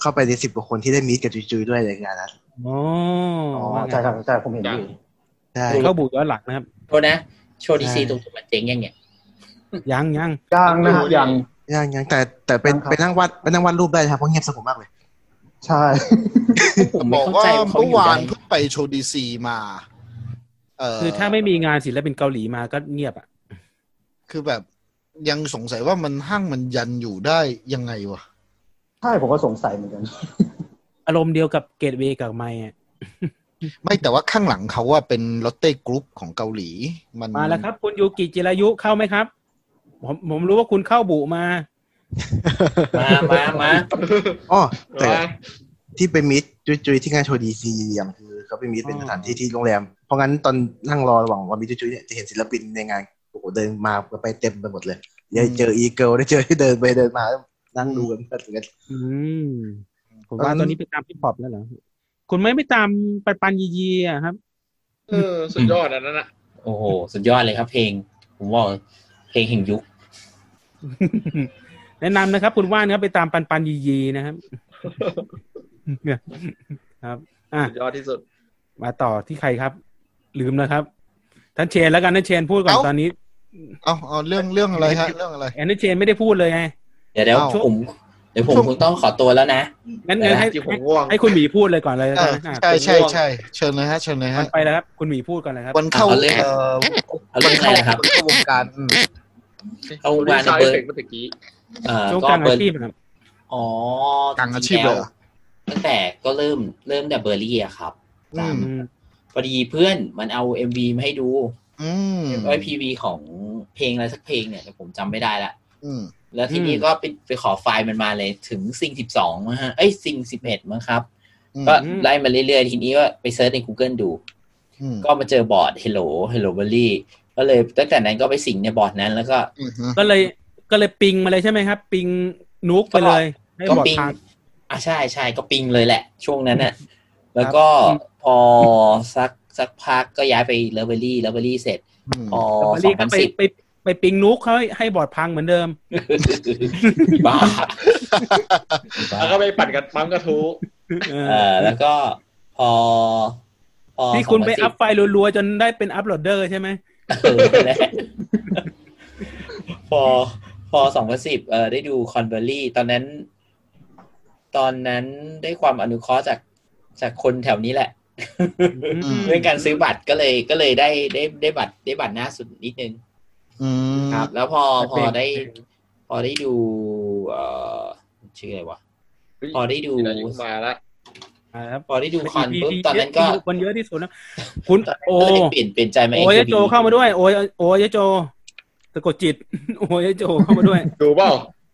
เข้าไปในสิบกว่าคนที่ได้มีดกับจุยๆด้วยในงานนั้นโอ้อ๋อว่าไงใช่ครับใช่ผมเห็นอยู่ใช่เข้าบุกย้อนหลังนะครับโทษนะโชว์ดีซีตรงๆมันเจ๊งยังไงยังยังยังนะฮะยังยังยังแต่แต่เป็นยังครับไปนั่งวาดไปนั่งวาดรูปได้ครับเพราะเงียบสงบมากเลยใช่ผมไม่บอกเข้าว่าใจว่าเขาเมื่ออยู่ วาได้นเพิ่งไปโชว์ดีซีมาเอ่อคือถ้าไม่มีงานศิลปินเกาหลีมาก็เงียบอ่ะคือแบบยังสงสัยว่ามันห้างมันยันอยู่ได้ยังไงวะใช่ผมก็สงสัยเหมือนกันอารมณ์เดียวกับเกตเวย์กับไมค์อ่ะไม่แต่ว่าข้างหลังเขาว่าเป็นลอตเต้กรุ๊ปของเกาหลีมันมาแล้วครับ คุณยูกิจิรายุเข้าไหมครับ ผมผมรู้ว่าคุณเข้าบุมามามามาอ๋อแต่ว่าที่ไปมีดจุยๆที่งานโชว์ดีซีอย่างคือเขาไปมีดเป็นสถานที่ที่โรงแรมเพราะงั้นตอนนั่งรอระหว่างวันมีจุยๆเนี่ยจะเห็นศิลปินในงานโอ้โหเดินมาไปเต็มไปหมดเลยได้เจออีเกิลได้เจอที่เดินไปเดินมานั่งดูกันเพลินกันอืมผมว่าตอนนี้ไปตามฮิปฮอปแล้วเหรอคุณไม่ไม่ตามปันปันยียีอ่ะครับเออสุดยอดอันนั้นน่ะโอ้โหสุดยอดเลยครับเพลง ผมว่าเพลงแห่งยุคแนะนำนะครับ คุณว่านครับไปตามปันปันยียีนะครับครับอ่ะสุดยอดที่สุดมาต่อที่ใครครับ ลืมนะครับท่านเชนแล้วกันท่านเชนพูดก่อนตอนนี้เอาเอาเรื่องเรื่องอะไรฮะเรื่องอะไรแอนนี่เชนไม่ได้พูดเลยไงเดี๋ยวเดี๋ยวเอ้าผมเดี๋ยวผมคงต้องขอตัวแล้วนะงั้นงั้นให้จริงผมง่วงให้คุณหมีพูดเลยก่อนเลยเออนะใช่ใช่ใช่เชิญเลยฮะเชิญเลยมัฮะนไปแล้วครับคุณหมีพูดก่อนเลยครับวันเข้าเอาเรื่องเอ่อเอาเรื่องอะไรนะครับวันเข้าวงการอืมเข้าวงที่การซาวเบอด์ร์เอฟเฟกต์เมื่อกี้เอ่อช่วงก็กลางเบออาร์ชีพครับอ๋อกลางอาชีพเลยเหรอตั้งแต่ก็เริ่มเริ่มแต่เบอร์รี่อะครับอืมอืมพอดีเพื่อนมันเอา เอ็ม วี มาให้ดูอืมไอพีวีของเพลงอะไรสักเพลงเนี่ยแต่ผมจำไม่ได้ละอืมแล้วทีนี้ก็ไปไปขอไฟล์มันมาเลยถึงซิงสิบสองมั้งฮะเอ้ยซิงสิบเอ็ดมั้งครับอืมก็ไล่มาเรื่อยๆ ทีนี้ก็ไปเซิร์ชใน Google ดูอืมก็มาเจอบอร์ด Hello Hello Berry ก็เลยตั้งแต่นั้นก็ไปสิงในบอร์ดนั้นแล้วก็อืมฮึก็เลยก็เลยปิงมาเลยใช่ไหมครับ ปิงนุกไปเลย ให้ก็บอกปิงทางอ่ะใช่ใช่ก็ปิงเลยแหละ ช่วงนั้นน่ะ แล้วก็พอสักสักพักก็ย้ายไปเลเวอรี่เลเวอรี่เสร็จอืมพอแล้วสรีองก็พันไปสิบไปไปปิงนุกเขาให้ให้บอร์ดพังเหมือนเดิมบ้าแล้วก็ไปปั่นกันปั๊มกระทู้เอเอออแล้วก็พอพอที่คุณไปสงพันสิอับพไฟล์รัวๆจนได้เป็นอัพโหลดเดอร์ใช่ไหมเออนั่นแหละพอพอสองพันสิบเออได้ดูคอนเบอรี่ตอนนั้น ตอนนั้นได้ความอนุเคราะห์จากจากคนแถวนี้แหละอืมเรื่องการซื้อบัตรก็เลยก็เลยได้ได้ได้บัตรได้บัตรหน้าสุดนิดนึงอืมครับ แล้วพอพอเป็นได้ พอได้ดูเอ่อชื่ออะไรวะ พอได้ดูอายุมาแล้วอ่าครับพอได้ดูคอนปุ๊บตอนนั้นก็คนเยอะที่สุดนะคุณโอก็เลยเปลี่ยนเปลี่ยนใจมาโอยยโจเข้ามาด้วย โอยโอยยโจสะกดจิต โอยยโจเข้ามาด้วยดูเปล่า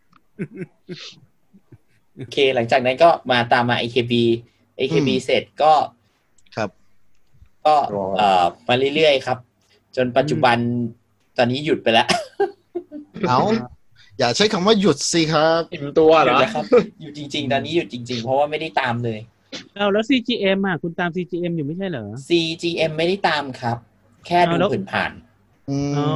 โอเค หลังจากนั้นก็มาตามมา เอ เค บี เอ เค บี เสร็จก็ครับก็เอ่อมาเรื่อยๆครับ จนปัจจุบันตอนนี้หยุดไปแล้วเอาอย่าใช้คำว่าหยุดสิครับอิ่มตัวเหรอหยุดแล้วครับหยุดจริงๆ ตอนนี้หยุดจริงๆ เพราะว่าไม่ได้ตามเลยเอาแล้ว ซี จี เอ็ม อ่ะคุณตาม ซี จี เอ็ม อยู่ไม่ใช่เหรอซี จี เอ็ม ไม่ได้ตามครับ แค่ดูเอาแล้วผ่านอืมอ๋อ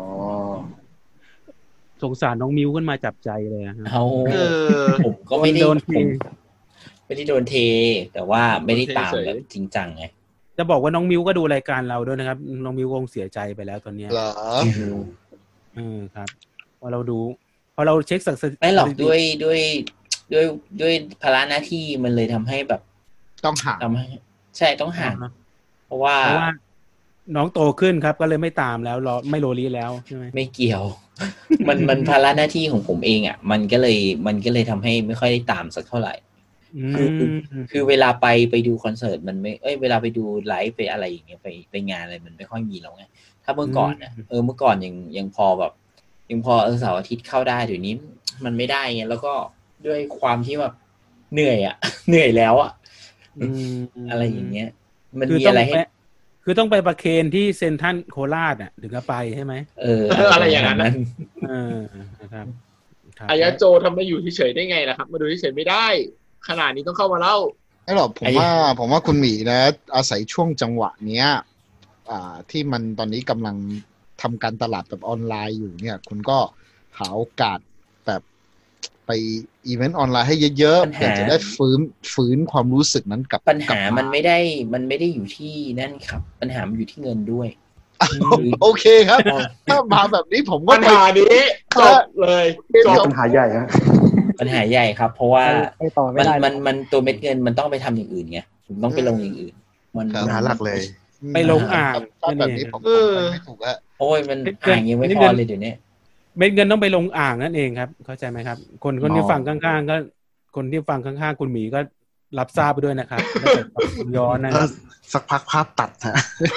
สงสารน้องมิวขึ้นมาจับใจเลยอะฮะๆเอาเออผมก็ไม่ได้โดนเทผมไม่ได้โดนเท แต่ว่าไม่ได้ตามโดนเทเฉยแบบจริงจังไงจะบอกว่าน้องมิวก็ดูรายการเราด้วยนะครับ น้องมิวคงเสียใจไปแล้วตอนเนี้ยเหรอเออครับพอเราดูพอเราเช็คสักไม่หรอกด้วยด้วยด้วยด้วยภาระหน้าที่มันเลยทำให้แบบต้องหาทำให้ใช่ต้องห่าง เพราะว่าเพราะว่าน้องโตขึ้นครับ ก็เลยไม่ตามแล้วรอไม่โรลีแล้วใช่ไหมไม่เกี่ยว มันมันภาระหน้าที่ของผมเองอ่ะ มันก็เลยมันก็เลยทำให้ไม่ค่อยได้ตามสักเท่าไหร่อืคือมคือเวลาไปไปดูคอนเสิร์ตมันไม่เอ้ยเวลาไปดูไลฟ์ไปอะไรอย่างเงี้ยไปไปงานอะไรมันไม่ค่อยมีแล้วไงถ้าเมื่อก่อนอ่ะเออเมื่อก่อนยังยังพอแบบยังพอเออเสาร์อาทิตย์เข้าได้เดี๋ยวนี้มันไม่ได้ไงแล้วก็ด้วยความที่แบบเหนื่อยอ่ะ เหนื่อยแล้วอ่ะอืมอะไรอย่างเงี้ย มันคือมีต้องอะไรให้ไปคือต้องไปประเคนที่เซ็นทรัลโคราชอ่ะถึงจะไปใช่ไหมเอออะไรอย่างนั้นนะเออนะครับครับอายะโจทำไมอยู่เฉยๆได้ไงล่ะครับ มาดูเฉยๆไม่ได้ ขนาดนี้ต้องเข้ามาเล่าไม่หรอกผมว่าผมว่าคุณหมีนะ อาศัยช่วงจังหวะเนี้ย อ่า ที่มันตอนนี้กำลังทำการตลาดแบบออนไลน์อยู่เนี่ย คุณก็หาโอกาสแบบไปไปอีเวนต์ออนไลน์ให้เยอะปัญๆหาเพื่อจะได้ฟื้นฟื้นความรู้สึกนั้นกลับปัญหากลับมันไม่ได้มันไม่ได้อยู่ที่นั่นครับ ปัญหามันอยู่ที่เงินด้วยโอเคครับ ถ้ามาแบบนี้ผมก็ปัญไปหานี้จบเลยจเป็นบปัญหาใหญ่ฮะปัญหาใหญ่ครับ เพราะว่าไปต่อไม่มันได้มันมันตัวเม็ดเงินมันต้องไปทำอย่างอื่นไงผมต้องไปลงอย่างอื่น มันครับปัญหาหลักเลยไปลงอ่างถ้านั่นแบบเอนี้งผมเออไม่ถูกอะโอ้ยมันเม็ดเงินอ่างยังไม่เม็ดพเงิอน เลยเดี๋ยวนี้เม็ดเงินต้องไปลงอ่างนั่นเองครับ เข้าใจไหมครับ คนคนที่อ๋อฟังข้างๆก็ คนที่ฟังข้างๆคุณหมีก็รับทราบไปด้วยนะครับถ้าเกิดย้อนนะคเอรัอบ สักพักภาพตัดฮะ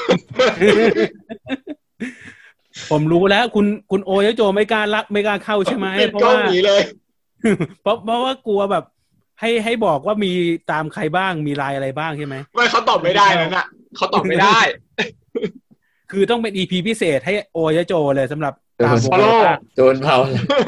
ผมรู้แล้วคุณคุณโอยโจไม่กล้าละไม่กล้าเข้าใช่ไหมปิดเพราะกล้องว่าหนีเลยเพราะเพราะว่ากลัวแบบ ให้ให้บอกว่ามีตามใครบ้างมีรายอะไรบ้างใช่ไหมไม่เขาตอบไม่ได้นั่นน่ะเขาตอบไม่ได้คือต้องเป็น อี พี พิเศษให้โอยโจเลยสำหรับตามวงฟอลโล่บ้างโดนเผา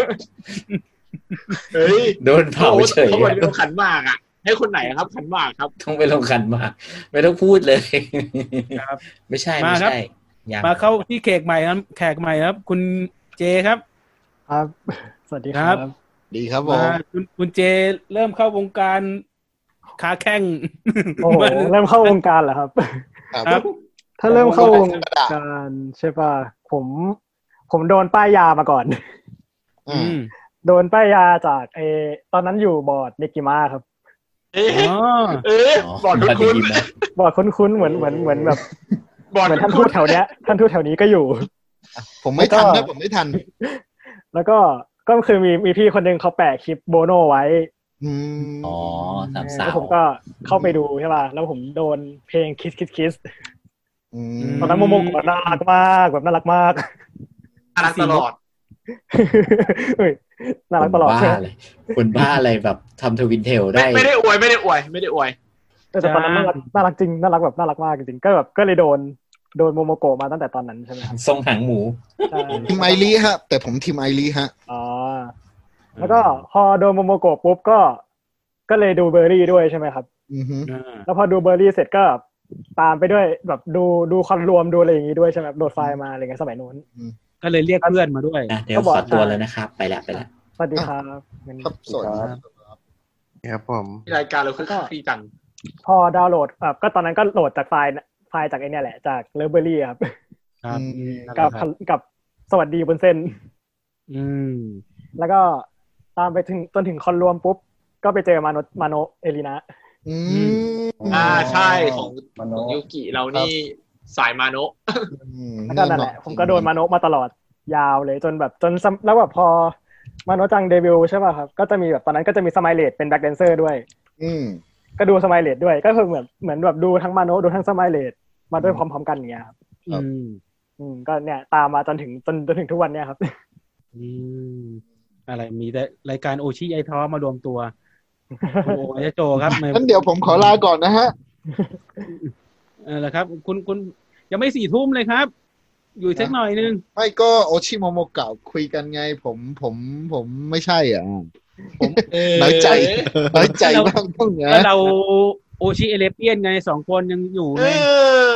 เฮ้ยโดนเผาเฉยเขาบอกอะจะลงขันหมากอ่ะ ให้คนไหนครับขันหมากครับต้องไปลงขันหมากไม่ต้องพูดเลยครับไม่ใช่มาไม่ครับใช่ยังมาเข้าที่แขกใหม่ครับแขกใหม่ครับ คุณเจครับครับ สวัสดีคครัรับบดีครับผมมาคุณคุณเจเริ่มเข้าวงการค้าแข่งโอ้โหเริ่มเข้าวงการเหรอครับครับถ้าเริ่มเข้าวงการใช่ป่ะผม ผมโดนป้ายยามาก่อนอือืมมโดนป้ายยาจากเออตอนนั้นอยู่บอร์ดเนกิมาครับเอ๊ะอ๋อเอ๊ะบอร์ดคุ้นดีนะบอร์ดคุ้นๆเหมือนเหมือนเหมือนแบบๆบอร์ดเหมือนท่านทูคุ้ตนแถวเนี้ยท่านทูตแถวนี้ก็อยู่ผมไม่ทันแล้นะวก็ผมไม่ทันแล้วก็ก็คือมีมีพี่คนนึงเขาแปะคลิปโบโนไว้อืมอ๋อสามแล้สาว วผมก็เข้าไปดูใช่ป่ะแล้วผมโดนเพลง Kiss Kiss Kiss อืตอนนั้นโมโมโกะน่ารักมากแบบน่ารักมากๆน่ารักตลอดเฮ้ยน่ารักตลอดคนใช่บ้าไหมเลยคนบ้าอะไรแบบทำทวินเทลไม่ได้ไม่ได้อวยไม่ได้อวยไม่ได้อวยแต่ตอนนั้นน่ารักน่ารักจริงน่ารักแบบน่ารักมากจริงๆก็แบบก็เลยโดนโดนโมโมโกะมาตั้งแต่ตอนนั้นใช่ไหมครับทรงหางหมูใช่ทีมไอรีฮะ แต่ผมทีมไอรีฮะอ๋อแล้วก็พอโดนโมโมโกะปุ๊บก็ก็เลยดูเบอร์รี่ด้วยใช่ไหมครับอือฮึอ่าแล้วพอดูเบอร์รี่เสร็จก็ตามไปด้วยแบบดูดูคอนรวมดูอะไรอย่างงี้ด้วยใช่ไหมครับโหลดไฟล์มาอะไรเงี้ยสมัยนู้นก็เลยเรียกเพื่อนมาด้วยอ่ะเดี๋ยวขอตัวแล้วนะครับ ไปละไปละสวัสดีครับงั้นครับสวัสดีครับครับผมรายการเราคือขี้จังพอดาวน์โหลดแบบก็ตอนนั้นก็โหลดจากไฟล์ไฟล์จากไอเนี่ยแหละจากเลเบอรี่ครับครับอืมกับครับกับสวัสดีบนเส้นอืมแล้วก็ตามไปถึงจนถึงคอนรวมปุ๊บ ก็ไปเจอมาโนมาโนเอลินะอืมอ่าใช่ของมาโนของยูกิเรานี่สายมาโนะอืมแล้วก็นั่นแหละ ผมก็โดนมาโนมาตลอดยาวเลยจนแบบจนซ้ำแล้วแบบพอมาโนจังเดบิวต์ใช่ป่ะครับ ก็จะมีแบบตอนนั้นก็จะมีสมายเลดเป็นแบ็คแดนเซอร์ด้วยอืมก็ดูสมายเลดด้วย ก็คือเหมือนเหมือนแบบดูทั้งมาโนดูทั้งสมายเลดมาด้วยพร้อมๆกันอย่างเงี้ยครับครับอืมอืมก็เนี่ยตามมาจนถึงจนจนถึงทุกวันเนี่ยครับอืมอะไรมีแต่รายการโอชิไอท้อมารวมตัวคุณโอยโจครับไม่งั้นเดี๋ยวผมขอลาก่อนนะฮะเออละครับ คุณคุณยังไม่สี่ทุ่มเลยครับ อยู่สักหน่อยนึงไม่ก็โอชิโมโมกะคุยกันไง ผมผมผมไม่ใช่อ่ะ ผมน้อยใจน้อยใจบ้างต้องนะก็เราโอชิเอเลเปียนไงสองคนยังอยู่เอไงอ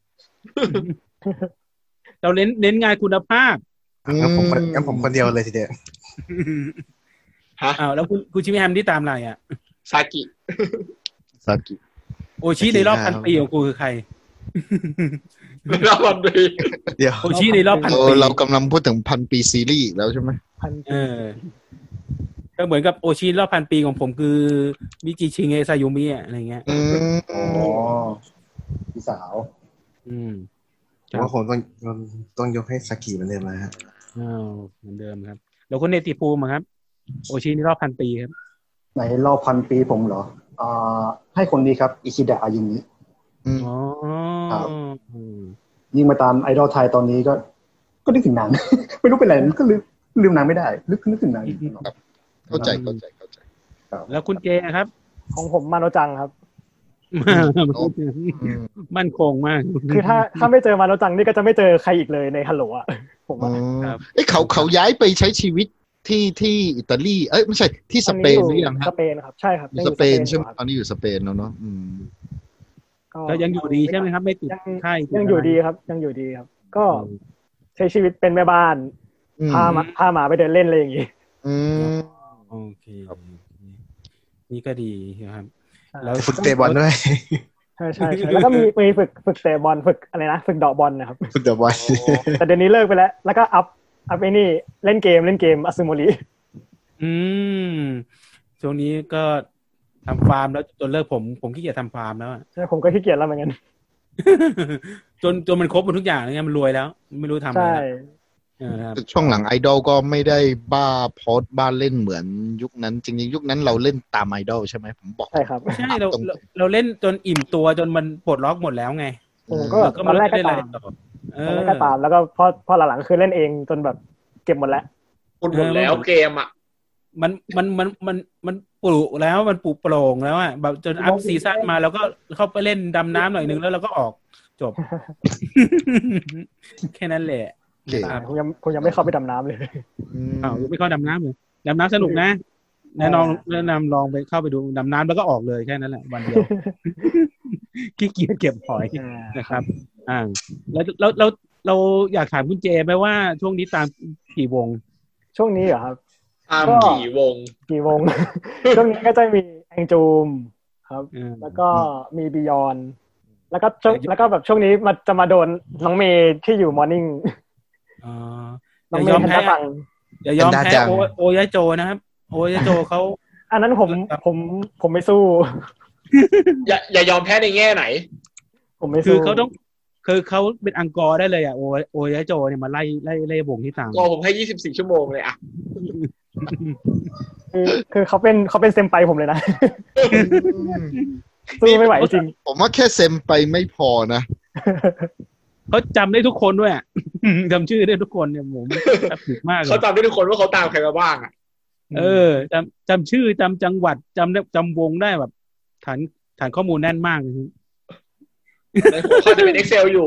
เราเน้นเน้นงานคุณภาพงั้นผมคนงั้นผมคนเดียวเลยทีเดียวฮะอ้าวแล้วคุณคุณชิมิแฮมที่ตามอะไรอ่ะซากิซากิโอชิในรอบพันปีของกูคือใครแล้ววันดีเดี๋ยวโอชิในรอบพันเราปีเรากำลังพูดถึงพันปีซีรีส์อีกแล้วใช่ไหมพันเออก็เหมือนกับโอชิรอบพันปีของผมคือมิจิชิเงะซายุมิอะอะไรเงี้ยอืมอ๋อพี่สาวอืมผมว่าผมต้องต้องต้องยกให้สากิเหมือนเดิมนะฮะอ้าวเหมือนเดิมครับแล้วคุณเนติภูมิอะครับ โอชิในรอบพันปีครับในรอบพันปีผมเหรออ่าให้คนนี้ครับอิชิดะอายุมิอืมอ๋อครับอืมยิ่งมาตามไอดอลไทยตอนนี้ก็ ก็นึกถึงหนัง ไม่รู้เป็นไรก็ลืมลืมหนังไม่ได้นึกนึกถึงหนังเข้าใจเข้าใจเข้าใจแล้วคุณเจครับของผมมาโนจังครับอืมมั่นคงมากคือถ้าถ้าไม่เจอมาโนจังนี่ก็จะไม่เจอใครอีกเลยในฮัลโหลอ่ะผมอ๋อว่าครับเอ้ยเขาเขาย้ายไปใช้ชีวิตที่ที่อิตาลีเอ้ยไม่ใช่ที่สเปนหรือยังฮะสเปนครับใช่ครับอยู่สเปนใช่ไหมครับตอนนี้อยู่สเปนแล้วเนาะอืมก็ยังอยู่ดีใช่ไหมครับ ไม่ติดยังไข้ติยังอยู่ดีครับ ยังอยู่ดีครับ ก็ใช้ชีวิตเป็นแม่บ้านอืมพามาพาหมาไปเดินเล่นอะไรอย่างงี้อืมอโอเคนี่ก็ดีครับแล้วฝึกเตะบอลด้วยใช่ใช่ใช่แล้วก็มีมีฝึกฝึกเตะบอลฝึกอะไรนะฝึกเดาะบอลนะครับฝึกเตะบอลแต่เดี๋ยวนี้เลิกไปแล้วแล้วก็อัพอัพไอ้นี่เล่นเกมเล่นเกมอาซึโมริอืมช่วงนี้ก็ทำฟาร์มแล้วจนเลิกผมผมขี้เกียจทำฟาร์มแล้วอะใช่ผมก็ขี้เกียจแล้วเหมือนกันจนจนมันครบหมดทุกอย่างแล้วไงมันรวยแล้ว ไม่รู้ทำอะไรใช่แล้วเออครับช่วงหลังไอดอลก็ไม่ได้บ้าโพสต์บ้าเล่นเหมือนยุคนั้นจริงๆยุคนั้นเราเล่นตามไอดอลใช่ไหมผมบอกใช่ครับใช่เราเราเราเล่นจนอิ่มตัวจนมันปลดล็อกหมดแล้วไงผมก็เราก็ตไม่อนแรรู้กก็จะเล่นอะไรตามต่อเอตอนอแรกก็ตามแล้วก็พอพอหลังๆคือเล่นเองจนแบบเก็บหมดแล้วคุณหมดแล้วเกมอ่ะมันมันมันมันมันปลูกแล้วมันปลูกโปร่งแล้วอ่ะแบบจนอัพซีซั่นมาแล้วก็เข้าไปเล่นดำน้ำหน่อยนึงแล้วเราก็ออกจบ แค่นั้นแหละโอเคนะครับผมยังผมยังไม่เข้าไปดำน้ำเลยอืมอ้าวไม่เข้าดำน้ำเลยดำน้ำสนุกนะแนะนำแนะนำลองไปเข้าไปดูดำน้ำแล้วก็ออกเลยแค่นั้นแหละวันเดียว ขี้เกียจเก็บหอยนะครับ อ่า แล้วแล้วเราเราอยากถามคุณเจไหมว่าช่วงนี้ตามกี่วงช่วงนี้เหรอครับตามก็กี่วงกี่วง ช่วงนี้ก็จะมีแองจูมครับอืมแล้วก็มีบิยอนแล้วก็ช่วงแล้วก็แบบช่วงนี้มันจะมาโดนน้องเมย์ที่อยู่มอร์นิ่งอ๋อน้องอเมย่ายอย์มทันแพ้ตะฟังอย่ายอมเป็นดาแพ้จังโอโอยะโจนะครับ โอยะโจเขาอันนั้นผมผมผมไม่สู้อย่าอย่ายอมแพ้ในแง่ไหนผมไม่คืสู้อเขาต้องคือเขาเป็นอังกอร์ได้เลยอ่ะโอโอยะโจเนี่ยมาไล่ไล่ไล่วงที่ตามก็ผมให้ยี่สิบสี่ชั่วโมงเลยอ่ะคือคือเขาเป็นเขาเป็นเซมไปผมเลยนะ สู้ไม่ไหวจริงผมว่าแค่เซมไปไม่พอนะเขาจำได้ทุกคนด้วยอ่ะ จำชื่อได้ทุกคนเนี่ยผมผิดมากเลเขายจำได้ทุกคนว่าเขาตามใครมาบ้างอ่ะเออจำจำชื่อจำจังหวัดจำได้จำวงได้แบบ ฐานฐานข้อมูลแน่นมากเลยในหัวเขาจะเป็น Excel อยู่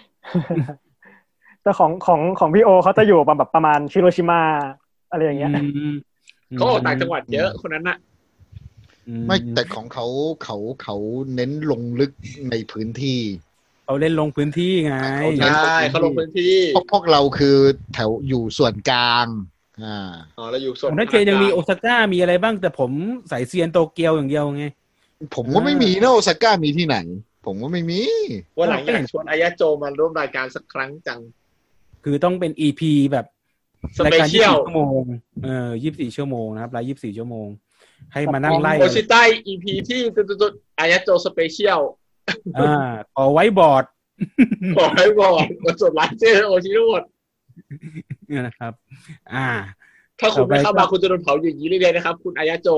แต่ของของของพี่โอเขาจะอยู่แบบประมาณฮิโรชิมาอะไรอย่างเงี้ยอืมเขาออกต่างจังหวัดเยอะคนนั้นน่ะอืไม่แต่ของเขาเขาเขาเน้นลงลึกในพื้นที่เขาเล่นลงพื้นที่ไงเขาใช่เขาลงพื้นที่พวกพวกเราคือแถวอยู่ส่วนกลางอ่าอ๋อเราอยู่ขส่วนองนักเจยังมีโอซาก้ามีอะไรบ้างแต่ผมสายเซียนโตเกียวอย่างเดียวไงผมก็ไม่มีนะโอซาก้ามีที่ไหน ผมก็ไม่มีวันหลังอยากชวนอายะโจมาร่วมรายการสักครั้งจังคือต้องเป็น อี พี แบบสรายเปการเชียี่ยสิบลสี่ชั่วโมงเอ่อยี่สิบสี่ชั่วโมงนะครับไลฟ์ยี่สิบสี่ชั่วโมง ให้มานั่งไล่โอชิไต อี พี ที่จุดๆๆอายะโจสเปเชียลอ่าขอไว้บอร์ดขอให้บอกมาสดไลฟ์เจอโอชิทั้งหมดเนี่ยนะครับ อ่าถ้าคุณไม่เข้าต่อไปมาคุณจะโดนเผาอย่างนี้เลยนะครับ คุณอายะโจ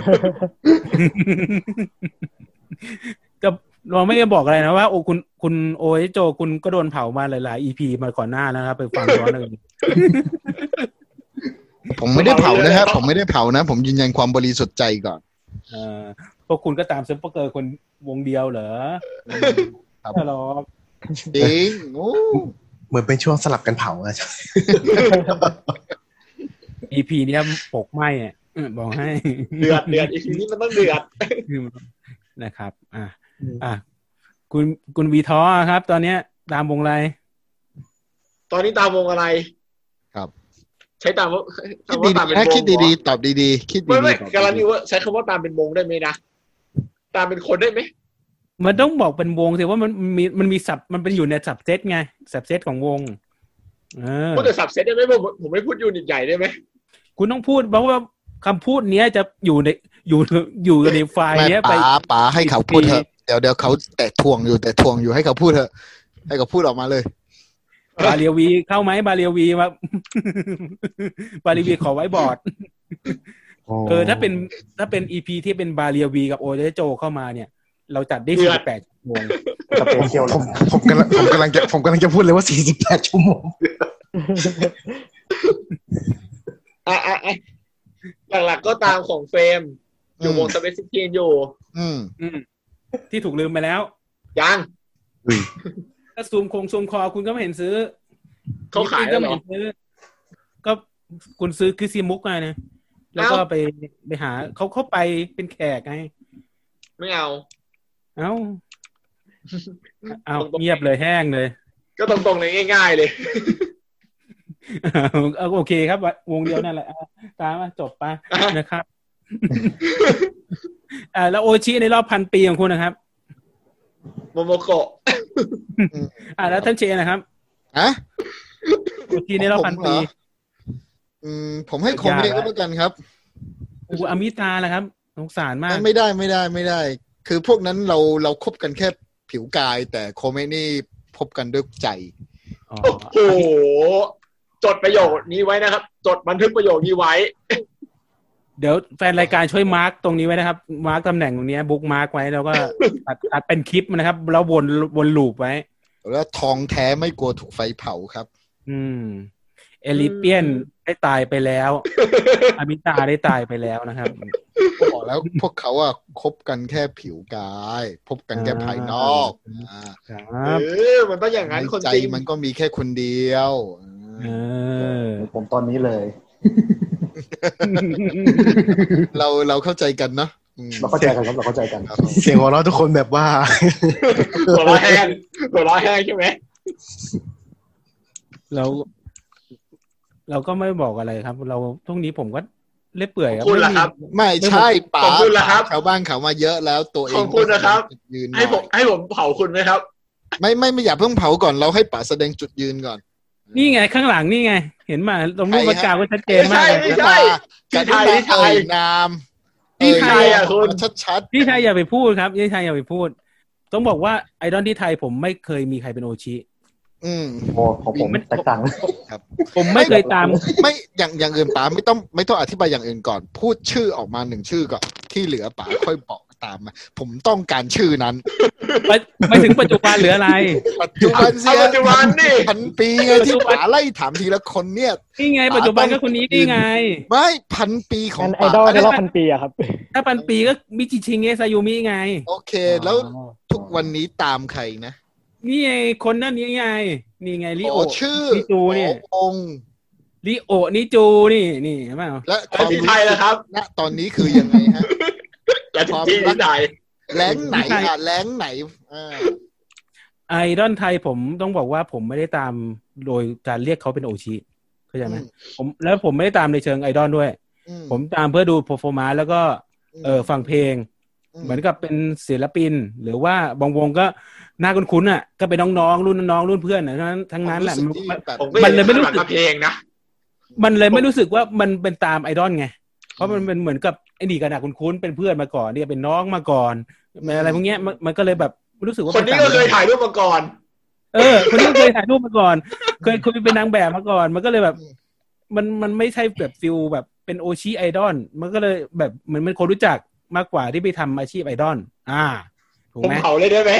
ก็เราไม่ได้บอกอะไรนะว่าโอ้คุณคุณโอเอโจคุณก็โดนเผามาหลายๆ อี พี มาก่อนหน้านะครับ ไปฟังย้อนเลยผมไม่ได้เผานะครับผมไม่ได้เผานะ ผมยืนยันความบริสุทธิ์ใจก่อนเออพวกคุณก็ตามเซมเปอร์เกอร์คนวงเดียวเหรอครับถ้าหรอกจริงโอ้เหมือนเป็นช่วงสลับกันเผาอะอี พี เนี้ยปกไหมอ่ะเออบอกให้เดือดเดือดอี พี นี้มันต้องเดือดนะครับ อ่ะอ่ะคุณคุณวีท้อครับ ตอนเนี้ยตามวงอะไรตอนนี้ตามวงอะไรครับใช้ตามว่าคิดคำว่าดีตามเป็นๆนะวงคิดดีๆตอบดีๆคิดไม่ดีไม่ๆตอบกำลังดีดูว่าใช้คำว่าตามเป็นวงได้ไหมนะตามเป็นคนได้ไหมมันต้องบอกเป็นวงสิว่ามันมีมันมีสับมันเป็นอยู่ในสับเซตไงสับเซตของวง เออพูดแต่สับเซตได้ไหมผมผมไม่พูดยูนิตใหญ่ได้ไหมคุณต้องพูดเพราะว่าคำพูดเนี้ยจะอยู่ในอยู่อยู่ในไฟๆล์ไม่เนี้ยไปป๋าป๋าให้เขาพูดเถอะเดี๋ยวเดี๋ยวเขาแตะทวงอยู่แต่ทวงอยู่ให้เขาพูดเถอะให้เขาพูดออกมาเลยบาเรียวีเข้าไหมบาเรียวีมา บาเรียวีขอไว้บอร์ด เออถ้าเป็นถ้าเป็นอีพีที่เป็นบาเรียวีกับโอเดโจเข้ามาเนี่ย เราจัดได้สี่สิบแปดชั่วโมงสเปเชียลผมผมกำลังผมกำลังจะผมกำลังจะพูดเลยว่าสี่สิบแปดชั่วโมงอ่ะอ่ะอ่ะหลักๆก็ตามของเฟรมอยู่วงสเปซิฟิกอยู่อืมอืมที่ถูกลืมไปแล้วยังถ้าซูมคงซูมคอคุณก็ไม่เห็นซื้อเขาขายแล้วเหรอก็ไม่เห็นซื้อ ก็คุณซื้อคือซีมุกไงนะแล้วก็เอ้าไปไปหาเขาเข้าไปเป็นแขกไงไม่เอาเอ้า เอาเงียบเลยแห้งเลยก็ตรงๆเลยง่าย ๆ เลยเอาโอเคครับวงเดียวนั่นแหละตามมาจบไปนะครับอ่าแล้วโอชิในรอบพันปีของคุณนะครับโมโมโกะอ่าแล้วท่านเชนนะครับฮะโอชิในรอบพันปีอืมผมให้โคเมะก็แล้วกันครับอูอามิตาแหละครับสงสารมากไม่ได้ไม่ได้ไม่ได้ คือพวกนั้นเราเราคบกันแค่ผิวกายแต่โคเมะนี่พบกันด้วยใจโอ้โหจดประโยคนี้ไว้นะครับจดบันทึกประโยคนี้ไว้เดี๋ยวแฟนรายการช่วยมาร์กตรงนี้ไว้นะครับมาร์กตำแหน่งตรงนี้บุ๊กมาร์กไว้แล้วก็ตัดตัดเป็นคลิปนะครับแล้ววนวนลูปไว้แล้วทองแท้ไม่กลัวถูกไฟเผาครับอืมเอลิเปียนได้ตายไปแล้วอามิตาได้ตายไปแล้วนะครับบอกแล้วพวกเขาอะคบกันแค่ผิวกายพบกันแค่ภายนอกครับเออมันต้องอย่างนั้นคนใจมันก็มีแค่คนเดียวเออผมตอนนี้เลยเราเราเข้าใจกันเนาะเราเข้าใจกันครับเราเข้าใจกันเสียงหัวเราะทุกคนแบบว่าหัวเราะแห้งหัวเราะแห้งใช่ไหมเราเราก็ไม่บอกอะไรครับเราทุกนี้ผมก็เล่เปื่อยครับคุณล่ะครับไม่ใช่ป๋าของคุณล่ะครับชาวบ้านเขามาเยอะแล้วตัวเองของคุณนะครับให้ผมให้ผมเผาคุณไหมครับไม่ไม่ไม่อย่าเพิ่งเผาก่อนเราให้ป๋าแสดงจุดยืนก่อนนี่ไงข้างหลังนี่ไงเห็นมาตรงรูปประกาศว่าชัดเจนมากเลยไม่ใช่ที่ไทยที่ไทยนามที่ไทยอ่ะคุณชัดๆที่ไทยอย่าไปพูดครับที่ไทยอย่าไปพูดต้องบอกว่าไอดอลที่ไทยผมไม่เคยมีใครเป็นโอชิอืมโอ้ของผมแตกต่างครับผมไม่เคยตามไม่อย่างอย่างอื่นป๋าไม่ต้องไม่ต้องอธิบายอย่างอื่นก่อนพูดชื่อออกมาหนึ่งชื่อก่อนที่เหลือป๋าค่อยบอกตามมาผมต้องการชื่อนั้นไปถึงปัจจุบันเหลืออะไรปัจจุบันเสียปัจจุบันนี่พันปีไงที่ป๋าไล่ถามทีละคนเนี่ยนี่ไงปัจจุบันก็คนนี้นี่ไงไม่พันปีของป๋าไอดอลในรอบพันปีอะครับถ้าพันปีก็มิจิชิเงะซายุมิไงโอเคแล้วทุกวันนี้ตามใครนะนี่ไงคนนั่นนี่ไงนี่ไงริโอชื่อนิจูเนี่ยองริโอนิจูนี่นี่เห็นไหมและที่ไทยนะครับณตอนนี้คือยังไงฮะความที่ไทยแรงไหนอ่ะแรงไหนไอดอลไทยผมต้องบอกว่าผมไม่ได้ตามโดยการเรียกเขาเป็นโอชิเข้าใจไหมผมแล้วผมไม่ได้ตามในเชิงไอดอลด้วยผมตามเพื่อดูเพอร์ฟอร์แมนซ์แล้วก็เออฟังเพลงเหมือนกับเป็นศิลปินหรือว่าบางวงก็น่าคุ้นๆอ่ะก็เป็นน้องๆรุ่นน้องรุ่นเพื่อนทั้งนั้นทั้งนั้นแหละมันเลยไม่รู้สึกเพลงนะมันเลยไม่รู้สึกว่ามันเป็นตามไอดอลไงเพราะมันเป็นเหมือนกับไอ้นี่กันนะคุ้นๆเป็นเพื่อนมาก่อนเนี่ยเป็นน้องมาก่อนอะไรพวกเนี้ยมันก็เลยแบบรู้สึกว่าคนนี้ก็เคยถ่ายรูปมาก่อนเออคนนี้เคยถ่ายรูปมาก่อนเคยเคยเป็นนางแบบมาก่อนมันก็เลยแบบมันมันไม่ใช่แบบฟิลแบบเป็นโอชิไอดอลมันก็เลยแบบเหมือนเป็นคนรู้จักมากกว่าที่ไปทำอาชีพไอดอลอ่าถูกไหมเผาเลยได้ไหม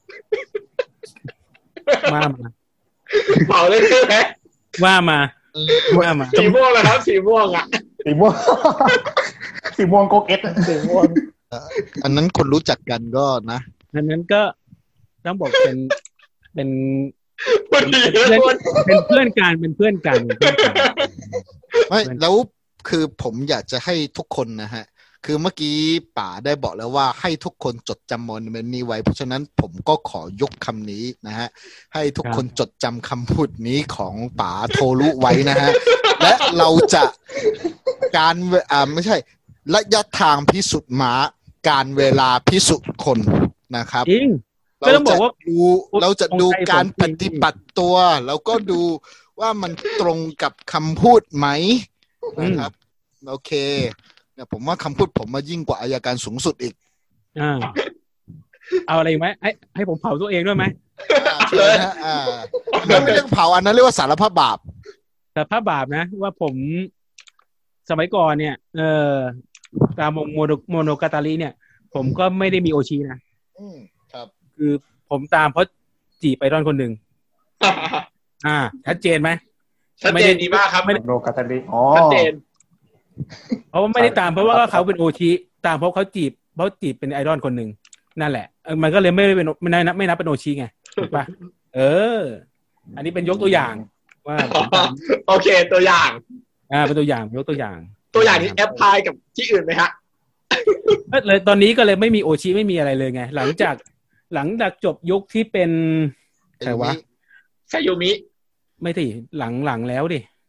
ว่ามาเผาเลยได้ไหมว่ามาว่ามาสีม่วงแล้วครับสีม่วงอ่ะสีม่วงสีม่วงโกเก็ตสีม่วงอันนั้นคนรู้จักกันก็นะอันนั้นก็ต้องบอกเป็นเป็นเป็นเพื่อนเป็นเพื่อนกันเป็นเพื่อนกันไม่แล้วคือผมอยากจะให้ทุกคนนะฮะคือเมื่อกี้ป๋าได้บอกแล้วว่าให้ทุกคนจดจำโมเมนต์นี้ไว้เพราะฉะนั้นผมก็ขอยกคำนี้นะฮะให้ทุกคนจดจำคำพูดนี้ของป๋าโทรุไว้นะฮะและเราจะการอ่าไม่ใช่ระยะทางพิสูจน์ม้าการเวลาพิสูจน์คนนะครับจริงเราจะดูเราจะดูการปฏิบัติตัวแล้วก็ดูว่ามันตรงกับคำพูดไหมนะครับโอเคเนี่ยผมว่าคำพูดผมมายิ่งกว่าอัยการสูงสุดอีกอ่าเอาอะไรไหมให้ให้ผมเผาตัวเองด้วยไหมเลยฮะอ่าไม่เรื่องเผาอันนั้นเรียกว่าสารภาพบาปสารภาพบาปนะว่าผมสมัยก่อนเนี่ยเออตามโมโนโมโนกาตาลีเนี่ยผมก็ไม่ได้มีโอชินะอืมครับคือผมตามเพราะจีบไอดอลคนหนึ่งอ่าชัดเจนไหมชัดเจนดีมากครับโมโนกาตาลีอ๋อชัดเจนเพราะว่าไม่ได้ตามเพราะว่าเขาเป็นโอชิตามเพราะเขาจีบเขาจีบเป็นไอดอลคนหนึ่งนั่นแหละมันก็เลยไม่เป็นไม่นับไม่นับเป็นโอชิไงถูกปะเอออันนี้เป็นยกตัวอย่างว่าโอเคตัวอย่างอ่าเป็นตัวอย่างยกตัวอย่างตัวอย่างนี้แอปพลายกับที่อื่นไหมฮะเลยตอนนี้ก็เลยไม่มีโอชิไม่มีอะไรเลยไงหลังจากหลังจากจบยุคที่เป็นใครวะซายุมิไม่ถิหลังหลังแล้วดิ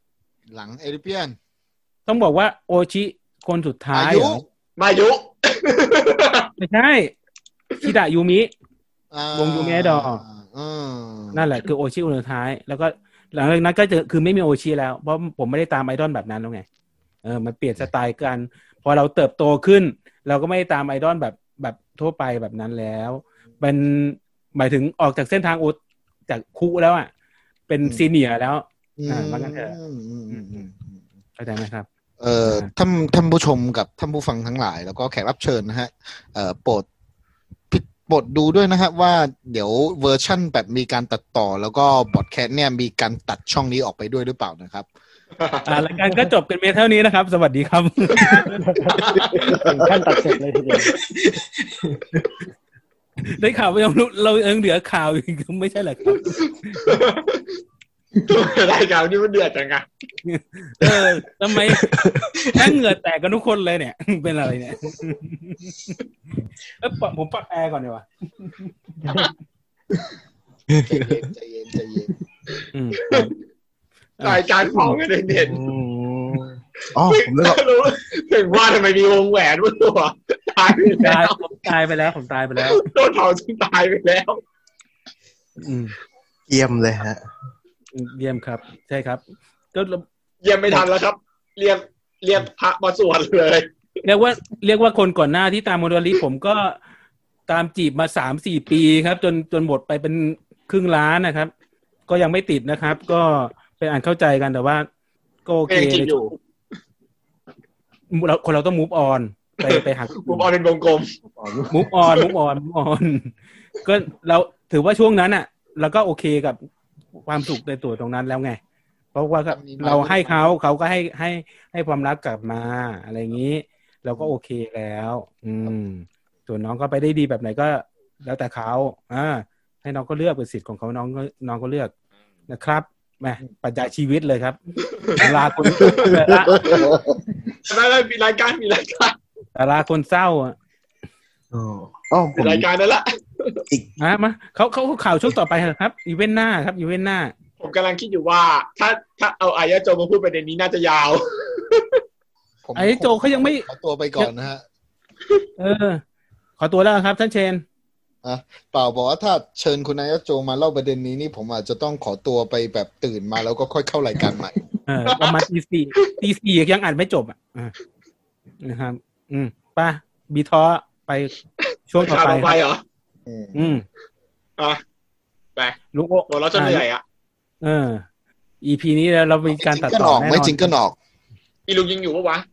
หลังเอริเปียนต้องบอกว่าโอชิคนสุดท้ายอายุเหรอมายุไม่ใช่คิดะยูมิอ่าวงยูมิไอดอลอืมนั่นแหละคือโอชิคนสุดท้าย แล้วก็หลังจากนั้นก็จะคือไม่มีโอชิแล้วเพราะผมไม่ได้ตามไอดอลแบบนั้นแล้วไงเออมันเปลี่ยนสไตล์กันพอเราเติบโตขึ้น เราก็ไม่ได้ตามไอดอลแบบแบบทั่วไปแบบนั้นแล้วเป็นหมายถึงออกจากเส้นทางโอจากคุแล้วอ่ะเป็นซีเนียร์แล้วอ่าว่ากันเถอะอืมอืมอืมอืมเข้าใจไหมครับเอ่อท่านท่านผู้ชมกับท่านผู้ฟังทั้งหลาย แล้วก็แขกรับเชิญนะฮะเอ่อโปรดพิโปรดดูด้วยนะครับว่าเดี๋ยวเวอร์ชั่นแบบมีการตัดต่อ แล้วก็บอดแคสต์เนี่ยมีการตัดช่องนี้ออกไปด้วยหรือเปล่านะครับอ่ารายการก็จบกันเพียงเท่านี้นะครับ สวัสดีครับถึงขั้นตัดเสร็จเลยทีเดียวได้ข่าวว่ายังรู้เรายังเหลือข่าวอีกไม่ใช่เหรอครับรายการนี้มันเดือดจังอะเออทำไมนั่งเหงื่อแตกกันทุกคนเลยเนี่ย เป็นอะไรเนี่ยเออผมปักแอร์ก่อนดีกว่าใจเย็นใจเย็นใจเย็นอืมรายการของกันเด่นอ๋อผมนึกออกๆรู้ถึงว่าทำไมมีวงแหวนบนตัวตายไปแล้ตายว ผมตายไปแล้วผมตายไปแล้วโดนเผาจนตายไปแล้วอืมเยี่ยมเลยฮะเยี่ยมครับ ใช่ครับ ก็เยี่ยมไม่ทันแล้วครับ เรียกเรียกพระมาสวดเลยเรียกว่าเรียกว่าคนก่อนหน้าที่ตามโมเดลลี่ผมก็ตามจีบมาสามสี่ปีครับ จนจนหมดไปเป็นครึ่งล้านนะครับ ก็ยังไม่ติดนะครับ ก็เป็นอันเข้าใจกันแต่ว่าก็โอเคยังจีบอยู่เราคนเราต้อง move on ไปไปหักผมเอาเป็นวงกลม move on move on move on ก็เราถือว่าช่วงนั้นอ่ะเราก็โอเคกับความสุขในตัวตรงนั้นแล้วไง เพราะว่าเราให้เขาเขาก็ให้ให้ให้ความรักกลับมาอะไรอย่างนี้ เราก็โอเคแล้ว อืมส่วนน้องก็ไปได้ดีแบบไหนก็แล้วแต่เขาอ่าให้น้องก็เลือกเป็นสิทธิ์ของเขาน้องก็น้องก็เลือกนะครับแหมปัญญาชีวิตเลยครับลาคนละไม่ไม่มีรายการมีรายการลาคนเศร้าอ่ะอ๋ออ๋อผมีมรายการนั่นละมามาเขาเขาข่าวช่วงต่อไปครับอีเวนต์หน้าครับอีเวนต์หน้าผมกำลังคิดอยู่ว่า ถ้าถ้าเอาอายะโจมาพูดประเด็นนี้น่าจะยาวผมไอ้โจเขายังไม่ขอตัวไปก่อนนะฮะเออ ขอตัวแล้วครับท่านเชนอ่ะเปล่าบอกว่าถ้าเชิญคุณนายกโจมาเล่าประเด็นนี้นี่ผมอาจจะต้องขอตัวไปแบบตื่นมาแล้วก็ค่อยเข้ารายการใหม่เออประมาณตีสี่ตีสี่ยังอ่านไม่จบอ่ะอ่ะนะครับ อืมไป้าบีทอไปช่วงต่อข่าวไปต่อไปเหรออืมอ่ะไปลุงโอโอ้เราจะเหนื่อยอ่ะเออ อีพีนี้เราเรามีการตัดต่อแน่นอนไม่จริงก็ออกอีลุงยิงอยู่ปะวะ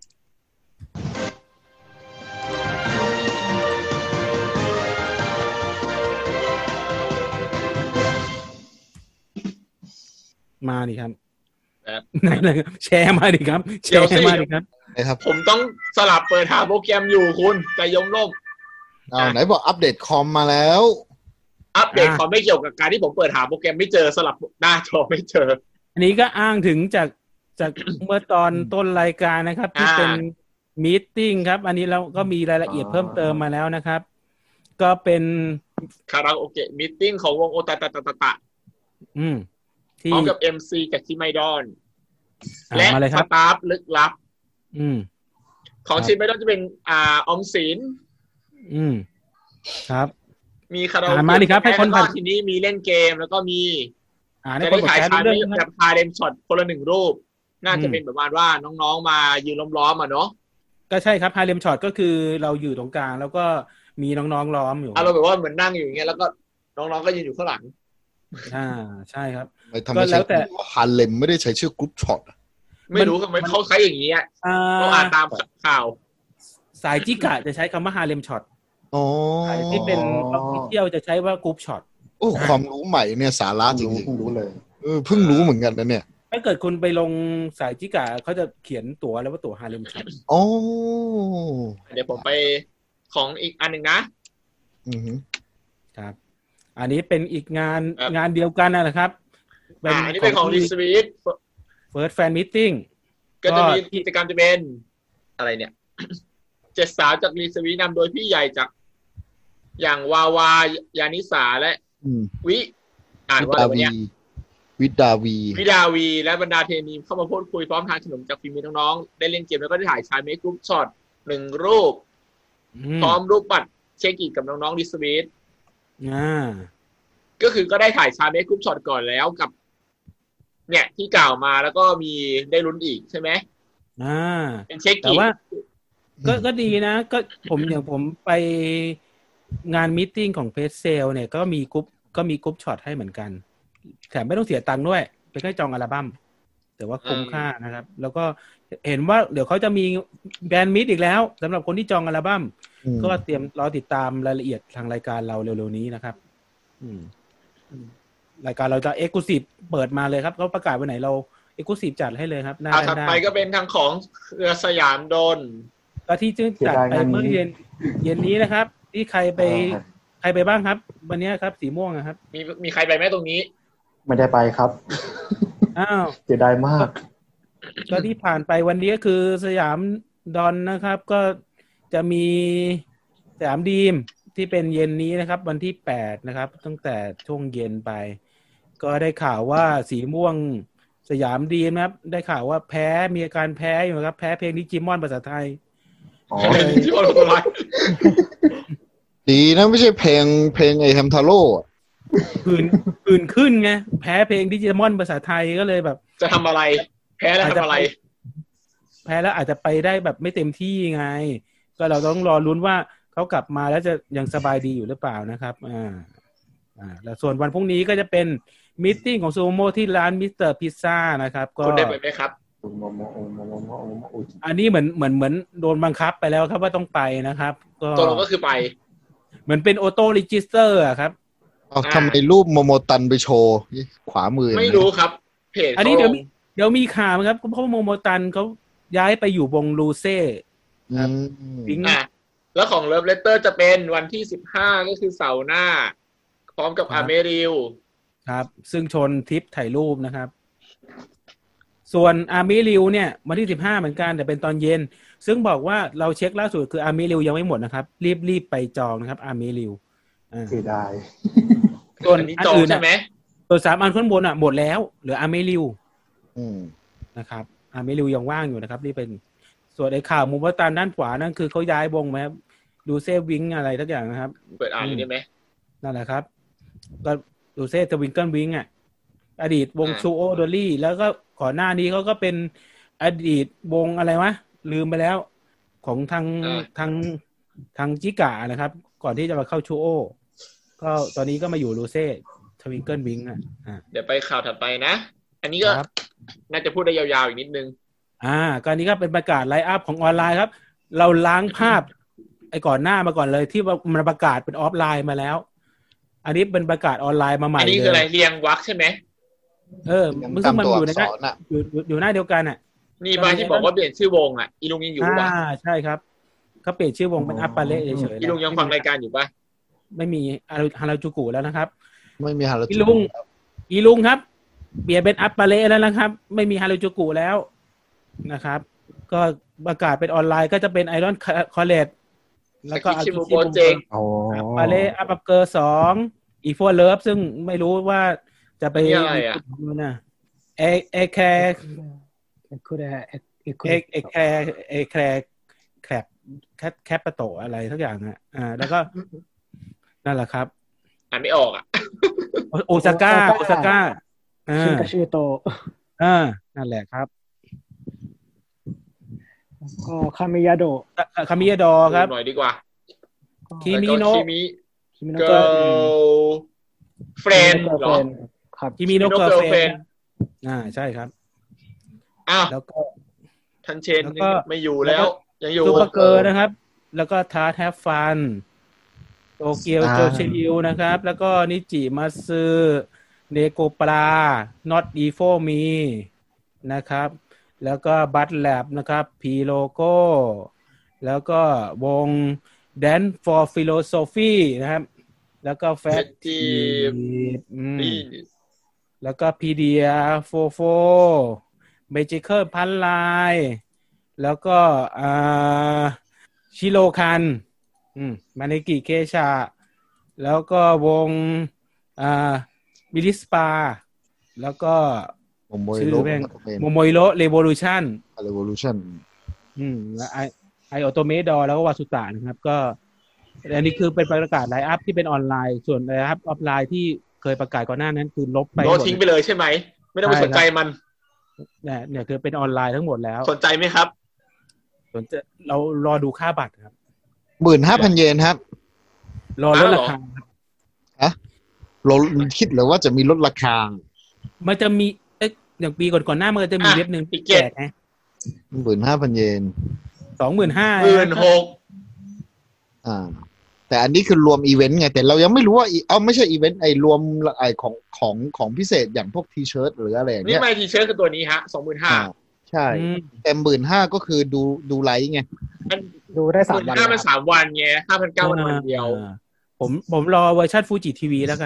มาดิครับครับไหนเลยครับแชร์มาดิครับ แชเดี๋ยวร์สิมาดิครับนะครับผมต้องสลับเปิดหาโปรแกรมอยู่คุณใจยมล่มเอาไหนบอกอัปเดตคอมมาแล้วอัปเดตอ่ะความไม่เกี่ยวกับการที่ผมเปิดหาโปรแกรมไม่เจอสลับหน้าจอไม่เจออันนี้ก็อ้างถึงจากจาก เมื่อตอนต้นรายการนะครับ ที่อ่าเป็นมีตติ้งครับ อันนี้เราก็มีรายละเอียดเพิ่มเติมมาแล้วนะครับ ก็เป็นคาราโอเกะมิทติ้งของวงโอตาตาตาตาตะอืมพที่ร้อมกับ เอ็ม ซี จากชิไมดอนอ่าและมาเลยคสรับตาฟลึกลับอืมของครับชิไมดอนจะเป็นอ่าออมสินอืม ครับมีคาราโออ่าเกะมาดิครับให้คนแล้วก็ผ่านทีนี้มีเล่นเกมแล้วก็มีอ่าในจะคนได้บอกถ่ายแชร์ฉายเรื่องแบนะครับบพาเดมช็อตคนละหนึ่งรูป น่าจะอืมเป็นแบบว่าน้องๆมายืนล้อมๆอ่ะเนาะก็ใช่ครับฮาเลมช็อตก็คือเราอยู่ตรงกลางแล้วก็มีน้องๆล้อมอยู่อารมณ์แบบว่าเหมือนนั่งอยู่อย่างเงี้ยแล้วก็น้องๆก็ยืนอยู่ข้างหลังอ่าใช่ครับไม่ทำก็ไมแล้ใช้วแต่ฮาเลมไม่ได้ใช้ชื่อกรุ๊ปช็อตไม่รู้ทำไมเขาใช้อย่างนี้อ่ะอ่าเราอ่านตามข่าวสายจิกะจะใช้คำว่าฮาเลมช็อตอ๋อสายที่เป็นออฟฟิเชียลจะใช้ว่ากรุ๊ปช็อตโอ้ความรู้ใหม่เนี่ยสาระจรู้ริงเพิ่งรู้เลยๆเออเพิ่งรู้เหมือนกันนะเนี่ยถ้าเกิดคุณไปลงสายจิกะเขาจะเขียนตั๋วแล้วว่าตั๋วฮาเลมช็อตโอ้เดี๋ยวผมไปของอีกอันหนึ่งนะอือหือครับ อันนี้เป็นอีกงานครับงานเดียวกันนะครับอ่าอันนี้เป็นของรีสวีทเฟิร์สแฟนมิทติ้งก็จะมีกิจกรรมจะเป็นอะไรเนี่ย เจ็ดสาวจากรีสวีทนำโดยพี่ใหญ่จาก อย่างวาวายานิสาและอืมวิอ่านว่าอะไรวะเนี่ยววิดาวีวิดาวีและบรรดาเทรนนีเข้ามาพูดคุยพร้อมทานขนมจากฝีมือน้องๆได้เล่นเกมแล้วก็ได้ถ่ายชายเมคกรุ๊ปช็อตหนึ่งรูปอืมพร้อมรูปบัตรเช็คอินกับน้องๆดิสวีทอ่าก็คือก็ได้ถ่ายชายเมคกรุ๊ปช็อตก่อนแล้วกับ เนี่ยที่กล่าวมาแล้วก็มีได้ลุ้นอีกใช่ไหมอ่าเป็นเช็คแต่อินว่า ก็ก็ดีนะ ก็ผมอย่างผมไปงานมีตติ้งของเพจเซลเนี่ยก็มีกรุ๊ปก็มีกรุ๊ปช็อตให้เหมือนกันแถมไม่ต้องเสียตังค์ด้วยไปแค่จองอัลบั้มแต่ว่าคุ้มค่านะครับ แล้วก็เห็นว่าเดี๋ยวเขาจะมีแบรนด์มิตอีกแล้วสำหรับคนที่จองอัลบั้มอืมก็เตรียมรอติดตามรายละเอียดทางรายการเราเร็วๆนี้นะครับ อืมรายการเราจะเอ็กซ์คลูซีฟเปิดมาเลยครับเขาประกาศวันไหนเราเอ็กซ์คลูซีฟจัดให้เลยครับหน้าอ่าด้าถัดนหน้าไปก็เป็นทางของเครือสยามดลก็ที่จึงจัดไปเมื่อเย็นเย็นนี้นะครับ ที่ใครไปใครไปบ้างครับ วันนี้ครับ สีม่วงนะครับมีมีใครไปไหมตรงนี้ไม่ได้ไปครับอ้าวเสียดายมากก็ที่ผ่านไปวันนี้ก็คือสยามดอนนะครับ ก็จะมีสยามดีมที่เป็นเย็นนี้นะครับ วันที่แปดนะครับ ตั้งแต่ช่วงเย็นไป ก็ได้ข่าวว่าสีม่วงสยามดีมนะครับ ได้ข่าวว่าแพ้มีอาการแพ้อยู่นะครับ แพ้เพลงดิจิมอนภาษาไทยอ๋อที่โอโรโกไลดีนะไม่ใช่เพลงเพลงไอ้แฮมทาโร่อะผื่นผื่นขึ้นไงแพ้เพลงดิจิมอนภาษาไทยก็เลยแบบจะทำอะไร แพ้แล้วทำอะไรแพ้แล้วอาจจะไปได้แบบไม่เต็มที่ไง ก็เราต้องรอลุ้นว่าเขากลับมาแล้วจะยังสบายดีอยู่หรือเปล่านะครับอ่าอ่าแล้วส่วนวันพรุ่งนี้ก็จะเป็นมีตติ้งของซูโม่ที่ร้านมิสเตอร์พิซซ่านะครับ ก็คุณได้ไปไหมครับอันนี้เหมือนเหมือนเหมือนโดนบังคับไปแล้วครับว่าต้องไปนะครับ ก็ตัวลงก็คือไปเหมือนเป็นออโต้รีจิสเตอร์อะครับเอาทำไมรูปโมโมตันไปโชว์ขวามือไม่รู้ครับ เพจอันนี้เขาเดี๋ยวมีเดี๋ยวมีข่าวครับเพราะว่าโมโมตันเขาย้ายไปอยู่วงลูเซ่อืมวิงอ่ะแล้วของเลิฟเลตเตอร์จะเป็นวันที่สิบห้าก็คือเสาร์หน้า พร้อมกับครัอาบเมริวครับ ซึ่งชนทริปถ่ายรูปนะครับ ส่วนอาร์มิริวเนี่ยวันที่สิบห้าเหมือนกันแต่เป็นตอนเย็น ซึ่งบอกว่าเราเช็คล่าสุดคืออาร์มิริวยังไม่หมดนะครับ รีบรีบไปจองนะครับอาร์มิริวอ่าเสียดายส่วนอันนี้อันจองอื่นใช่ไหมน่ะส่วนสามอันข้างบนอ่ะหมดแล้วเหลืออาร์มิริวอืมนะครับอาร์มิริวยังว่างอยู่นะครับรีบเป็นส่วนไอ้ข่าวมูฟตันด้านขวานั่นคือเขาย้ายวงไหมครับดูเซวิงอะไรทักอย่างนะครับเปิดอ่านอยู่ได้ไหมนั่นแหละครับก็ดูเซทวิงเกิลวิงอ่ะอดีตวงอ่าชูโอโดลี่ แล้วก็ก่อนหน้านี้เขาก็เป็นอดีตวงอะไรวะลืมไปแล้ว ของทางทางทางจิกานะครับ ก่อนที่จะมาเข้าชูโอก็ตอนนี้ก็มาอยู่ลูเซ่ทวิงเกิลวิงอ่ะอ่าเดี๋ยวไปข่าวถัดไปนะ อันนี้ก็ครับน่าจะพูดได้ยาวๆอีกนิดนึงอ่าก็อันนี้ก็เป็นประกาศไลฟ์อัพของออนไลน์ครับ เราล้างภาพไอ้ก่อนหน้ามาก่อนเลยที่มันประกาศเป็นออฟไลน์มาแล้ว อันนี้เป็นประกาศออนไลน์มาใหม่อันนี้เลคืออะไรยเรียงวักใช่ไหมเออมันซึ่งมันอยู่ในหน้าตามตัวอักษรน่ะอยู่อยู่อยู่หน้าเดียวกันอ่ะนี่บ้านที่บอกว่าเปลี่ยนชื่อวงอ่ะ อีลุงยังอยู่อ่าปะใช่ครับเขาเปลี่ยนชื่อวงเป็นอัปปาเล่เฉยๆอีลุงยังฟังรายการอยู่ปะไม่มีฮาราฮาราจูกุแล้วนะครับไม่มีฮาราอีจูลุงอีลุงครับเปลี่ยนเป็นอัปปาเล่แล้วนะครับ ไม่มีฮาราจูกุแล้วนะครับ ก็ประกาศเป็นออนไลน์ก็จะเป็นไอรอนคอลเลจแล้วก็อากิชิมุอากิชิโปรมุเจกต์อ๋ออัปปาเล่อัปปาเกอร์สองอีโฟเลิฟซึ่งไม่รู้ว่าจะไปนี่อะไรอ่ะนะเอเอแคร์คือได้เอกเอกเอเอแคร์เอแคร์แคปแคปแคปปะโตอะไรทุกอย่างอ่ะอ่าแล้วก็นั่นแหละครับอ่านไม่ออกอ่ะโอซาก้าโอซาก้าอ่าชินกาชิโตอ่านั่นแหละครับก็คาเมยาโดคามิยาดอครับดูหน่อยดีกว่าคิมิแล้วโนะก็คิมิคิมิโนะเกิลเฟรนเกิร์ลเหรเฟอรนครับคิมิโนะ Kimino เกิร์ลเฟ Girlfriend นอ่าใช่ครับอ้าวแล้วก็ทันเชนแล้วก็ไม่อยู่แล้ว ยังอยู่ซูเปอร์เกิร์ลนะครับ แล้วก็ทาร์ทแฮฟฟันโตเกียวโจชิวนะครับ แล้วก็นิจิมาซึเนโกปลา not e f o me นะครับ แล้วก็บัตแลบนะครับพีโลโก้แล้วก็วง Dance for Philosophy นะครับ แล้วก็แฟเฟตทีอืมนี่แล้วก็พีเดียโฟโฟเมจิเคิลพันไลแล้วก็อ่าชิโรคันอืมมาเนกิเคชาแล้วก็วงอ่าบิลิสปาแล้วก็โมโมชื่โรอแม่งโมโมโรเรโวลูชั่นเรโวลูชั่นอืมและไอไอออโตเมดอแล้วก็วาสุตะนะครับก็อันนี้คือเป็นประกาศไลน์อัพที่เป็นออนไลน์ส่วนไลน์อัพออฟไลน์ที่เคยประกาศก่อนหน้านั้นคือลบไปโดนทิ้งไปเลยใช่ไหมไม่ต้องไปสนใจมันเนี่ยเนี่ยคือเป็นออนไลน์ทั้งหมดแล้วสนใจไหมครับสนใจเรารอดูค่าบัตรครับหมื่นห้าพันเยนครับรอลดราคาฮะเราคิดเหรือว่าจะมีลดราคามันจะมีเอ๊ะอย่างปีก่อนๆหน้ามันก็จะมีอ่ะเว็บหนึ่งติที่เก็แจตกไงหมื่นห้าพันเยนสองหมื่นห้าหมื่นหกอ่า แต่อันนี้คือรวมอีเวนต์ไงแต่เรายังไม่รู้ว่าเอาไม่ใช่อีเวนต์ไอ้รวมไอ้ของของของพิเศษอย่างพวกทีเชิ้ตหรืออะไรอย่างนี่เงี้ยไม่ทีเชิ้ตคือตัวนี้ฮะสองหมื่นห้าอ่าใช่แต่หมื่นห้าก็คือดูดูไลท์ไงดูได้หสามมื่นวันห้าเลมันยสามวันไงห้าพันเก้ามันวันเดียวอ่าผมผมรอเวอร์ชันฟูจิทีวีแล้วกัน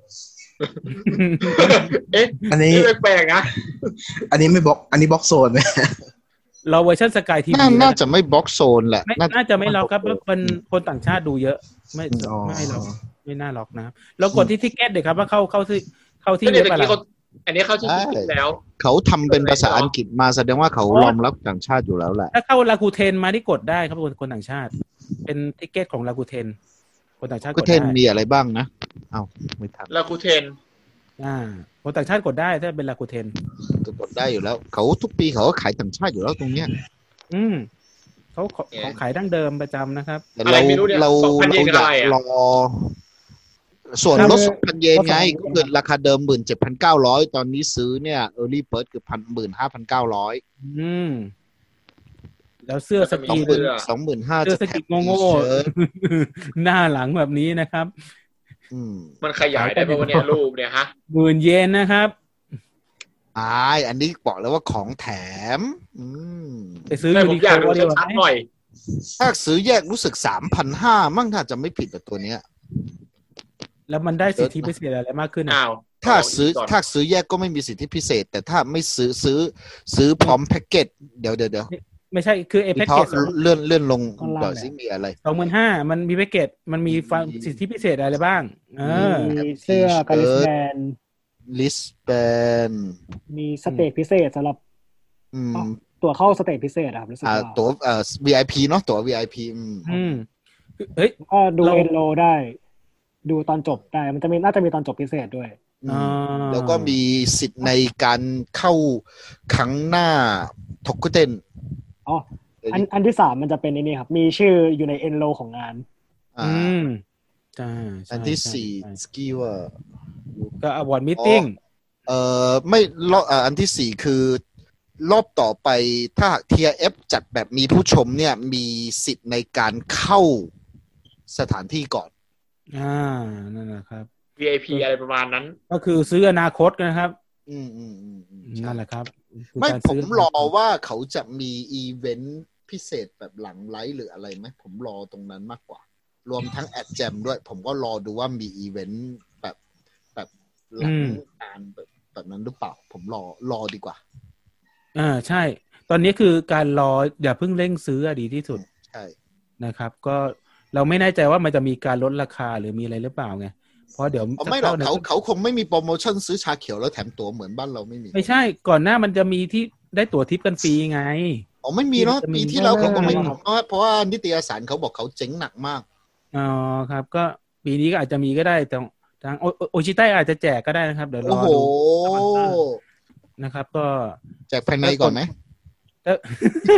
เอ๊ะอันนี้นี่แปลกๆนะอันนี้ไม่บล็อกอันนี้บล็อกโซนไหมรอเวอร์ชันสกายทีวีน่าน่าจะไม่บล็อกโซนแหละไม่น่าน่าจะไม่ล็อกครับเพราะคนคนต่างชาติดูเยอะ ไม่อ๋อไม่ล็อกไม่น่าล็อกนะครับเรากดที่ทิกเก็ตเดี๋ยวครับว่าเข้าเข้าที่เข้าที่ก็เดี๋เว็ยวบตะอะไรกี้เขาอันนี้เข้าที่คิดแล้วเขาทำเป็นภาษาอังกฤษมาแสดงว่าเขารองรับต่างชาติอยู่แล้วแหละถ้าเข้าลาคูเทนมาที่กดได้ครับคนคนต่างชาติ เป็นทิกเก็ตของลาคูเทนคนต่างชาติกก็ดเทนได้มีอะไรบ้างนะเอ้าไม่ทันแล้วคูเทนอ่าคนต่างชาติกดได้ถ้าเป็นลาคูเทนกดได้อยู่แล้ว เขาทุกปีเขาก็ขายต่างชาติอยู่แล้วตรงเนี้ยอืมเขาของของขายดั้งเดิมประจำนะครับแต่เราเราเราอยากรอส่วนลดสองพันเยนไงก็คือราคาเดิมหมื่นเจ็ดพันเก้าร้อยตอนนี้ซื้อเนี่ย early bird คือพันหมื่นห้าพันเก้าร้อยอืมแล้วเสื้อสสกองรีหมื่นสองหมื่นห้าเสื้อจะสแถกิมดโง่ๆหน้าหลังแบบนี้นะครับอืมมันขยายได้ป่ะวะเนี่ยรูปเนี่ยฮะหมื่นเยนนะครับอ่าอันนี้บอกแล้วว่าของแถม อืมไปซื้อแต่ยูผมนิอยากโคดูดีกว่าชัดไหมๆหน่อยถ้าซื้อแยกรู้สึกสามพันห้ามั่งถ้าจะไม่ผิดแต่ตัวเนี้ยแล้วมันได้สิทธิพิเศษอะไรมากขึ้นอ่ะอ้าวถ้าซื้อถ้าซื้อแยกก็ไม่มีสิทธิพิเศษ แต่ถ้าไม่ซื้อซื้อซื้อพร้อมแพ็กเกจเดี๋ยวเดี๋ยวเดี๋ยวไม่ใช่คือเอมีแพ็กเพเกราะจเลื่อนเลื่อนลงก่อนสิมีอะไรสองหมื่นห้ามันมีแพ็กเกจมันมีฟังสิทธิพิเศษอะไรบ้าง เออมีเสื้อกาลิสแบนลิสแบนมีสเตจพิเศษสำหรับอืมตั๋วเข้าสเตจพิเศษอะครับรู้สึกอ่าว่าตัวเอ่อ วี ไอ พี เนาะตัว วี ไอ พี อืมอืมเฮ้ยก็ดูเราเอ็นโลได้ ดูตอนจบได้ มันจะมีน่าจะมีตอนจบพิเศษด้วยอ่าแล้วก็มีสิทธิ์ในการเข้าครั้งหน้าทกคุเทนอ๋อ อันอันที่สามมันจะเป็นไอ้นี่ครับ มีชื่ออยู่ในเอ็นโลของงานอ่าอืมใช่ใช่อันที่ใช่สี่ใช่สกีว่าก็อวอร์ดมิทติ้งเอ่อไม่รอบอ่าอันที่สี่คือ รอบต่อไปถ้า ที เอฟ จัดแบบมีผู้ชมเนี่ยมีสิทธิ์ในการเข้าสถานที่ก่อนอ่านั่นแหละครับวี ไอ พี อะไรประมาณนั้นก็คือซื้ออนาคตนะครับอืมอืมอืมอืมนั่นแหละครับคือไม่การผมซื้รอว่าเขาจะมีอีเวนต์พิเศษแบบหลังไลฟ์หรืออะไรไหมผมรอตรงนั้นมากกว่า รวมทั้งแอดแจมด้วย ผมก็รอดูว่ามีอีเวนต์แบบแบบหลังการแบบแบบนั้นหรือเปล่า ผมรอรอดีกว่าอ่าใช่ ตอนนี้คือการรออย่าเพิ่งเร่งซื้ออะดีที่สุดใช่นะครับ ก็เราไม่แน่ใจว่ามันจะมีการลดราคาหรือมีอะไรหรือเปล่าไงเพราะเดี๋ยวเอาไม่หรอกสัเขาพักเขาคงไม่มีโปรโมชั่นซื้อชาเขียวแล้วแถมตั๋วเหมือนบ้านเราไม่มีไม่ใช่ก่อนหน้ามันจะมีที่ได้ตั๋วทิปกันฟรีไงอ๋อไม่มีเนาะที่จะมีปีที่แล้วเขาก็ไม่ไม่มีมีเพราะว่าเพราะว่านิตยสารเขาบอกเขาเจ๊งหนักมากอ๋อครับ ก็ปีนี้ก็อาจจะมีก็ได้แต่ทางโอโอชิไต้อาจจะแจกก็ได้นะครับเดี๋ยวรโอ้อโหดูนะครับ ก็แจกภายในก่อนไหมถ้า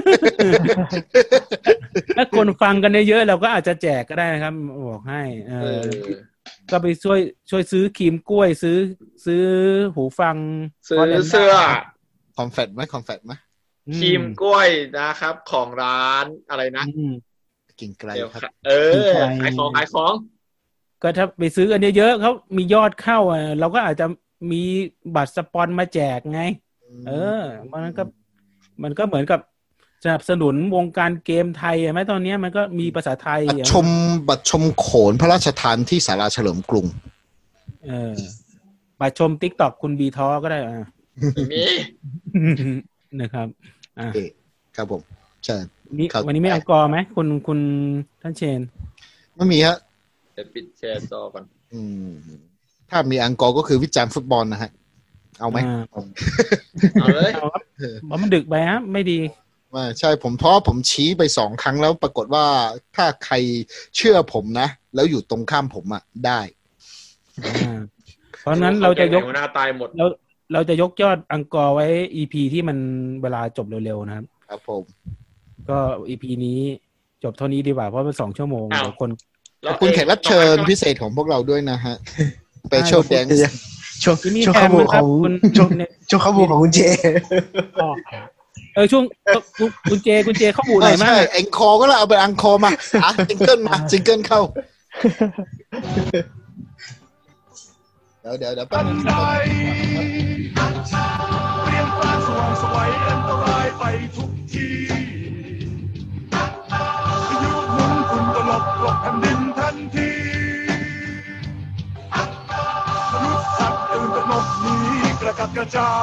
ถ้าคนฟังกันเยอะๆเราก็อาจจะแจกก็ได้นะครับบอกให้เอเอออก็ไปช่วยช่วยซื้อครีมกล้วยซื้อซื้อหูฟังซื้อเสื้อคอมแฟตไหมคอมแฟตไหมครีมกล้วยนะครับ ของร้านอะไรนะอืมกิ่งไกลเดี๋ยวครับเออขายของขายของก็ถ้าไปซื้อกันเยอะๆเขามียอดเข้าอ่ะเราก็อาจจะมีบัตรสปอนมาแจกไง เออมันก็มันก็เหมือนกับสนับสนุนวงการเกมไทยไหมตอนนี้มันก็มีภาษาไทยบัตรชมบัตรชมโขนพระราชทานที่ศาลาเฉลิมกรุงเออบัตรชมติ๊กต็อกคุณบีท้อก็ได้อ่ะมีนะครับอ่ะโอเคครับผมใช่นี่ครับวันนี้ไม่อังกอร์ไหมคุณคุณท่านเชนไม่มีฮะเดี๋ยวปิดแชร์จอก่อนอืมถ้ามีอังกอร์ก็คือวิจารณ์ฟุตบอลนะฮะเอาไหมอ่าเอาเลยเอาครับเพราะมันดึกไปฮะไม่ดีไม่ใช่ผมเพราะผมชี้ไปสองครั้งแล้วปรากฏว่าถ้าใครเชื่อผมนะ แล้วอยู่ตรงข้ามผมอ่ะได้อ่าเพราะงั้นเราจะยกหน้าตายหมดเราเราจะยกยอดอังกอร์ไว้ อี พี ที่มันเวลาจบเร็วๆนะครับครับผมก็ อี พี นี้จบเท่านี้ดีกว่าเพราะมันสองชั่วโมงอ้าวเดี๋ยวคนขอบคุณแขกรับเชิญพิเศษของพวกเราด้วยนะฮะ Special Dance ช่วงที่มีช่วงแคข้อมมูลนะขครัอบ งคุณช่วงเนี่ยช่วงข้อมูลของคุณเจเออช่วงคุณคุณเจคุณเจเข้าหมู่ไหนไม่มาใช่กแองคอร์ก็แล้วเอาไปอังคอร์มาอ่ะจิงเกิลมาจิงเกิลเข้า เดี๋ยวเดี๋ยวเดี๋ยวแป๊บนึงเปลี่ยนแปลงสว่างไสวัยอันตรายไปทุกทีพายุหมุนฝุ่นตลบหลบแผ่นดินทันทีมนุษย์สัตว์ตื่นตระหนกหนีกระจัดกระจาย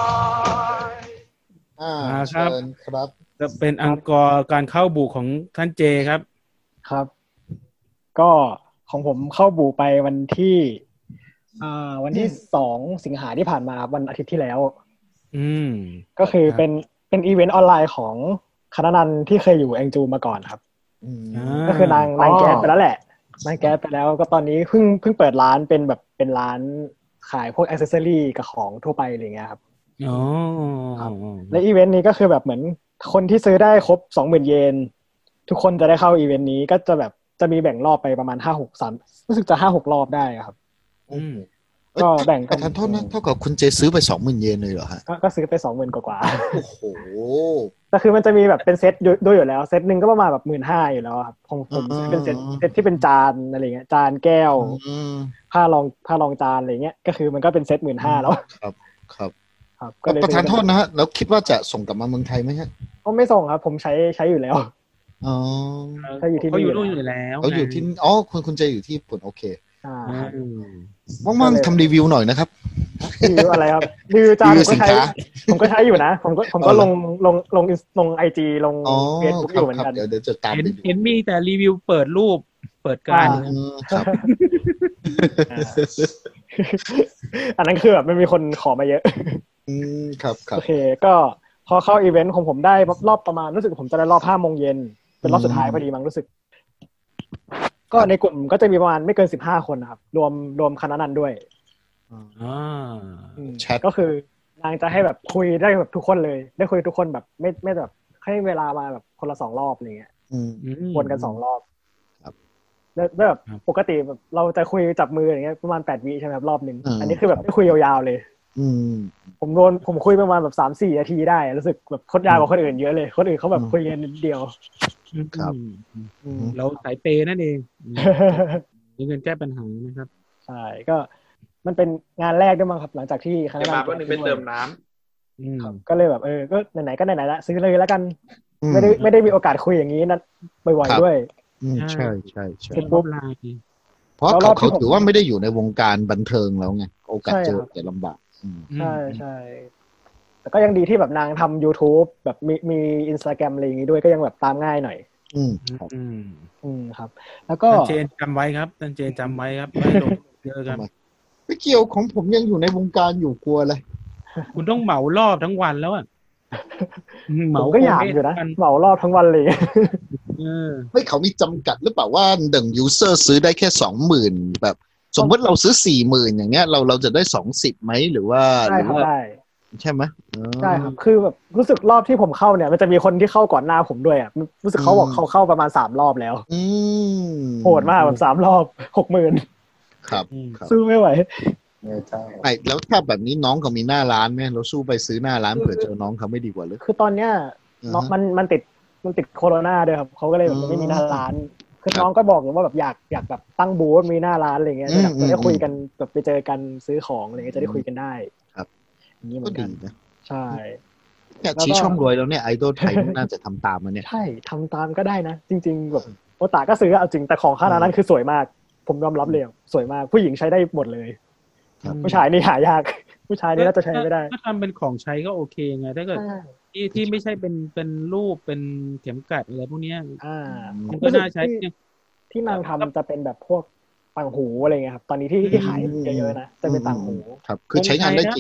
อ่าอ่าครับเชิญครับจะเป็นอังกอร์การเข้าบุกของท่านเจครับครับ ก็ของผมเข้าบูไปวันที่อ่าวันที่สองสิงหาที่ผ่านมาวันอาทิตย์ที่แล้วอืมก็คือครับเป็นเป็นอีเวนต์ออนไลน์ของคณะนันท์ที่เคยอยู่แองจูมาก่อนครับอืมอ่าก็คือนางนางแก๊สไปแล้วแหละนางแก๊สไปแล้วก็ตอนนี้เพิ่งเพิ่งเปิดร้านเป็นแบบเป็นร้านขายพวกอ็อกเซสซอรี่กับของทั่วไปอะไรเงี้ยครับอ๋อครับ และอีเวนต์นี้ก็คือแบบเหมือนคนที่ซื้อได้ครบ สองหมื่น เยนทุกคนจะได้เข้าอีเวนต์นี้ก็จะแบบจะมีแบ่งรอบไปประมาณ ห้าหก สามรู้สึกจะ ห้าหก รอบได้ครับอืมก็แบ่งประธานโทษนะเท่ากับคุณเจซื้อไปสองหมื่นเยนเลยเหรอฮะก็ก็ซื้อไป สองหมื่น กว่าโอ้โหๆแต่คือมันจะมีแบบเป็นเซตด้วยด้วยอยู่แล้วเซตหนึงก็ประมาณแบบ หนึ่งหมื่นห้าพัน อยู่แล้วครับของผมซื้อเป็นเซตเซตที่เป็นจานอะไรเงี้ยจานแก้วอืมผ้ารองผ้ารองจานอะไรเงี้ยก็คือมันก็เป็นเซต หนึ่งหมื่นห้าพัน แล้วครับครับครับก็เลยประธานโทษนะฮะแล้วคิดว่าจะส่งกลับมาเมืองไทยไหมฮะก็ไม่ส่งครับผมใช้ใช้อยู่แล้วอ๋อเขาอยู่ที่นี่เขาอยู่นู่นอยู่แล้วเขาอยู่ที่อ๋อคุณคุณเจอยู่ที่ญี่ปุ่นโอเคอ่าอืมว่างๆทำรีวิวหน่อยนะครับรีวิวอะไรครับรีวิวจานรีผวิวมก็ใช้สินค้าผมก็ใช้อยู่นะ ผมก็ผมก็อ๋อเหรลองลงลงลงไอจีลงอ๋อเฟซบุ๊กคอรับยู่เหมือนครับกันเดี๋ยวเดี๋ยวจะตามเห็นไปดูเห็นมีแต่รีวิวเปิดรูป เปิดการอ่าอืมครับอ่าอันนั้นคือแบบไม่มีคนขอมาเยอะอืมครับครับโอเค ก็พอเข้าอีเวนต์ของผมได้รอบประมาณรู้สึกผมจะได้รอบห้าโมงเย็นเป็นรอบสุดท้ายพอดีมั้งรู้สึก ก็ในกลุ่มก็จะมีประมาณไม่เกินสิบห้าคนนะครับรวมรวมคณะนันท์ด้วยอ่าอืมแชทก็คือนางจะให้แบบคุยได้แบบทุกคนเลย ได้คุยทุกคนแบบไม่ไม่แบบให้เวลามาแบบคนละสองรอบอะไรเงี้ยอืมอืมวนกันสองรอบครับแล้วแล้วแบบครับปกติแบบเราจะคุยจับมืออย่างเงี้ยประมาณแปดวิใช่ไหมครับรอบหนึ่งอืมอันนี้คือแบบได้คุยยาวๆเลยอืมผมโดนผมคุยประมาณแบบสามสี่นาทีได้รู้สึกแบบโคตรยาวกว่าคนอื่นเยอะเลยคนอื่นเขาแบบอืมคุยกันนิดเดียวครับอืมอืมเราสายเปย์นั่นเองอืมมีเงินแก้ปัญหานะครับใช่ก็มันเป็นงานแรกด้วยมั้งครับ หลังจากที่คณะเดี๋ยวกรมาร แป๊บนึงไปเติมน้ำอืมครับก็เลยแบบเออก็ไหนๆก็ไหนๆละซื้อเลยแล้วกันอืไม่ได้ไม่ได้มีโอกาสคุยอย่างนี้นะบ่อยครับๆด้วยอืมใช่ใช่ใช่เสร็จปุ๊บไลน์เพราะแล้วรเขาอบที่เขาผมถือว่าไม่ได้อยู่ในวงการบันเทิงแล้วไงโอกาสใช่เจอครับจะลำบากอืมใช่ใช่แต่ก็ยังดีที่แบบนางทำ YouTube แบบมีมีอินสตาแกรมอะไรอย่างงี้ด้วยก็ยังแบบตามง่ายหน่อยอืมครับอืมอืมครับ แล้วก็ท่านเจนจำไว้ครับท่านเจนจำไว้ครับไม่ลงเยอะครับทำไม ไม่เกี่ยวของผมยังอยู่ในวงการอยู่กลัวเลยคุณต้องเหมารอบทั้งวันแล้วอ่ะอืมเหผมามก็อยากอยู่นะทั้งวันเหมารอบทั้งวันเลยเออไม่เขามีจำกัดหรือเปล่าว่าหนึ่งยูเซอร์ซื้อได้แค่สองหมื่นแบบ สมมติเราซื้อสี่หมื่นอย่างเงี้ยเราเราจะได้สองสิบไหมหรือว่าหได้รือครับว่าได้ใช่ไหมอ๋อได้ครับ คือแบบรู้สึกรอบที่ผมเข้าเนี่ย มันจะมีคนที่เข้าก่อนหน้าผมด้วยอ่ะรู้สึกเขาบอกอืมเขาเข้าประมาณสามรอบแล้วอืมโหดมากแบบสามรอบหกหมื่นครับอืมครับสู้ไม่ไหวเนี่ยใช่ไอ้แล้วถ้าแบบนี้น้องเขามีหน้าร้านไหมเราสู้ไปซื้อหน้าร้านเผื่อเจอน้องเขาไม่ดีกว่าหรือคือตอนเนี้ยอือฮะน้องมันมันติดมันติดโควิดด้วยครับเขาก็เลยแบบอืมไม่มีหน้าร้าน คือครับน้องก็บอกอยู่ว่าแบบอยากอยากแบบตั้งบูธมีหน้าร้านอะไรเงี้ยอืมจะแบบจะได้อืมคุยกันแบบไปเจอกันซื้อของอะไรเงี้ยจะได้คุยกันได้ครับอย่างนี้เหมืก็อนกัดีนนะใช่เนี่ยแล้วก็ชี้ช่องรวยแล้วเนี่ยไอดอลไทยน่าจะทำตามมาเนี่ยใช่ทำตามก็ได้นะ จริง ๆ แบบโอตาก็ซื้อเอาจริงแต่ของค่านั้นคือสวยมาก ผมยอมรับเลยอะสวยมากผู้หญิงใช้ได้หมดเลยครับผู้ชายนี่หายาก ผู้ชายนี่น่าจะใช้ไม่ได้ถ้าทำเป็นของใช้ก็โอเคไงถ้าเกิดใช่ที่ที่ไม่ใช่เป็นเป็นรูปเป็นเข็มกลัดอะไรพวกเนี้ยอ่ามันก็น่าใช้ที่เนี่ยที่นางทำจะเป็นแบบพวกต่างหูอะไรเงี้ยครับ ตอนนี้ที่ที่ขายเยอะๆนะจะเป็นต่างหูครับ คือใช้งานได้จริง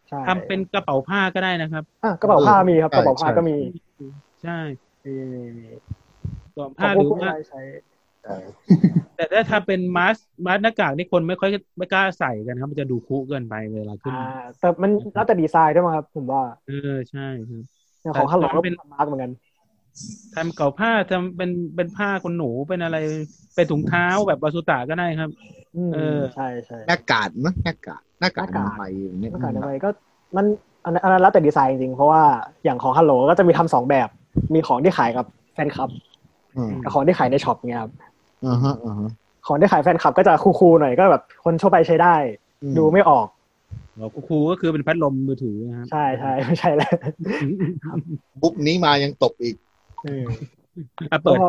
ใช่ทำเป็นกระเป๋าผ้าก็ได้นะครับอ่ะกระเป๋าผ้ามีครับใช่กระเป๋าผ้าใช่ก็มีใช่มีมีมีกระเป๋าขอผ้าง หพวรืกอผู้ว่าชายใช้ใช่แต่ถ้าทำเป็นมาสก์มาสก์หน้ากากนี่คนไม่ค่อยไม่กล้าใส่กันครับมันจะดูคุเกินไปเวลาขึ้นอ่าแต่มันแล้วแต่ดีไซน์ด้วยมั้งครับผมว่าเออใช่ครับอย่างของฮัลโหลก็เป็เป็น นมาร์กเหมือนกันทำเก่าผ้าทำเป็นเป็นผ้าขนหนูเป็นอะไรเป็นถุงเท้าแบบบาสุตะก็ได้ครับอืมเออใช่ใช่หน้ากากมั้ยหน้ากากหน้ากากหน้ากากอนามัยอย่างเงี้ยหน้ากากทำไมก็มันอันนั้นอันนั้นแล้วแต่ดีไซน์จริงๆเพราะว่าอย่างของฮัลโหลก็จะมีทำสองแบบ มีของที่ขายกับแฟนคลับอืมกับของที่ขายในช็อปเงี้ยครับอ่าฮะอ่าฮะของที่ขายแฟนคลับก็จะคูลๆหน่อยก็แบบคนทั่วไปใช้ได้อืมดูไม่ออกอ๋อครูก็คือเป็นพัดลมมือถือนะครับใช่ใช่ไม่ใช่แล้วบุ๊บนี้มายังตบอีกเอออ่ะเปิดก็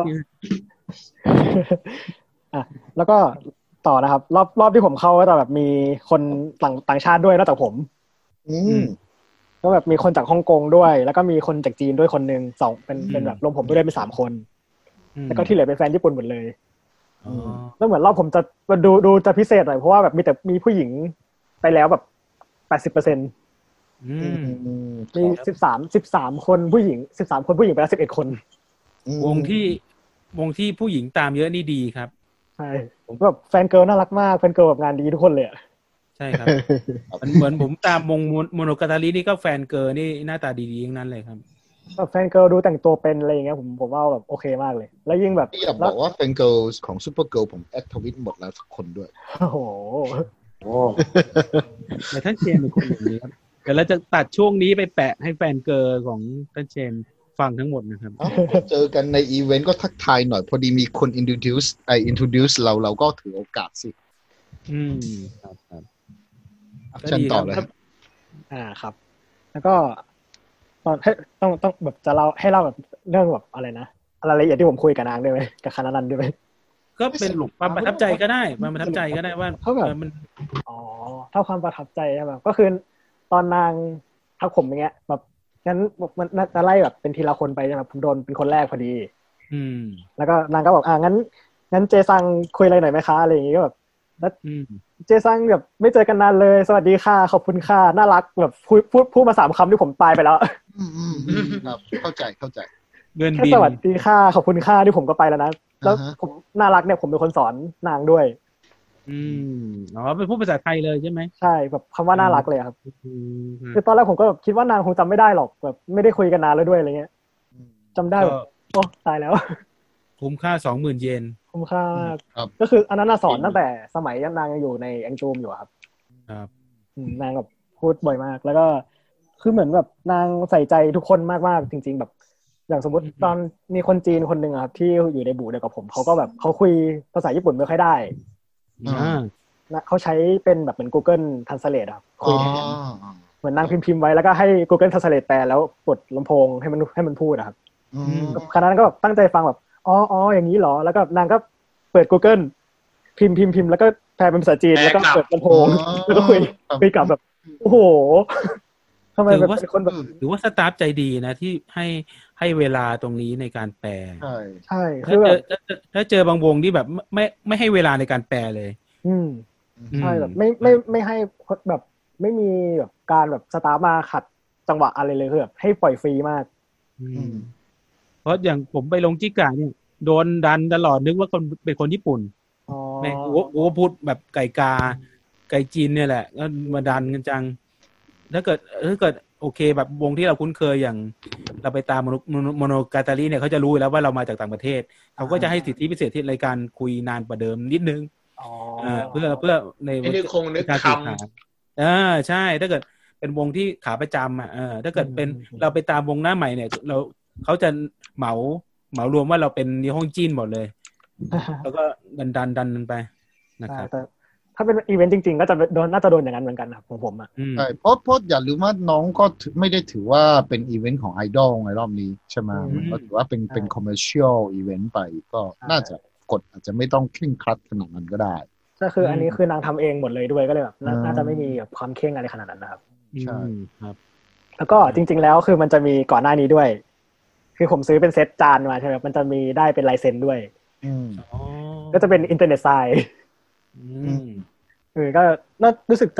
อ่ะแล้วก็ต่อนะครับ รอบรอบที่ผมเข้าก็จะแบบมีคนต่างต่างชาติด้วยนอกจากผมอืมก็แบบมีคนจากฮ่องกงด้วย แล้วก็มีคนจากจีนด้วยคนหนึ่งสองเป็นเป็นแบบรวมผมด้วยเป็นสามคนอืมแล้วก็ที่เหลือเป็นแฟนญี่ปุ่นหมดเลยอ๋อแล้วเหมือนรอบผมจะดูดูจะพิเศษหน่อยเพราะว่าแบบมีแต่มีผู้หญิงไปแล้วแบบแปดสิบเปอร์เซ็นต์อืมมีสิบสามสิบสามคนผู้หญิงสิบสามคนผู้หญิงไปแล้วสิบเอ็ดคนวงที่วงที่ผู้หญิงตามเยอะนี่ดีครับใช่ผมก็แบบแฟนเกิร์ลน่ารักมากแฟนเกิร์ลแบบงานดีทุกคนเลยอะใช่ครับมันเหมือนผมตามวงโมโนกาตาลีนี่ก็แฟนเกิร์ลนี่หน้าตาดีๆทั้งนั้นเลยครับแบบแฟนเกิร์ลดูแต่งตัวเป็นอะไรอย่างเงี้ยผมผมว่าแบบโอเคมากเลย แล้วยิ่งแบบที่อยากบอกว่าแฟนเกิร์ลของซูเปอร์เกิร์ลผมแอดทวิตหมดแล้วทุกคนด้วยโอ้โหโอ้แต่ท่านเชนเป็นคนอย่างนี้ครับเดี๋ยวเราจะตัดช่วงนี้ไปแปะให้แฟนเกิร์ลของท่านเชนฟังทั้งหมดนะครับเอ้าเจอกันในอีเวนต์ก็ทักทายหน่อย พอดีมีคน introduce ไอ introduce เราเราก็ถือโอกาสสิอืมครับครับเชิญต่อเลยครับอ่าครับ แล้วก็ตอนให้ต้องต้องแบบจะเล่าให้เล่าแบบเรื่องแบบอะไรนะรายละเอียดที่ผมคุยกับนางด้วยไหมกับคณะนันด้วยไหมก็เป็นความประทับใจก็ได้ความประทับใจก็ได้ว่าเขาแบบเออมันอ๋อเท่าความประทับใจใช่ไหมก็คือตอนนางทักผมอย่างเงี้ยแบบงั้นมันน่าจะไล่แบบเป็นทีละคนไปใช่ไหมผมโดนเป็นคนแรกพอดีอืมแล้วก็นางก็บอกอ่างั้นงั้นเจซังคุยอะไรหน่อยไหมคะอะไรอย่างงี้ก็แบบแล้วอืมเจซังแบบไม่เจอกันนานเลยสวัสดีค่ะขอบคุณค่ะน่ารักแบบพูดพูดพูดมาสามคำที่ผมตายไปแล้วอืมอืมอืมครับเข้าใจเข้าใจเงินแค่บินสวัสดีค่ะขอบคุณค่ะที่ผมก็ไปแล้วนะแล้วอ่าฮะผมน่ารักเนี่ยผมเป็นคนสอนนางด้วยอืมอ๋อเป็นพูดภาษาไทยเลยใช่ไหมใช่แบบคำว่าน่ารักเลยครับอืมคือตอนแรกผมก็แบบคิดว่านางคงจำไม่ได้หรอกแบบไม่ได้คุยกันนานแล้วด้วยอะไรเงี้ยจำได้แบบโอ้ตายแล้วคุ้มค่าสองหมื่นเยนคุ้มค่ามากครับก็คืออันนั้นน่ะสอนตั้งแต่สมัยนางยังอยู่ในแองจูมอยู่อะครับครับอืมนางแบบพูดบ่อยมาก แล้วก็คือเหมือนแบบนางใส่ใจทุกคนมากๆจริง ๆ แบบ อย่างสมมติตอนมีคนจีนคนหนึ่งอะครับที่อยู่ในบูธเดียวกับผมเขาก็แบบเขาคุยภาษาญี่ปุ่นไม่ค่อยได้อ่านะเขาใช้เป็นแบบเหมือน Google Translate อะครับคุอ๋ยอแทนเหมือนนางพิมพ์พิมพ์ไว้แล้วก็ให้ Google Translate แปลแล้วกดลำโพงให้มันให้มันพูดอะครับอืมคณะนั้นก็แบบตั้งใจฟังแบบอ๋ออ๋ออย่างนี้เหรอแล้วก็นางก็เปิด Google พิมพ์พิมพ์พิมพ์แล้วก็แปลเป็นภาษาจีนแล้วก็เปิดลำโพงแล้วก็คุยคุยกับแบบโอ้โหทำไมถือแบบว่าเป็นคนแบบถือว่าสตาฟใจดีนะที่ให้ให้เวลาตรงนี้ในการแปลใช่ใช่คืถ้าอเจแบอบ ถ้าเจอถ้าเจอบางวงที่แบบไม่ไม่ให้เวลาในการแปลเลยอืม ใช่แบบไม่ไม่ไม่ให้แบบไม่มีแบบการแบบสตาฟมาขัดจังหวะอะไรเลยคือแบบให้ปล่อยฟรีมากอืมเพราะอย่างผมไปลงจิกาเนี่ยโดนดันตลอดนึกว่าคนเป็นคนญี่ปุ่นอ๋อแม่งโอ้โหพูดแบบไก่กาไก่จีนเนี่ยแหละก็มาดันกันจัง ถ้าเกิดถ้าเกิดโอเคแบบวงที่เราคุ้นเคยอย่าง เราไปตามโมโนโมโนกาตาลีเนี่ยเขาจะรู้อยู่แล้วว่าเรามาจากต่างประเทศเขาก็จะให้สิทธิพิเศษที่รายการคุยนานกว่าเดิมนิดนึงอ๋ออ่าเพื่อเพื่อในไอ้นี่คงนึกการคสื่อสารอ่าใช่ ถ้าเกิดเป็นวงที่ขาประจำอ่ะเออถ้าเกิดเป็นเราไปตามวงหน้าใหม่เนี่ย เราเขาจะเหมาเหมารวมว่าเราเป็นนิฮงจีนหมดเลย แล้วก็ดันดันดันไปนะครับแต่ถ้าเป็นอีเวนต์จริงๆ ก็จะโดนน่าจะโดนอย่างนั้นเหมือนกันครับของผมอ่ะอืมใช่เพราะเพราะอย่าลืมว่าน้องก็ถือไม่ได้ถือว่าเป็นอีเวนต์ของไอดอลในรอบนี้ใช่ไหมอืมมันก็ถือว่าเป็นเป็นคอมเมอร์เชียลอีเวนต์ไปก็ใช่น่าจะกฎอาจจะไม่ต้องเคร่งครัดขนาดนั้นก็ได้ก็คืออันนี้คือนางทำเองหมดเลยด้วยก็เลยแบบน่าอ่าน่าจะไม่มีแบบความเคร่งอะไรขนาดนั้นนะครับใช่อืมครับแล้วก็จริง ๆ แล้วคือมันจะมีก่อนหน้านี้ด้วย คือผมซื้อเป็นเซตจานมาใช่ไหมมันจะมีได้เป็นลายเซ็นด้วยอืมอ๋อก็จะเป็นอินเทอร์เน็ตไซน์อืมเออก็น่ารู้สึกจะจัด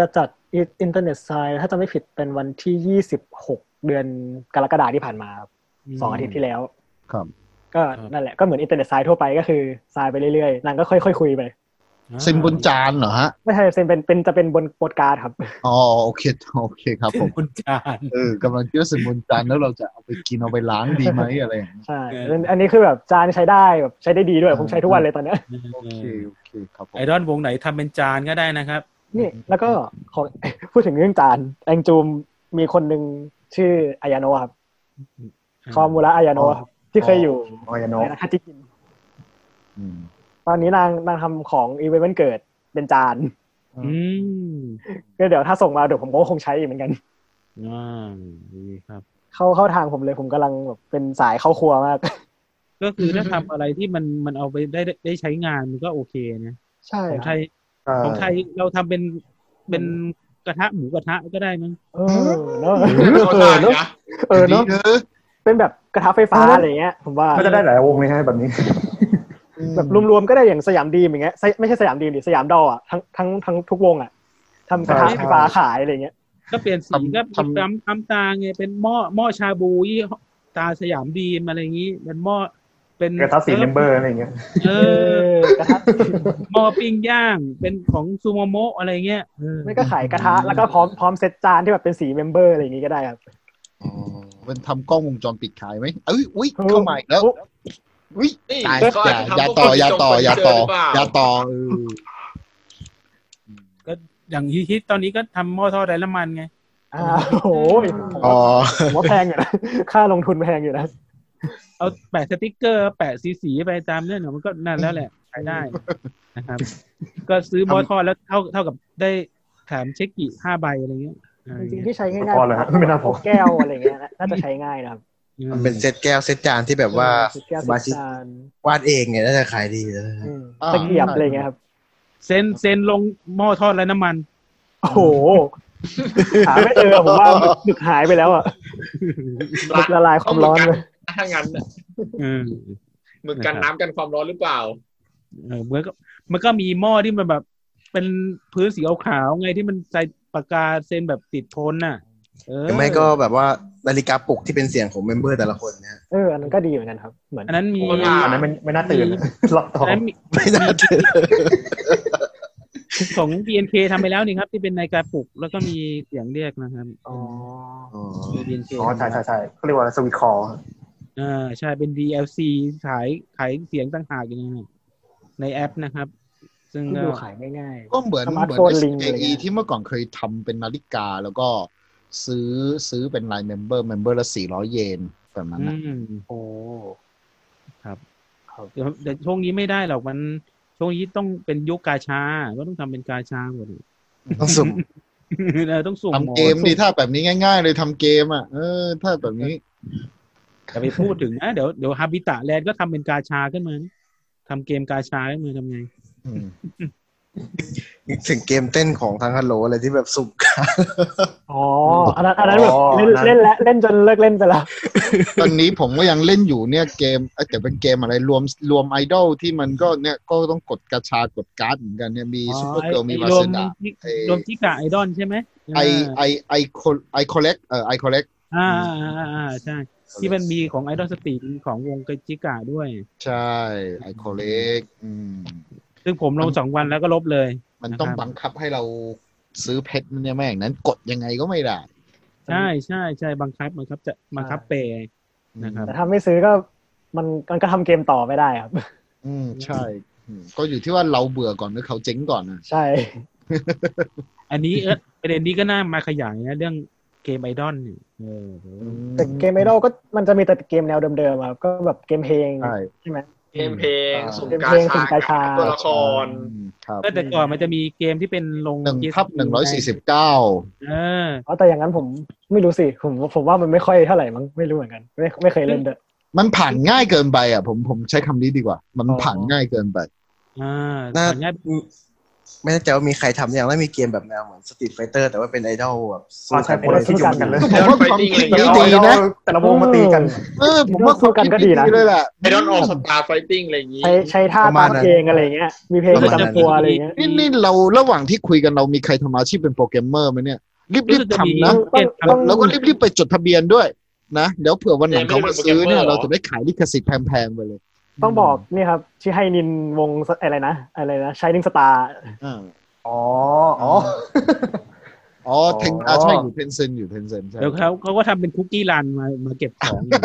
อินเทอร์เน็ตไซด์ถ้าจะไม่ผิดเป็นวันที่ยี่สิบหกเดือนกรกฎาคมที่ผ่านมาครับสองอาทิตย์ที่แล้วครับก็นั่นแหละก็เหมือนอินเทอร์เน็ตไซด์ทั่วไปก็คือไซด์ไปเรื่อยๆนางก็ค่อยๆคุยไปเซ็นบนจานเหรอฮะไม่ใช่เซ็นเป็นเป็นจะเป็นบนโปสการ์ดครับอ๋อโอเคโอเคครับผมบนจานเออกำลังคิดว่าเซ็นบนจานแล้วเราจะเอาไปกินเอาไปล้างดีไหมอะไรอย่างนี้ใช่อันนี้คือแบบจานใช้ได้แบบใช้ได้ดีด้วยผมใช้ทุกวันเลยตอนนี้โอเคโอเคครับผมไอดอลวงไหนทำเป็นจานก็ได้นะครับนี่แล้วก็ของพูดถึงเรื่องจานแองจูมมีคนหนึ่งชื่ออายาโนะครับคอมูระอายาโนะที่เคยอยู่อายาโนะนะคาจิกินตอนนี้นางนางทำของอีเวนต์วันเกิดเป็นจานอืมก็เดี๋ยวถ้าส่งมาเดี๋ยวผมก็คงใช้เหมือนกันอ่าดีครับเข้าเข้าทางผมเลยผมกำลังแบบเป็นสายเข้าครัวมากก็คือถ้าทำอะไรที่มันมันเอาไปได้ได้ใช้งานมันก็โอเคนะใช่ของไทยของไทยเราทำเป็นเป็นกระทะหมูกระทะก็ได้มั้งเออเนาะเออเนาะเออเนาะเป็นแบบกระทะไฟฟ้าอะไรเงี้ยผมว่าก็จะได้หลายวงเลยฮะแบบนี้แบบรวมๆก็ได้อย่างสยามดีมอย่างเงี้ยไม่ใช่สยามดีมดิสยามดออ่ะทั้งทั้งทั้งทุกวงอ่ะทำกระทะไฟฟ้าขายอะไรเงี้ยก็เปลี่ยนสีก็ทำทำตาไงเป็นหม้อหม้อชาบูยี่ตาสยามดีมอะไรอย่างงี้เป็นหม้อเป็นกระทะสีเมมเบอร์อะไรเงี้ยเออกระทะหม้อปิ้งย่างเป็นของซูโมโมะอะไรเงี้ยไม่ก็ขายกระทะแล้วก็พร้อมพร้อมเซตจานที่แบบเป็นสีเมมเบอร์อะไรอย่างงี้ก็ได้ครับอ๋อเป็นทำกล้องวงจรปิดขายไหมเอ้ยอุ้ยเข้ามาอีกแล้วอุ้ยตายอย่าต่ออย่าต่ออย่าต่ออย่าต่อก็อย่างฮิตตอนนี้ก็ทำหม้อทอดไร้น้ำมันไงอ้าวโอ้ยอ๋อผมว่าแพงอยู่นะค่าลงทุนแพงอยู่นะเอาแปะสติ๊กเกอร์แปะสีๆไปตามเนี่ยมันก็นั่นแล้วแหละใช้ได้นะครับก็ซื้อหม้อทอดแล้วเท่าเท่ากับได้แถมเช็คกี่ห้าใบอะไรเงี้ยจริงๆที่ใช้ง่ายๆไม่น่าพอแก้วอะไรเงี้ยน่าจะใช้ง่ายนะครับมันเป็นเซตแก้วเซตจานที่แบบว่าสมาชิกวาดเองเนี่ยน่าจะขายดีเลยตะเกียบอะไรเงี้ยครับเซนเซนลงหม้อทอดไร้น้ำมันโอ้โหหาไม่เจอผมว่าหมึกหายไปแล้วอ่ะหมึกละลายความร้อนเลยถ้างั้นหมึกกันน้ำกันความร้อนหรือเปล่าเออมันก็มันก็มีหม้อที่มันแบบเป็นพื้นสีขาวๆไงที่มันใส่ปากกาเซนแบบติดทนน่ะเออไม่ก็แบบว่านาฬิกาปลุกที่เป็นเสียงของเมมเบอร์แต่ละคนเนี่ยเอออันนั้นก็ดีเหมือนกันครับเหมือนอันนั้นมีอันนั้นไม่ไม่น่าตื่นล็อกต่อไม่น่าตื่นของ บี เอ็น เค ทำไปแล้วนี่ครับที่เป็นนาฬิกาปลุกแล้วก็มีเสียงเรียกนะครับอ๋อบี เอ็น เคอ๋อใช่ใช่ใช่เขาเรียกว่าสวิตช์คอลอ่าใช่เป็น ดี แอล ซี ขายขายเสียงต่างหากอย่างนี้ในแอปนะครับซึ่งก็ดูขายง่ายๆก็เหมือนเหมือน เอส เค อี ที่เมื่อก่อนเคยทำเป็นนาฬิกาแล้วก็ซื้อซื้อเป็นรายเมมเบอร์เมมเบอร์ละสี่ร้อยเยนแบบนั้นนะโอ้ครับเดี๋ยวแต่ช่วงนี้ไม่ได้หรอกมันช่วงนี้ต้องเป็นยุคกาชาก็ต้องทำเป็นกาชาหมดต้องสุ่มเออต้องสุ่มทำเกมดีถ้าแบบนี้ง่ายๆเลยทำเกมอ่ะเออถ้าแบบนี้จะไปพูดถึงนะเดี๋ยวเดี๋ยวฮาบิตะแลนด์ก็ทำเป็นกาชาขึ้นมาทำเกมกาชาขึ้นมาทำไงถึงเกมเต้นของทางฮัลโหลอะไรที่แบบสุ่มกันอ๋ออันนั้นอันนั้นแบบเล่นเล่นแล้วเล่นจนเลิกเล่นไปแล้วตอนนี้ผมก็ยังเล่นอยู่เนี่ยเกมแต่เป็นเกมอะไรรวมรวมไอดอลที่มันก็เนี่ยก็ต้องกดกาชากดการ์ดเหมือนกันเนี่ยมีซุปเปอร์เกิร์ลมีวาสดารวมจิกะไอดอลใช่ไหมไอไอไอโคไอคอลเลกเออไอคอลเลกอ่าอ่าอ่าใช่ที่มันมีของไอดอลสตรีทของวงจิกะด้วยใช่ไอคอลเลกอืมซึ่งผมลงสองวันแล้วก็ลบเลยมันต้องบังคับให้เราซื้อเพชรเนี่ยแม่งนั้นกดยังไงก็ไม่ได้ใช่ใช่ใช่บังคับบังคับจะบังคับเปย์นะครับแต่ถ้าไม่ซื้อก็มันมันก็ทำเกมต่อไม่ได้ครับอืมใช่ก็อยู่ที่ว่าเราเบื่อก่อนหรือเขาเจ๊งก่อนนะใช่อันนี้เออประเด็นนี้ก็น่ามาขยายนะเรื่องเกมไอดอลเนี่ยแต่เกมไอดอลก็มันจะมีแต่เกมแนวเดิมๆครับก็แบบเกมเพลงใช่ไหมเกมเพลงสุ่มกาชาตัวละครก็แต่ก่อนมันจะมีเกมที่เป็นลงหนึ่งทับหนึ่งร้อยสี่สิบเก้าเอออ๋อแต่อย่างนั้นผมไม่รู้สิผมผมว่ามันไม่ค่อยเท่าไหร่มั้งไม่รู้เหมือนกันไม่ไม่เคยเล่นด้วยมันผ่านง่ายเกินไปอ่ะผมผมใช้คำนี้ดีกว่ามันผ่านง่ายเกินไปอ่าผ่านง่ายไม่แน่ใจว่ามีใครทำอย่างแล้วมีเกมแบบแนวเหมือนสตรีทไฟเตอร์แต่ว่าเป็นไอดอลแบบสู้อ๋อใช่กันคนละสู้กันกันเลยผมว่าความคิดนี้ดีนะแต่ละวงมาตีกันเออผมว่าความคิดนี้ดีเลยแหละไอดอลออสตาร์ไฟติ้งอะไรอย่างงี้ใช้ใช้ท่าตามเพลงอะไรเงี้ยมีเพลงประจำตัวอะไรเงี้ยนี่นี่เราระหว่างที่คุยกันเรามีใครทำอาชีพเป็นโปรแกรมเมอร์ไหมเนี่ยรีบๆทำนะต้องแล้วก็รีบๆไปจดทะเบียนด้วยนะเดี๋ยวเผื่อวันหลังเขามาซื้อเนี่ยเราจะได้ขายลิขสิทธิ์แพงๆไปเลยต้องบอกนี่ครับชิไฮนินวงอะไรนะอะไรนะ Shining Star อ่าอ๋ออ๋ออ๋อเทนอ่าใช่อยู่เทนเซนอยู่เทนเซนใช่เดี๋ยวเขาเขาก็ทำเป็นคุกกี้รันมามาเก็บของอยู่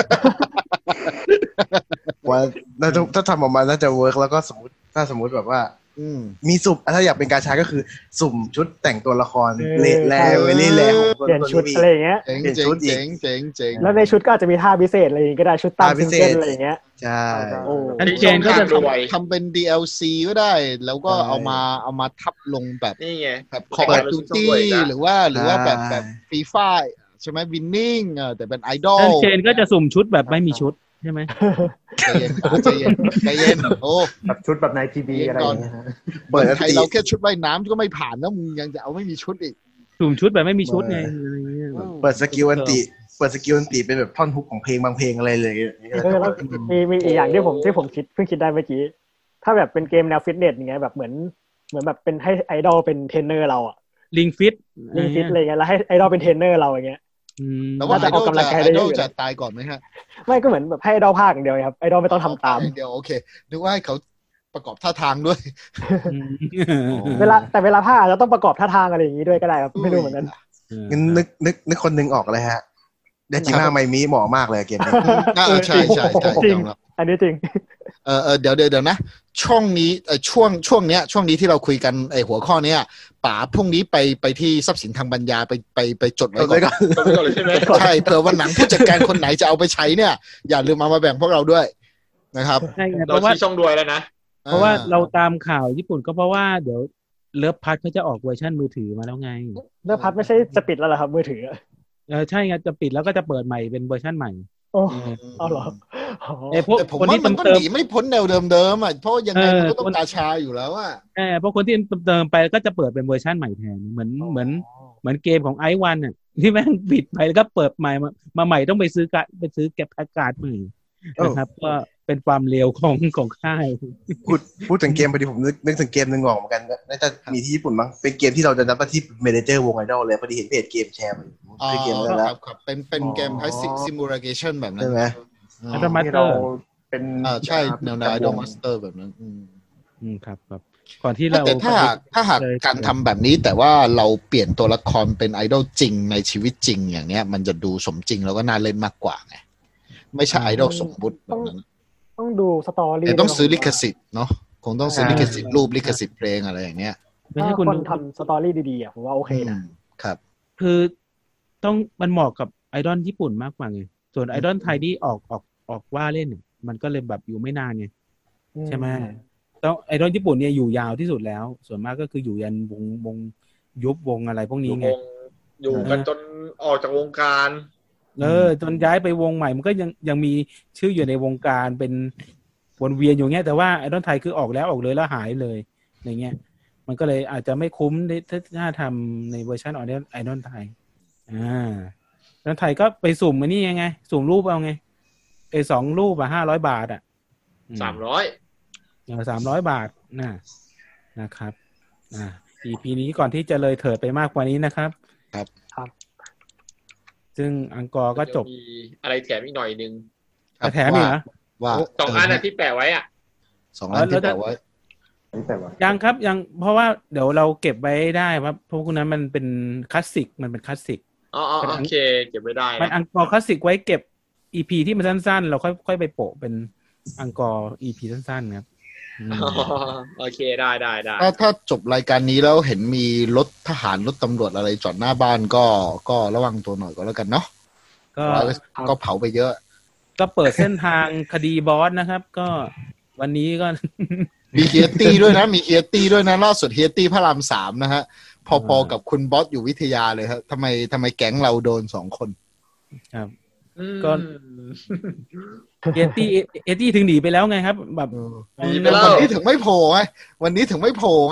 ว่าน่าจะถ้าทำออกมาน่าจะเวิร์กแล้วก็สมมติถ้าสมมติแบบว่าอืมมีสุ่มถ้าอยากเป็นกาชาก็คือสุ่มชุดแต่งตัวละครเออเลแลเวลี่แลของตัวเปลี่ยนชุดนี้อะไรเงี้ยเจ๋งเปลี่ยนเจ๋ชุงดอีกเจ๋งเจ๋งเจ๋งแล้วในชุดก็อาจจะมีท่าพิเศษอะไรอย่างงี้ก็ได้ชุดตามท่าพิซิงเศษเกิลอะไรอย่างเงี้ยใช่โอ้อันเจนก็จะรวยทำเป็น ดี แอล ซี ก็ได้ แล้วก็เอามาเอามาทับลงแบบนี่ไงแบบคอร์ดดูตี้หรือว่าหรือว่าแบบแบบฟีฟ่าใช่ไหมวินนิ่งแต่เป็นไอดอลอันเจนก็จะสุ่มชุดแบบไม่มีชุดใช่ไหมใจเย็นใจเย็นใจเย็นโอ้แบบชุดแบบในทีวีอะไรอย่างเงี้ยฮะเปิดไทยเราแค่ชุดว่ายน้ำก็ไม่ผ่านแล้วมึงยังจะเอาไม่มีชุดอีกสุ่มชุดแบบไม่มีชุดไงอะไรเงี้ยเปิดสกิลอันติเปิดสกิลอันติเป็นแบบท่อนฮุกของเพลงบางเพลงอะไรเลยเออแล้วมีมีอีกอย่างที่ผมที่ผมคิดเพิ่งคิดได้เมื่อกี้ถ้าแบบเป็นเกมแนวฟิตเนสอย่างเงี้ยแบบเหมือนเหมือนแบบเป็นให้ไอดอลเป็นเทรนเนอร์เราอะลิงฟิตลิงฟิตอะไรเงี้ยแล้วให้ไอดอลเป็นเทรนเนอร์เราอย่างเงี้ยแล้วว่าไอน่าจะดอออกลกำลัจะงกายไอได้ดเยอลอะอยู่จะนะตายก่อนไหมฮะไม่ก็เหมือนแบบให้ไอดอลภาคอย่างเดียวครับไอดอลไม่ต้องทำตามเดี๋ยวโอเคนึกว่าให้เขาประกอบท่าทางด้วยเวลาแต่เวลาภาคอาจจะต้องประกอบท่าทางอะไรอย่างงี้ด้วยก็ได้ครับไม่รู้เหมือนกันงั้นนึกนึกนึกคนนึงออกเลยฮะเดจิน่าไมมิเหมาะมากเลยเกมนี้อ่าใช่ใช่ใช่จริงยอมรับอันนี้จริงเออเออเดี๋ยวเดี๋ยวเดี๋ยวนะช่วงนี้เออช่วงช่วงเนี้ยช่วงนี้ที่เราคุยกันไอหัวข้อเนี้ยป๋าพรุ่งนี้ไปไปที่ทรัพย์สินทางปัญญาไปไปไปจดไว้ก่อนจดไว้ก่อนเลยใช่ไหมใช่เผื่อวันหลังผู้จัดการคนไหนจะเอาไปใช้เนี่ย อย่าลืมเอามาแบ่งพวกเราด้วยนะครับใช่ไงเพเราราะว่าชี้ช่องด้วยแล้วนะเพราะว่าเราตามข่าวญี่ปุ่นก็เพราะว่าเดี๋ยวเลิฟพัทเขาจะออกเวอร์ชันมือถือมาแล้วไงเลิฟพัทไม่ใช่จะปิดแล้วเหรอครับมือถือเออใช่ไงจะปิดแล้วก็จะเปิดใหม่เป็นเวอร์ชันใหม่โอ้เอาเหรออ๋อไอ้พวกแต่ผมคนว่าที่มันก็เติมหนีไม่พ้นแนวเดิมๆอ่ะเพราะยังไงเออมันก็ต้องกาชาอยู่แล้วอ่ะเออเพราะคนที่เติมไปก็จะเปิดเป็นเวอร์ชันใหม่แทนเหมือนเหมือนเหมือนเกมของไอวันน่ะที่แม่งปิดไปแล้วก็เปิดใหม่มามาใหม่ต้องไปซื้อการไปซื้อแก็บแพ็กการ์ดใหม่นะครับก็เป็นความเร็วของของค่ายพูดพูดถึงเกมพอดีผมนึกนึกถึงเกมหนึ่งออกเหมือนกันน่าจะมีที่ญี่ปุ่นมั้งเป็นเกมที่เราจะนับว่าที่เมเนเจอร์วงไอดอลเลยพอดีเห็นเพจเกมแชร์มันอ๋อคือเกมอะไรคแล้รัวบครับเป็นเป็นเกมคล้ายซิมูเลชันแบบนั้นใช่ไหมอัตมาที่เตอเราร์เป็นอ่าใช่แนวแนวไอดอลมาสเตอร์แบบนั้นอืมอืมครับครับก่อนที่เราแต่ถ้าหากถ้าหากการทำแบบนี้แต่ว่าเราเปลี่ยนตัวละครเป็นไอดอลจริงในชีวิตจริงอย่างเนี้ยมันจะดูสมจริงแล้วก็น่าเล่นมากกว่าไงไม่ใช่ไอดอลสมมุติแบบนั้นต้องดูสตอรี่แต่ต้องซื้อลิขสิทธิ์เนาะคงต้องซื้อลิขสิทธิ์รูปลิขสิทธิ์เพลงอะไรอย่างเงี้ยไม่ถ้าใช่คุณคนทำสตอรี่ดีๆอ่ะผมว่าโอเคนะครับคือต้องมันเหมาะกับไอดอลญี่ปุ่นมากกว่าไงส่วนไอดอลไทยที่ออกออกออกว่าเล่นเนี่ยมันก็เลยแบบอยู่ไม่นานไงใช่ไหมต้องไอดอลญี่ปุ่นเนี่ยอยู่ยาวที่สุดแล้ว ส่วนมากก็คืออยู่ยันวงวงยุบวงอะไรพวกอนี้ยู่ไงวงอยู่กันจนออกจากวงการเออจนย้ายไปวงใหม่มันก็ยังยังมีชื่ออยู่ในวงการเป็นวนเวียนอยู่เงี้ยแต่ว่าไอดอลไทยคือออกแล้วออกเลยแล้วหายเลยอย่างเงี้ยมันก็เลยอาจจะไม่คุ้มถ้าถ้าทำในเวอร์ชันออเดอร์ไอดอลไทยอ่าไอดอลไทยก็ไปสุ่มอันนี้ยังไงสุ่มรูปเอาไงไอสองรูปอ่ะห้าร้อยบาทอ่ะสามร้อยเออสามร้อยบาทนะนะครับอ่า อี พี นี้ก่อนที่จะเลยเถิดไปมากกว่านี้นะครับครับครับซึ่งอังกอร์ก็จบมีอะไรแถมอีกหน่อยนึงแถมอีกเหรอว่าสองอันน่ะที่แปะไว้อ่ะสองอันที่แปะไว้แต่ว่ายังครับยังเพราะว่าเดี๋ยวเราเก็บไว้ได้ว่าพวกนั้นมันเป็นคลาสสิกมันเป็นคลาสสิกอ๋อโอเคเก็บไว้ได้มันนะอังกอร์คลาสสิกไว้เก็บ อี พี ที่มันสั้นๆเราค่อยค่อยไปโปะเป็นอังกอร์ อี พี สั้นๆครับอืมอ๋อโอเคได้ได้ได้ถ้าถ้าจบรายการนี้แล้วเห็นมีรถทหารรถตำรวจอะไรจอดหน้าบ้านก็ก็ระวังตัวหน่อยก็แล้วกันเนาะก็ก็เผาไปเยอะก็เปิดเส้นทางคดีบอสนะครับ ก็วันนี้ก็มีเฮียตี้ด้วยนะ มีเฮียตี้ด้วยนะล่าสุดเฮียตี้พระรามสามนะฮะ พอๆกับคุณบอสอยู่วิทยาเลยครับทำไมทำไมแก๊งเราโดนสองคนครับอืมก็ เอตี้เอตี้ถึงหนีไปแล้วไงครับ แบบหนีไปแล้ววันนี้ถึงไม่โผล่ไงวันนี้ถึงไม่โผล่ไง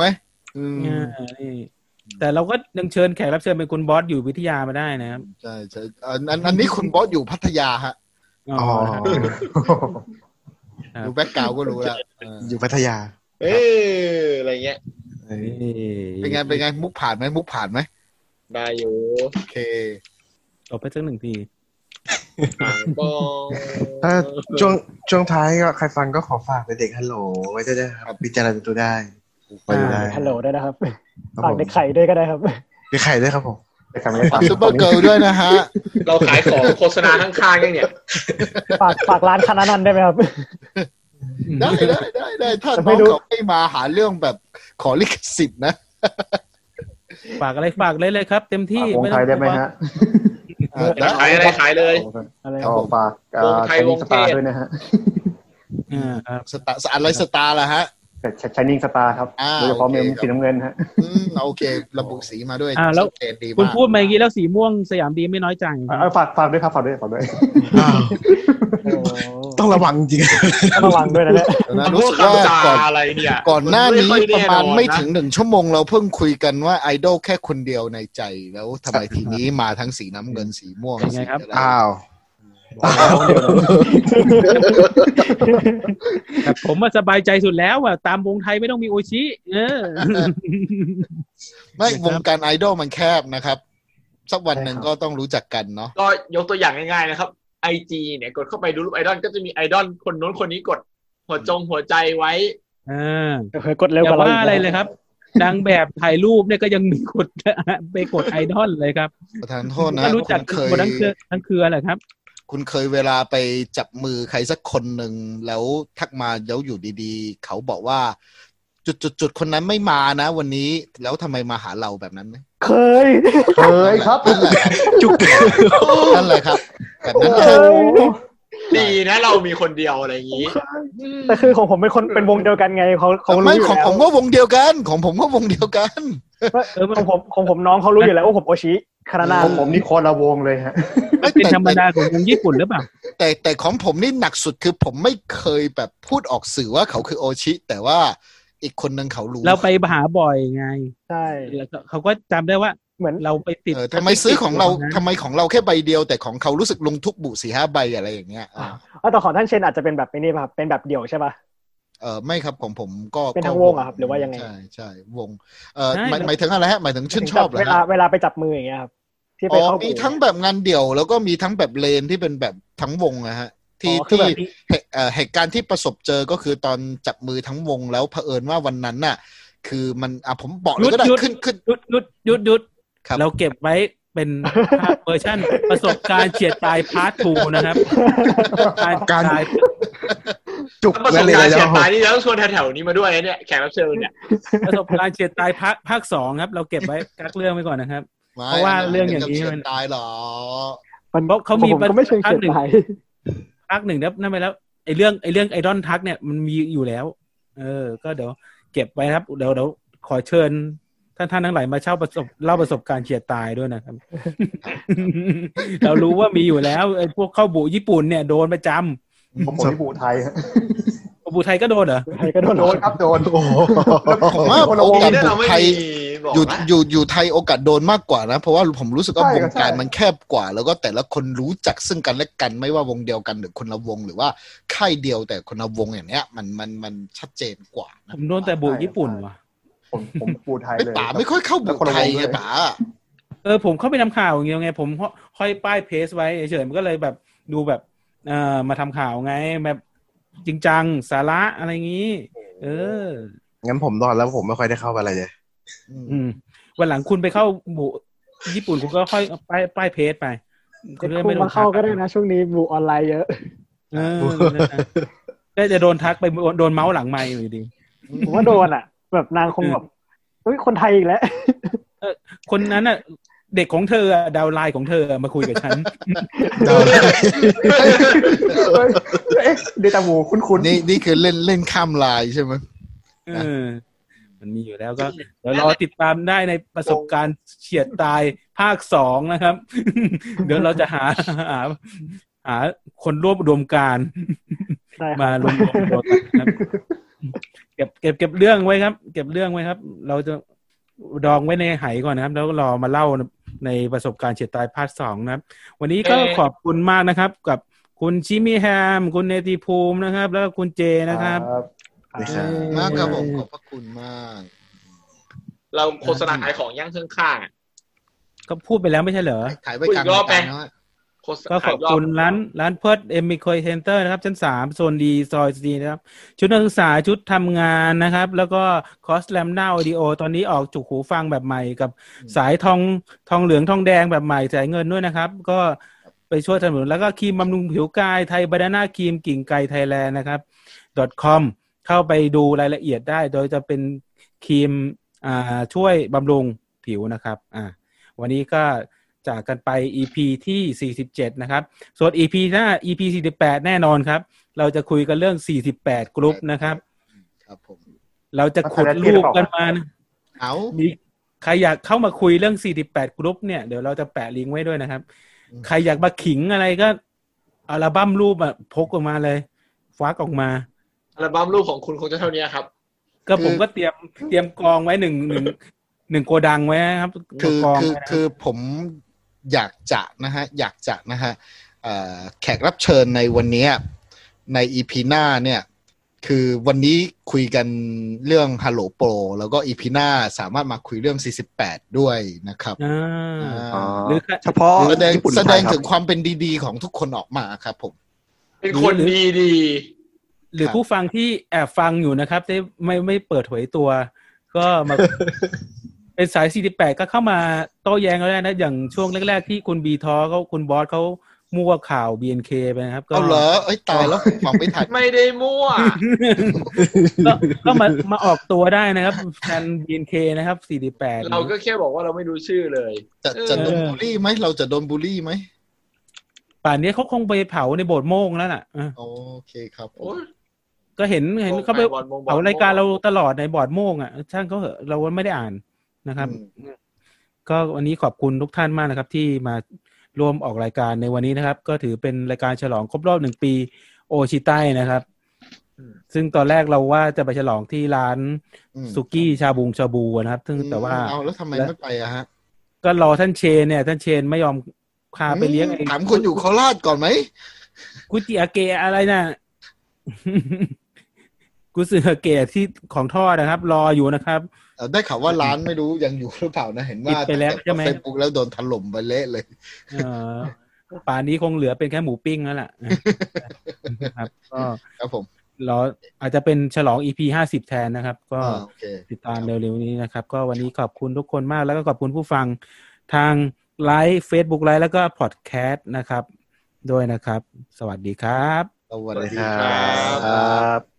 อืมอ่านี่แต่เราก็ยังเชิญแขกรับเชิญเป็นคุณบอสอยู่วิทยามาได้นะครับใช่ใช่อันอันอันนี้คุณบอสอยู่พัทยาฮะอ๋อนะครับดูแบ็คกราวด์ก็รู้แล้วเอออยู่พัทยาเอออะไรเงี้ยเออเป็นไงเป็นไงมุกผ่านไหมมุกผ่านไหมได้อยู่โอเคตบไปสักหนึ่งทีอ่างปองถ้าช่วงช่วงท้ายก็ใครฟังก็ขอฝากเป็นเด็กฮัลโหลไว้ด้วยนะครับพิจารณาตัวได้ไปดูได้ฮัลโหลด้วยนะครับครับฝากผมเด็กไข่ด้วยก็ได้ครับมีไข่ด้วยครับผมไปทำอะไรฝากซูเปอร์เกิร์ลด้วยนะฮะเราขายของโฆษณาข้างๆยังเนี่ยฝากฝากร้านคณะนันท์ได้ไหมครับได้ได้ได้ได้ถ้าแต่น้ไม่องรู้เขาไม่มาหาเรื่องแบบขอลิขสิทธิ์นะฝากอะไรฝากเลยเลยครับ เต็มที่วงไทยได้ไหมฮะอ่าได้ขายอะไรขายเลยอะไรเอาฝากวงไทยวงสเทตาร์ศด้วยนะฮะอ่าครับสตาร์อะไรสตาร์ล่ะฮะชายนิ่งสตาร์ครับอ่าโดยเฉพาะโอเมเคมครับสีน้ำเงินฮะอืมโอเคระบุสีมาด้วยอ่าแล้วชัดเจนดีคุณมากพูดมาอย่างนี้แล้วสีม่วงสยามดีไม่น้อยใจเอาฝากฝากด้วยครับฝากด้วยฝากด้วยอ้าวโอ้ต้องระวังจริงต้องระวังด้วยนะเนี่ยนะรู้สึกว่าก่อนอะไรเนี่ยก่อนหน้านี้ค่อยปแน่ระนมาอณนไม่นะถึงหนึ่งชั่วโมงเราเพิ่งคุยกันว่าไอดอลแค่คนเดียวในใจแล้วทำไมทีนี้มาทั้งสีน้ำเงินสีม่วงเป็นไงครับสีอะๆไรอ้าวแต่ผมมาสบายใจสุดแล้วอ่ะตามวงไทยไม่ต้องมีโอชิเออไม่วงการไอดอลมันแคบนะครับ สักวันหนึ่งก็ต้องรู้จักกันเนาะก็ยกตัวอย่างง่ายๆนะครับ ไอ จี เนี่ยกดเข้าไปดูรูปไอดอลก็จะมีไอดอลคนนู้นคนนี้กดหัวจงหัวใจไว้อ่าเฮ้ยกดเร็วอย่ากว่าเราว่าอะไรเลยครับ ดังแบบถ่ายรูปเนี่ยก็ยังมีกด ไปกดไอดอลเลยครับประธานโทษนะก็รู้จักคุณเคยหมดทั้งเครือทั้งเครือแหละครับคุณเคยเวลาไปจับมือใครสักคนหนึ่งแล้วทักมาแล้วอยู่ดีๆ เขาบอกว่า จุดจุดจุดคนนั้นไม่มานะ วันนี้แล้วทำไมมาหาเราแบบนั้นไหมเคยเคยครับนั่นแหละครับจุกนั่นแหละครับ แบบนั้นเคเลยยดีนะเรามีคนเดียวอะไรอย่างนี้แต่คือของผมเป็นคนเป็นวงเดียวกันไงเขาเขารู้ไม่อยู่ของแล้วผมก็วงเดียวกัน ของผมก็วงเดียวกันเออมันของผมของผมน้องเขารู้อยู่แล้วว่าผมโอชิคานานาของผมนี่คนละวงเลยฮะเป็นธรรมดาของวงญี่ปุ่นหรือเปล่าแต่แต่ของผมนี่หนักสุดคือผมไม่เคยแบบพูดออกสื่อว่าเขาคือโอชิ แต่ว่าอีกคนนึงเขารู้เราไปหาบ่อยไงใช่แล้วก็เขาก็จำได้ว่าเหมือนเราไปติดเออทำไมซื้อของเราทำไมของเราแค่ใบเดียว แต่ของเขารู้สึกลงทุกบุสี่ห้าใบอะไรอย่างเงี้ยอ่าเอาแต่ของท่านเชนอาจจะเป็นแบบนี้ป่ะครับเป็นแบบเดี่ยวใช่ป่ะเออไม่ครับของผมก็เป็นทั้งวงอะครับหรือว่ายังไงใช่ใช่วงเออหมายหมายถึงอะไรฮะหมายถึงชื่นชอบเหรอเวลาฮะเวลาไปจับมืออย่างเงี้ยครับที่ไปอ๋อเข้ามีกลุ่ทั้งแบบงานเดี่ยว แล้วก็มีทั้งแบบเลนที่เป็นแบบทั้งวงนะฮะ ที่อ๋อคือที่แบบเหตุเอ่อเหตุการณ์ที่ประสบเจอก็คือตอนจับมือทั้งวงแล้วเผอิญว่าวันนั้นน่ะ คือมันอ่ะผมบอกเลยก็ได้หยุดขึ้นขึ้นหยุดหยุดหยุดหยุดครับเราเก็บไว้เป็นภาพเวอร์ชันประสบการณ์เฉียดตายพาร์ททูนะครับการการตายจุกประสนั่บนเลยการณ์นะเฉียดตายนี่เราต้องชวนแถวๆนี้มาด้วยนะเนี่ยแขกรับเชิญเนี่ยประสบการณ์เฉียดตายภาคภาคสองครับ เราเก็บไว้กักเรื่องไว้ก่อนนะครับไม่เพราะว่าเรื่องอย่างนี้นี้มันตายหรอมันเพราะเขามีผมก็ไม่เชิงภาคเฉียดหนึ่งตายภาคหนึ่งแล้วนั่นไปแล้วไอ้เรื่องไอ้เรื่องไอดอลทักเนี่ยมันมีอยู่แล้ว เออ ก็เดี๋ยวเก็บไว้ครับเดี๋ยวเดี๋ยวขอเชิญ ท่านท่านทั้งหลายมาเช่าประสบเล่าประสบการณ์เฉียดตายด้วยนะครับ เรารู้ว่ามีอยู่แล้วไอ้พวกเข้าบุญี่ปุ่นเนี่ยโดนประจผมผมที่บูไทยฮะำบุไทยก็โดนเหรอไทยก็โดนโดนครับโดนโอ้โหผมว่าคนละโอวงกาสนี่บุเรากไม่ไทยมีบอกอยู่นะอยู่อยู่ไทยโอกาสโดนมากกว่านะ เพราะว่าผมรู้สึกว่าใช่วงใช่การมันแคบกว่า แล้วก็แต่ละคนรู้จักซึ่งกันและกันไม่ว่าวงเดียวกันหรือคนละวงหรือว่าค่ายเดียวแต่คนละวงอย่างเนี้ย มันมันมันชัดเจนกว่าผนะมโดนแต่บุญี่ปุ่นว่ะผมผมบูไทยไม่เลยป๋าไม่ค่อยเข้าบุกไทยไงป๋าเออผมเข้าไปทำข่าวอย่างเงี้ยไงผมห้อยป้ายเพจไว้เฉยๆมันก็เลยแบบดูแบบเอ่อมาทำข่าวไงแบบจริงจังสาระอะไรงี้ เอองั้นผมนอนแล้วผมไม่ค่อยได้เข้าอะไรเลยอืมวันหลังคุณไปเข้าบุญี่ปุ่นคุณก็ค่อยเอาป้ายป้ายเพจไปคุณจะไม่โดมาน เข้าก็ได้นะ ช่วงนี้บูออนไลน์เยอะเออก็จะโดนทักไปโดนเมาส์หลังไมค์อยู่ดีผมว่าโดนอ่ะ แบบนางคงแบบเฮ้ยคนไทยอีกแล้วเออคนนั้นน่ะเด็กของเธอดาวไลน์ของเธอมาคุยกับฉันเฮ้ยเอ๊ะเดจาวูคุ้นคุ้นนี่นี่คือเล่นเล่นข้ามลายใช่ไหมเออ มันมีอยู่แล้วก็เดี๋ยวรอติดตามได้ในประสบการณ์เฉียดตายภาคสองนะครับ เดี๋ยวเราจะหาหาหาคนร่วมรวมการใช่ครับมารวมรวมตัวกันนะครับโอเคก็บเก็บเก็บเรื่องไว้ครับ เก็บเรื่องไว้ครับ เราจะดองไว้ในไหก่อนนะครับแล้วก็รอมาเล่าในประสบการณ์เฉียดตายพาร์ทสองนะครับวันนี้ก็ขอบคุณมากนะครับ กับคุณชิมิแฮมคุณเนติภูมินะครับ แล้วก็คุณเจนะครับมากครับผมขอบพระคุณมากเราโฆษณาขายของย่างข้างๆอ่ะก็พูดไปแล้วไม่ใช่เหรอขายไว้กลางรายการเนาะก็ขอบคุณร้านร้านเพิร์ดเอ็มมิคอยเซ็นเตอร์นะครับชั้นสามโซนดีซอยดีนะครับชุดนักศึกษาชุดทำงานนะครับแล้วก็คอสแลมหน้าออดิโอตอนนี้ออกจุกหูฟังแบบใหม่กับสายทองทองเหลืองทองแดงแบบใหม่สายเงินด้วยนะครับก็ไปช่วยสนับสนุนแล้วก็ครีมบำรุงผิวกายไทยบานาน่าครีมกิ่งไก่ไทยแลนด์นะครับ .com เข้าไปดูรายละเอียดได้โดยจะเป็นครีมอ่าช่วยบำรุงผิวนะครับอ่าวันนี้ก็จากกันไป อี พี ที่สี่สิบเจ็ดนะครับส่วน อี พี หน้า อี พี สี่สิบแปดแน่นอนครับเราจะคุยกันเรื่องสี่สิบแปดกรุ๊ปนะครับครับผมเราจะขุดรูปกันมานะเอามีใครอยากเข้ามาคุยเรื่องสี่สิบแปดกรุ๊ปเนี่ยเดี๋ยวเราจะแปะลิงก์ไว้ด้วยนะครับใครอยากมาขิงอะไรก็อัลบั้มรูปอ่ะพกออกมาเลยฟักออกมาอัลบั้มรูปของคุณคงจะเท่านี้ครับก็ผมก็เตรียมเตรียมกองไว้หนึ่งหนึ่งหนึ่งโกดังไว้นะครับคือคือคือผมอยากจะนะฮะอยากจะนะฮะแขกรับเชิญในวันนี้ใน อี พี หน้าเนี่ยคือวันนี้คุยกันเรื่อง Hello Pro แล้วก็ อี พี หน้าสามารถมาคุยเรื่องสี่สิบแปดด้วยนะครับหรือเฉพาะแสดงแสดงถึงความเป็นดีๆของทุกคนออกมาครับผมเป็นคนดีๆหรือผู้ฟังที่แอบฟังอยู่นะครับที่ไม่ไม่เปิดเผยตัวก็มาเป็นสายสี่สิบแปดก็เข้ามาโต้แย้งก็ได้นะอย่างช่วงแรกๆที่คุณบีทอเขาคุณบอสเขามั่วข่าว บี เอ็น เค ไปนะครับก็เอาเหรอเอ้ยตายแล้วฟังไม่ทันไม่ได้มั่วก็ก็มามาออกตัวได้นะครับแทน บี เอ็น เค นะครับสี่สิบแปดเราก็แค่บอกว่าเราไม่รู้ชื่อเลยจะจะโดนบูลลี่ไหมเราจะโดนบูลลี่ไหมป่านนี้เขาคงไปเผาในโบสถ์โม่งแล้วล่ะโอเคครับก็เห็นเห็นเขาไปเผารายการเราตลอดในบอร์ดโม่งอ่ะช่างเขาเหอะเราไม่ได้อ่านนะครับก็วันนี้ขอบคุณทุกท่านมากนะครับที่มาร่วมออกรายการในวันนี้นะครับก็ถือเป็นรายการฉลองครบรอบหนึ่งปีโอชิไต้นะครับซึ่งตอนแรกเราว่าจะไปฉลองที่ร้านสุกี้ชาบูชาบูนะครับซึ่งแต่ว่าเอาแล้วทำไมไม่ไปอะฮะก็รอท่านเชนเนี่ยท่านเชนไม่ยอมพาไปเลี้ยงถามคนอยู่โคราชก่อนไหมกุจิอาเกะอะไรน่ะกุจิอาเกะที่ของทอดนะครับรออยู่นะครับได้ข่าวว่าร้านไม่รู้ยังอยู่หรือเปล่านะเห็นว่าไปแล้วใช่ไหมเฟซบุ๊กแล้วโดนถล่มไปเละเลยเออป่านนี้คงเหลือเป็นแค่หมูปิ้งแล้วล่ะครับก็ครับผมเราอาจจะเป็นฉลอง อี พี ห้าสิบแทนนะครับก็ติดตามเร็วๆนี้นะครับก็วันนี้ขอบคุณทุกคนมากแล้วก็ขอบคุณผู้ฟังทางไลฟ์ Facebook ไลฟ์แล้วก็พอดแคสต์นะครับด้วยนะครับสวัสดีครับสวัสดีครับ